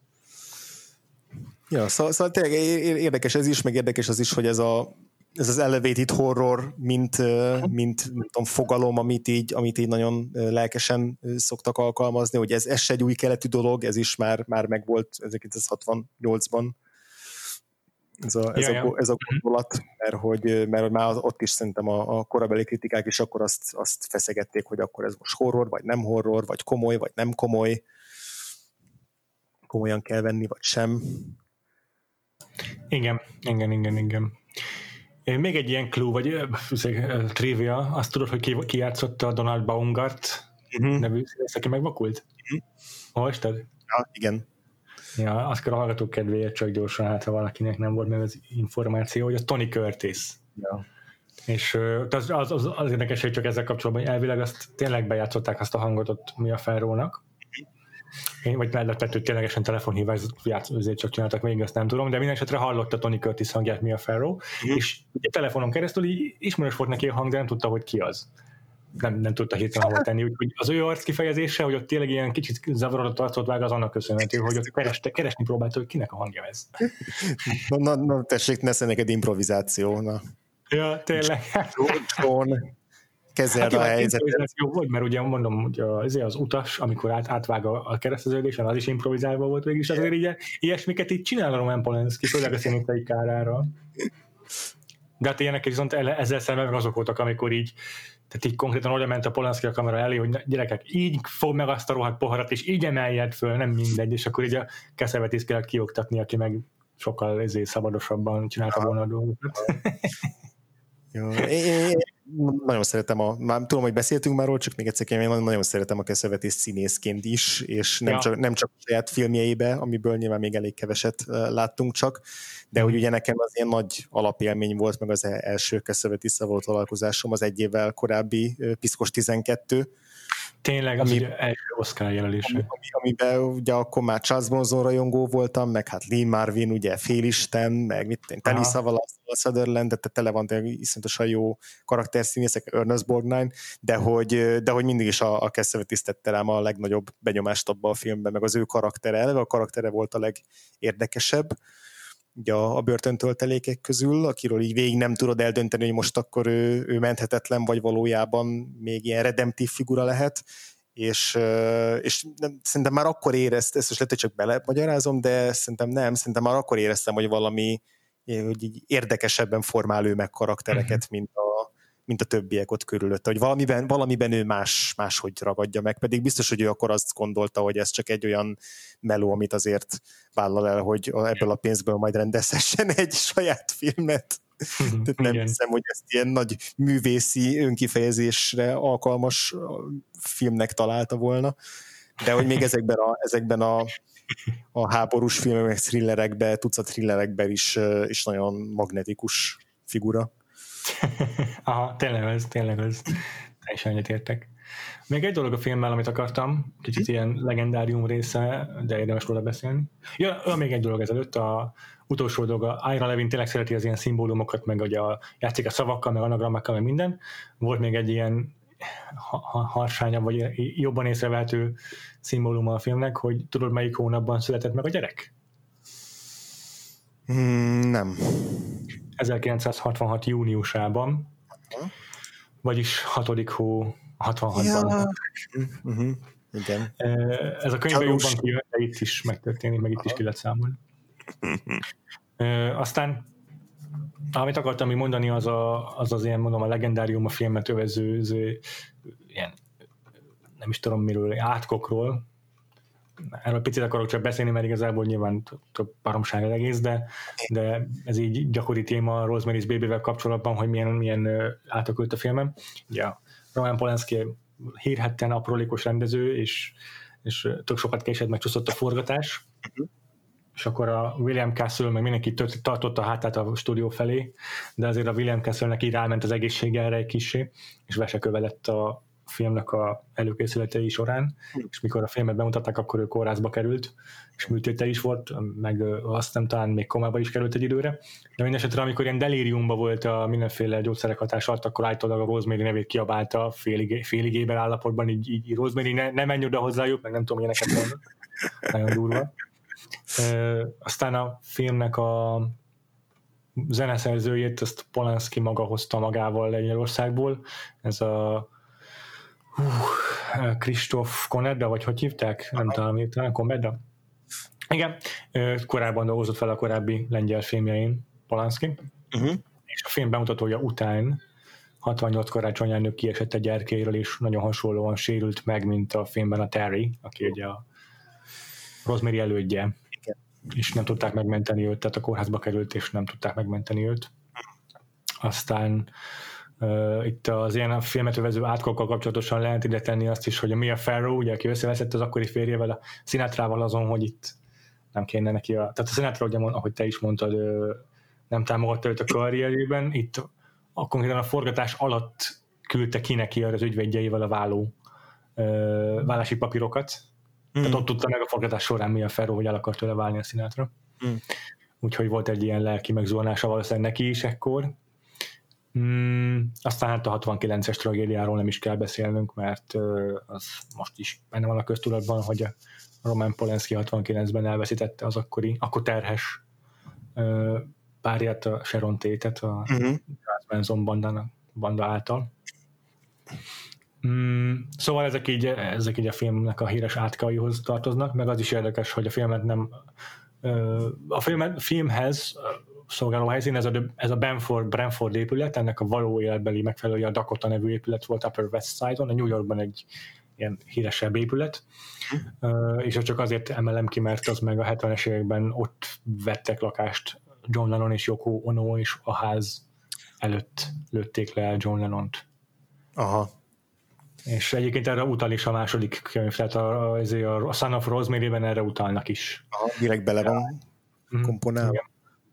Ja, szóval tényleg érdekes ez is, meg érdekes az is, hogy ez az elevated horror, mint tudom, fogalom, amit így nagyon lelkesen szoktak alkalmazni, hogy ez se egy új keletű dolog, ez is már megvolt 1968-ban. Ez a gondolat, mert már ott is szerintem a korabeli kritikák is akkor azt feszegették, hogy akkor ez most horror, vagy nem horror, vagy komoly, vagy nem komoly. Komolyan kell venni, vagy sem. Igen. Még egy ilyen clue, vagy trivia, azt tudod, hogy ki játszotta a Donald Baumgart nevű színész, aki megvakult? Olvastad? Ja, igen. Ja, azt kell a hallgatók kedvéért csak gyorsan, hát ha valakinek nem volt meg az információ, hogy a Tony Curtis. Ja. És az érdekes, hogy csak ezzel kapcsolatban, hogy elvileg azt tényleg bejátszották azt a hangot ott Mia Farrow-nak. Vagy mellett, hogy ténylegesen telefonhívást csak csináltak végig, azt nem tudom, de minden esetre hallotta Tony Curtis hangját Mia Farrow, és ugye telefonon keresztül így ismerős volt neki a hang, de nem tudta, hogy ki az. Nem tudta hirtelen hova tenni, úgyhogy az ő arc kifejezése, hogy ott tényleg ilyen kicsit zavarodott arcot vág, az annak köszönhető, hogy ott keresni próbálta, hogy kinek a hangja ez. Na tessék, ne neked improvizáció. Na. Ja, tényleg. Kezeld a helyzetet. Jó volt, mert ugye mondom, hogy az utas, amikor átvág a kereszteződésen, az is improvizálva volt végül is, azért így ilyesmiket így csinál a Roman Polanski, főleg a színészei kárára. De hát ilyenek viszont ezzel szemben meg azok voltak, amikor így, tehát így konkrétan oda ment a Polanski a kamera elé, hogy gyerekek, így fog meg azt a rohadt poharat, és így emeljed föl, nem mindegy, és akkor így a Cassavetes kell kioktatni, aki meg sokkal szabadosabban csinálta volna a dolgokat. Jó. Én nagyon szeretem már tudom, hogy beszéltünk már róla, csak még egyszer én nagyon szeretem a Cassavetes színészként is, és nem csak a saját filmjeibe, amiből nyilván még elég keveset láttunk csak, de hogy ugye nekem az ilyen nagy alapélmény volt, meg az első Cassavetes-szel volt találkozásom, az egy évvel korábbi Piszkos 12. Tényleg, az ugye első Oscar jelölése. Amiben ugye akkor már Charles Bronson rajongó voltam, meg hát Lee Marvin, ugye Félisten, meg Telly Savalas, Sutherland, tehát tele van iszonyatosan jó karakterszínészek, Ernest Borgnine, de hogy mindig is a Cassavetes tette rám a legnagyobb benyomást abban a filmben, meg az ő karaktere, eleve a karaktere volt a legérdekesebb, ugye a börtöntöltelékek közül, akiről így végig nem tudod eldönteni, hogy most akkor ő menthetetlen, vagy valójában még ilyen redemptív figura lehet, és szerintem már akkor éreztem, ezt most lehet, hogy csak belemagyarázom, de szerintem már akkor éreztem, hogy valami hogy így érdekesebben formál ő meg karaktereket, mint a többiek ott körülötte, hogy valamiben ő máshogy ragadja meg, pedig biztos, hogy ő akkor azt gondolta, hogy ez csak egy olyan meló, amit azért vállal el, hogy ebből a pénzből majd rendezhessen egy saját filmet. Tehát nem hiszem, hogy ezt ilyen nagy művészi önkifejezésre alkalmas filmnek találta volna, de hogy még ezekben a háborús filmek, thrillerekben, tucat thrillerekben is nagyon magnetikus figura. Aha, tényleg ez. Teljesen egyetértek. Még egy dolog a filmmel, amit akartam, kicsit ilyen legendárium része, de érdemes róla beszélni. Ja, még egy dolog ezelőtt, a utolsó dolog, Ira Levin tényleg szereti az ilyen szimbólumokat, meg ugye játszik a szavakkal, meg anagrammákkal, meg minden. Volt még egy ilyen harsányabb, vagy jobban észrevehető szimbóluma a filmnek, hogy tudod, melyik hónapban született meg a gyerek? Nem. 1966. júniusában, vagyis 6. hó 66-ban. Ja. Igen. Ez a könyvben jobban kijön, de itt is megtörténik, meg itt is ki lehet számolni. Aztán amit akartam még mondani, az ilyen, mondom, a legendárium, a filmet övező ilyen, nem is tudom miről, átkokról. Erről picit akarok csak beszélni, mert igazából nyilván több baromság az egész, de ez így gyakori téma a Rosemary's Baby-vel kapcsolatban, hogy milyen átok ült a filmem. Ugye Roman Polanski hírhedten aprólékos rendező, és tök sokat késett, megcsúszott a forgatás, és akkor a William Castle, meg mindenki tartotta a hátát a stúdió felé, de azért a William Castle-nek így ráment az egészsége erre egy kissé, és veseköve lett a filmnek a előkészületei során, és mikor a filmet bemutatták, akkor ő kórházba került, és műtéte is volt, meg azt nem talán még komába is került egy időre. De mindesetre, amikor ilyen delíriumban volt a mindenféle gyógyszerek hatás alatt, akkor állítólag a Rosemary nevét kiabálta félig éber állapotban, így Rosemary ne menj oda hozzájuk, meg nem tudom, ilyeneket mondani. Nagyon durva. Aztán a filmnek a zeneszerzőjét, ezt Polanski maga hozta magával Lengyelországból. Ez a Krzysztof Koneda, vagy hogy hívták? Nem talán Koneda? Igen, korábban dolgozott fel a korábbi lengyel filmjein Polanski, és a film bemutatója után 68 karácsonyán nő kiesett egy erkélyről, és nagyon hasonlóan sérült meg, mint a filmben a Terry, aki ugye a Rosemary elődje, és nem tudták megmenteni őt, tehát a kórházba került, és nem tudták megmenteni őt. Aztán itt az ilyen a filmet övező átkokkal kapcsolatosan lehet ide tenni azt is, hogy a Mia Farrow, ugye, aki összeveszett az akkori férjével, a Sinatrával azon, hogy itt nem kéne neki tehát a Sinatra, ugye, ahogy te is mondtad, nem támogatta őt a karrierjében, itt konkrétan a forgatás alatt küldte ki neki az ügyvédjeivel a vállási papírokat. Tehát ott tudta meg a forgatás során Mia Farrow, hogy el akart tőle válni a Sinatra. Úgyhogy volt egy ilyen lelki megzuhanása valószínűleg neki is ekkor. Aztán hát a 69-es tragédiáról nem is kell beszélnünk, mert az most is benne van a köztudatban, hogy a Roman Polanski 69-ben elveszítette az akkor terhes párját, a Sharon Tate-et a Charles Manson banda által. Szóval ezek így a filmnek a híres átkaihoz tartoznak, meg az is érdekes, hogy a filmet nem a filmhez szolgáló helyszín, ez a Brantford épület, ennek a való életbeli megfelelője a Dakota nevű épület volt Upper West Side-on, a New Yorkban egy ilyen híresebb épület, és csak azért emelem ki, mert az meg a 70-es években ott vettek lakást John Lennon és Yoko Ono, és a ház előtt lőtték le John Lennont. Aha. És egyébként erre utal is a második könyv, tehát a Son of Rosemary-ben erre utalnak is. Aha, direkt bele van komponálva.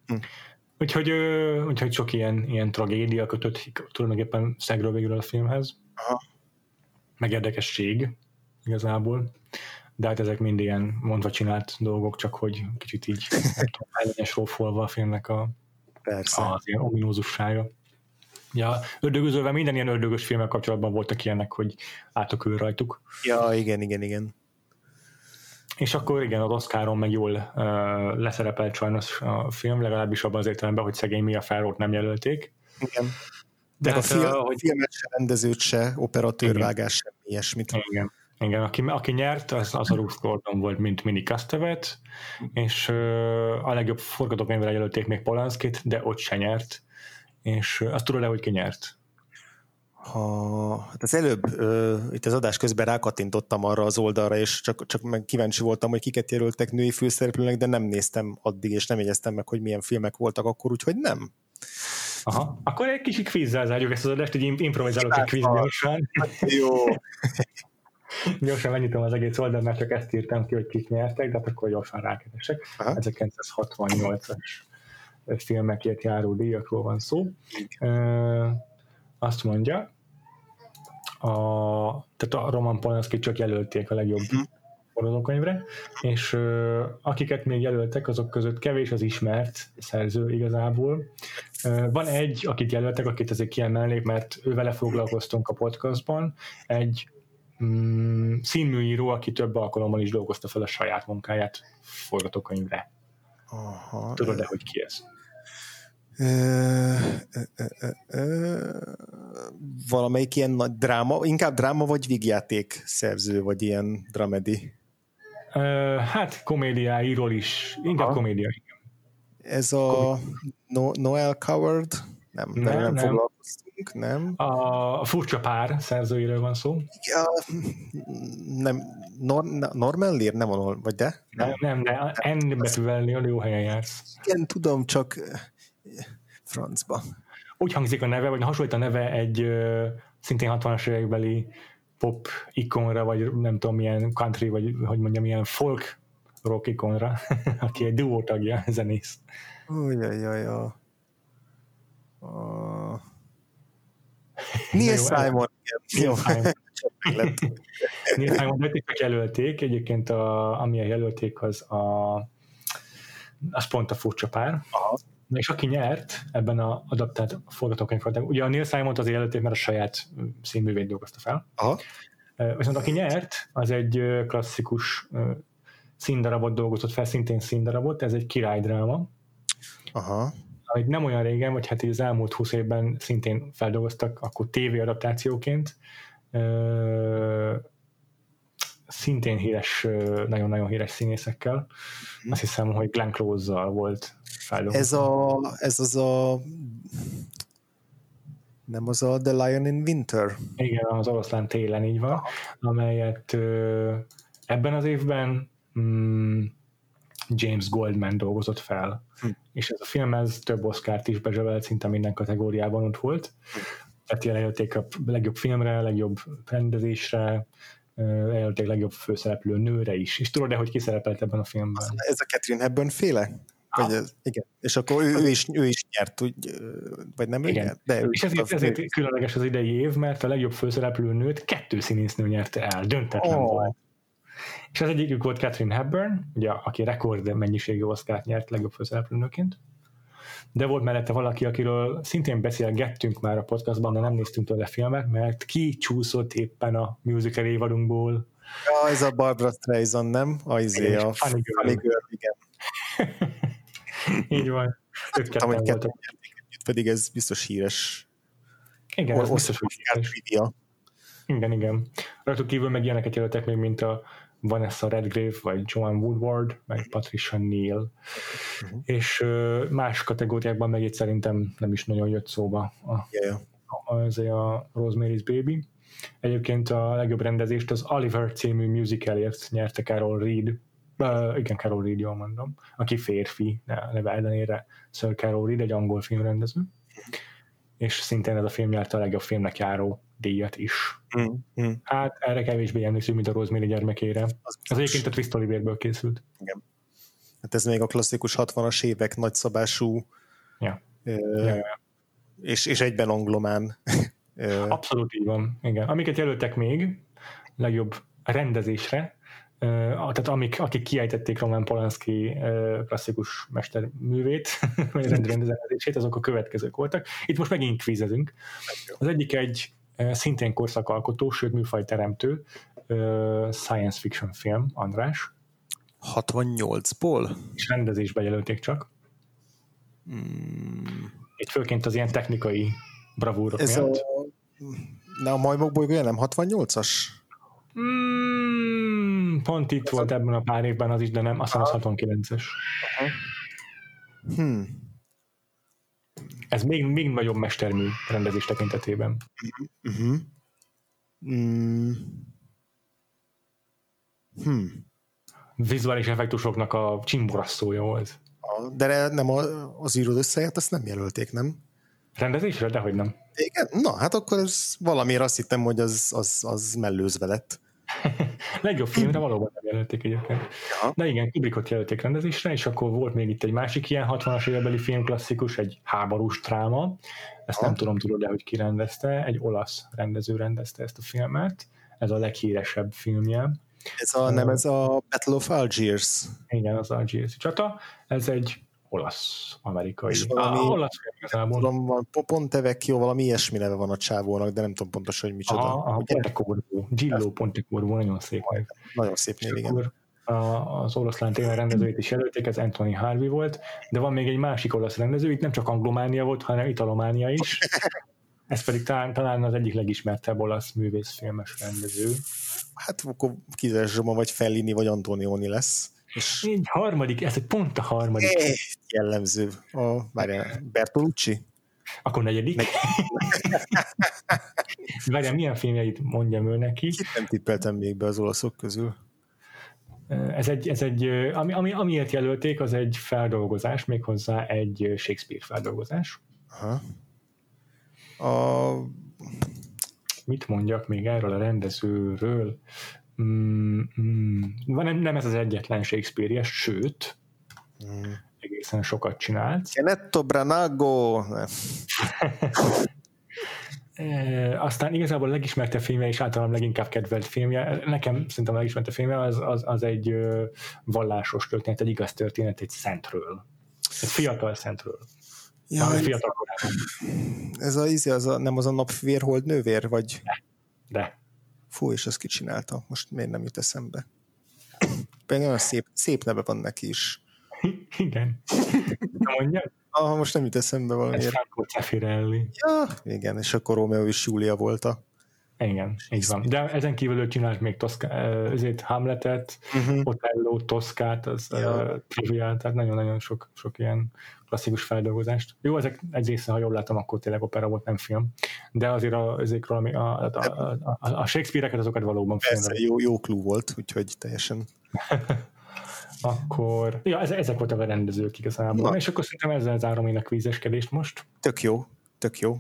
Úgyhogy sok ilyen tragédia kötött tulajdonképpen szegről végül a filmhez. Aha. Meg érdekesség igazából. De hát ezek mind ilyen mondva csinált dolgok, csak hogy kicsit így ellenes rófolva a filmnek az ilyen ominózussága. Ja, ördögözővel minden ilyen ördögös filmmel kapcsolatban voltak ilyenek, hogy átokül rajtuk. Ja, igen. És akkor igen, az Oscaron meg jól leszerepelt sajnos a film, legalábbis abban az értelemben, hogy szegény Mia Farrowt nem jelölték. Igen. De hát, a filmet se, rendezőt se, operatőrvágás sem, ilyesmit. Igen, aki nyert, az a Ruth Gordon volt, mint Minnie Castevet, és a legjobb forgatókönyvre jelölték még Polanskit, de ott se nyert. És azt tudod-e, hogy ki nyert? Hát az előbb itt az adás közben rákattintottam arra az oldalra, és csak meg kíváncsi voltam, hogy kiket jelöltek női főszereplőnek, de nem néztem addig, és nem jegyeztem meg, hogy milyen filmek voltak akkor, úgyhogy nem. Aha, akkor egy kicsit kvízzel zárjuk ezt az adást, hogy improvizálok egy kvíz gyorsan. Jó. Gyorsan megnyitom az egész oldalt, mert csak ezt írtam ki, hogy kik nyertek, de akkor gyorsan rákeresek. 1968-as filmekért járó díjakról van szó. Azt mondja, tehát a Roman Polanskit csak jelölték a legjobb forgatókönyvre, és akiket még jelöltek, azok között kevés az ismert szerző igazából. Van egy, akit jelöltek, akit azért kiemelnék, mert ővele foglalkoztunk a podcastban, egy színműíró, aki több alkalommal is dolgozta fel a saját munkáját forgatókönyvre. Aha. Tudod-e, hogy ki ez? Valamelyik ilyen nagy dráma, inkább dráma vagy vígjáték szerző, vagy ilyen dramedy? Hát komédiáiról is, inkább komédia. Ez a Noel Coward? Nem foglalkoztunk, nem? A Furcsa pár szerzőiről van szó. Ja, nem, Norman Lear? Nem vagy de? Nem, de N betűvel jó helyen jársz. Igen, tudom, csak francba. Úgy hangzik a neve, vagy hasonlít a neve egy szintén 60-as évekbeli pop ikonra, vagy nem tudom, milyen country, vagy hogy mondjam, milyen folk rock ikonra, aki egy duó tagja, zenész. Ujjajjajja. Neil Simon. Neil Simon, de jelölték. Egyébként amilyen jelölték, az pont a Furcsa pár. Aha. És aki nyert ebben az adaptált forgatókönyvben, ugye a Neil Simont azért jelölték, mert a saját színművét dolgozta fel. Aha. Viszont aki nyert, az egy klasszikus színdarabot dolgozott fel, szintén színdarabot, ez egy királydráma. Aha. Ahogy nem olyan régen, vagy hát az elmúlt 20 évben szintén feldolgoztak, akkor tévéadaptációként. Szintén híres, nagyon-nagyon híres színészekkel. Azt hiszem, hogy Glenn Close-zal volt feldolgozva. Ez az a nem az a The Lion in Winter? Igen, az Oroszlán télen, így van, amelyet ebben az évben James Goldman dolgozott fel. És ez a film, ez több Oscart is bezsebelt, szinte minden kategóriában ott volt. Tehát jelölték a legjobb filmre, legjobb rendezésre, jelölték legjobb főszereplő nőre is. És tudod-e, hogy ki szerepelt ebben a filmben? Ez a Catherine Hepburn féle? Igen. És akkor ő is nyert, vagy nem? Igen. De és ezért különleges az idei év, mert a legjobb főszereplő nőt 2 színésznő nyerte el, döntetlen volt. És az egyikük volt Catherine Hepburn, ugye, aki rekord mennyiségű Oscart nyert legjobb főszereplőnőként, de volt mellette valaki, akiről szintén beszélgettünk már a podcastban, de nem néztünk tőle filmet, mert kicsúszott éppen a musical évadunkból. Ja, ez a Barbra Streisand, nem? A Funny Girl, igen. Így van. Pedig ez biztos híres. Igen, ez biztos, hogy híres. Igen. Rajtuk kívül meg ilyeneket jelöltek még, mint a Vanessa Redgrave, vagy Joanne Woodward, meg Patricia Neal. És más kategóriákban meg itt szerintem nem is nagyon jött szóba a Rosemary's Baby. Egyébként a legjobb rendezést az Oliver című musicalért nyerte Carol Reed. Igen, Carol Reed, jól mondom, aki férfi, neve ellenére Sir Carol Reed, egy angol filmrendező. És szintén ez a film nyerte a legjobb filmnek járó díjat is. Hát erre kevésbé emlékszünk, mint a Rosemary gyermekére. Az egyébként a Twist Oliverből készült. Igen. Hát ez még a klasszikus 60-as évek nagyszabású és egyben anglomán. Abszolút így van. Igen. Amiket jelöltek még legjobb rendezésre, tehát akik kiejtették Roman Polanski klasszikus mesterművét, vagy rendezését, azok a következők voltak. Itt most megint kvízezünk. Az egyik egy szintén korszakalkotó, sőt műfajteremtő science fiction film, András. 68-ból? És rendezésbe jelölték csak. Itt főként az ilyen technikai bravúrok miatt. A Majmok bolygója nem 68-as? Pont itt volt ebben a pár évben az is, de nem, aztán az 69-es. Ez még nagyobb mestermű rendezés tekintetében. Vizuális effektusoknak a csimborasztója volt. De nem az írod összeját, azt nem jelölték, nem? Rendezésre? Dehogy nem. Igen? Na, hát akkor ez valamiért azt hittem, hogy az mellőzve lett. Legjobb filmre valóban nem jelölték egyébként. Ja. De igen, Kubrickot jelölték rendezésre, és akkor volt még itt egy másik ilyen 60-as évekbeli filmklasszikus, egy háborús dráma. Ezt nem tudom, tudod, de hogy ki rendezte. Egy olasz rendező rendezte ezt a filmet. Ez a leghíresebb filmje. Nem ez a Battle of Algiers? Igen, az Algiers csata. Ez egy olasz-amerikai. És valami, olasz tudom, Ponte Vecchio, valami ilyesmi neve van a csávónak, de nem tudom pontosan, hogy micsoda. Pontecorvo. Gillo Pontecorvo, nagyon szép név. Nagyon szép név, igen. Az oroszlán tényleg rendezőjét is jelölték, ez Anthony Harvey volt, de van még egy másik olasz rendező, itt nem csak anglománia volt, hanem italománia is. Ez pedig talán az egyik legismertebb olasz művészfilmes rendező. Hát akkor kizárólag vagy Fellini, vagy Antonioni lesz. És így harmadik, ez pont a harmadik. Jellemző. Várjál, Bertolucci? Akkor negyedik. Várjál, milyen filmjeit mondjam ő neki? Kit nem tippeltem még be az olaszok közül? Ez egy amiért jelölték, az egy feldolgozás, méghozzá egy Shakespeare feldolgozás. Aha. Mit mondjak még erről a rendezőről? Nem ez az egyetlen Shakespeare-es, sőt, egészen sokat csinált. Kenetto Branago! Aztán igazából a legismertebb filmje és általában leginkább kedvelt filmje, nekem szerintem a legismertebb filmje az egy vallásos történet, egy igaz történet, egy szentről. Egy fiatal szentről. Ja, fiatal korában. Ez nem az a napvérhold nővér, vagy? De. Fú, és ezt ki csinálta? Most miért nem jut eszembe? Pedig olyan szép neve van neki is. Igen. Mondja? Most nem jut eszembe valamiért. Ez Franco Zeffirelli. Ja, igen, és akkor Romeo és Júlia volt a... Igen, így van. De ezen kívül ő csinált még Hamletet, Otello, Toszkát, Trivial, tehát nagyon-nagyon sok ilyen klasszikus feldolgozást. Jó, ezek egy része, ha jól látom, akkor tényleg opera volt, nem film. De azért ezekről, a Shakespeare-eket azokat valóban persze, jó klú volt, úgyhogy teljesen... Akkor, ezek voltak a rendezők igazából. És akkor szerintem ezzel zárom én a kvízeskedést most. Tök jó.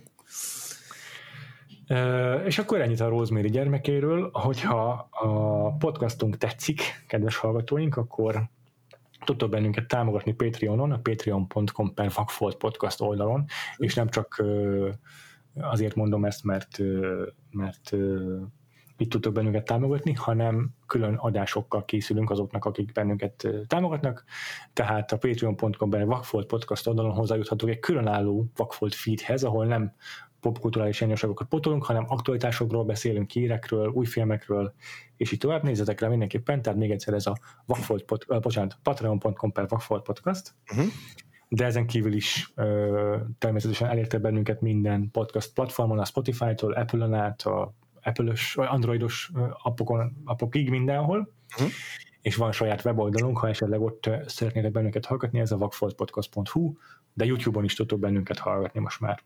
És akkor ennyit a Rosemary gyermekéről, hogyha a podcastunk tetszik, kedves hallgatóink, akkor tudtok bennünket támogatni Patreonon, a patreon.com/vakfolt podcast oldalon, és nem csak azért mondom ezt, mert itt tudtok bennünket támogatni, hanem külön adásokkal készülünk azoknak, akik bennünket támogatnak, tehát a patreon.com/vakfolt podcast oldalon hozzájuthatunk egy különálló Vakfolt feedhez, ahol nem popkulturális hiányosságokat potolunk, hanem aktualitásokról beszélünk, hírekről, új filmekről, és így tovább nézzetek rá mindenképpen, tehát még egyszer ez a patreon.com/vakfolt podcast, de ezen kívül is természetesen elérte bennünket minden podcast platformon, a Spotify-tól, Apple-on át, a Apple-ös vagy androidos appokig mindenhol, és van saját weboldalunk, ha esetleg ott szeretnétek bennünket hallgatni, ez a vakfoltpodcast.hu, de YouTube-on is tudtok bennünket hallgatni most már.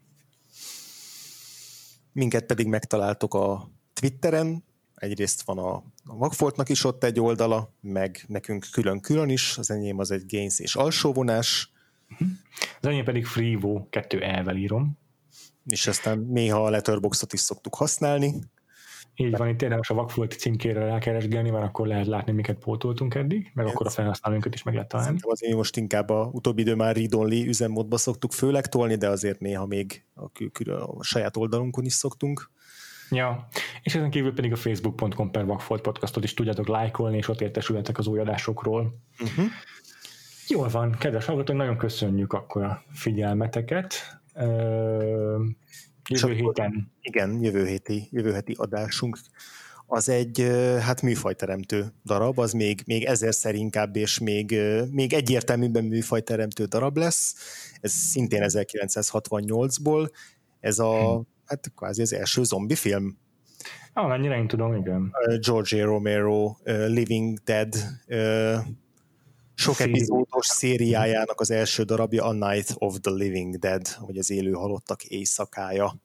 Minket pedig megtaláltok a Twitteren, egyrészt van a Vakfoltnak is ott egy oldala, meg nekünk külön-külön is, az enyém az egy Gains és alsóvonás. Az enyém pedig Freevo 2E-vel írom. És aztán néha a Letterboxdot is szoktuk használni. Így van, itt érdemes a Vakfolt címkére rákeresgélni, mert akkor lehet látni, miket pótoltunk eddig, meg akkor a felhasználóinkat is meg lehet találni. Azért most inkább a utóbbi idő már read-only üzemmódba szoktuk főleg tolni, de azért néha még a saját oldalunkon is szoktunk. Ja, és ezen kívül pedig a facebook.com/vakfolt podcastot is tudjátok lájkolni, és ott értesülhetek az új adásokról. Jól van, kedves hallgatók, nagyon köszönjük akkor a figyelmeteket. Jövő héten. Igen, jövő heti adásunk az egy műfajteremtő darab, az még ezerszer inkább, és még egyértelműbben műfajteremtő darab lesz. Ez szintén 1968-ból. Ez kvázi az első zombi film. Amennyire én tudom, igen. George A. Romero Living Dead sok epizódos szériájának az első darabja, a Night of the Living Dead, vagy az élő halottak éjszakája.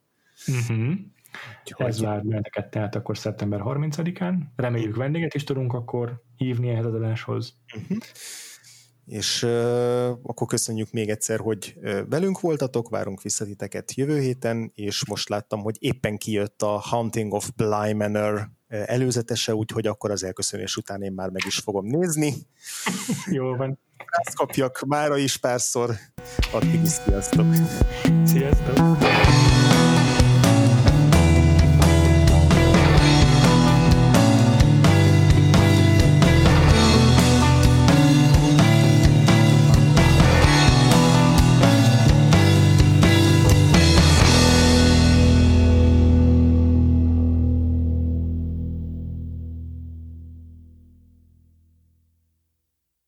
Ez már benneket tehát akkor szeptember 30-án. Reméljük vendéget is tudunk akkor hívni ehhez az adáshoz. És akkor köszönjük még egyszer, hogy velünk voltatok, várunk vissza titeket jövő héten, és most láttam, hogy éppen kijött a Haunting of Bly Manor előzetese, úgyhogy akkor az elköszönés után én már meg is fogom nézni. Jó van. Ezt kapjak mára is párszor, addig is sziasztok!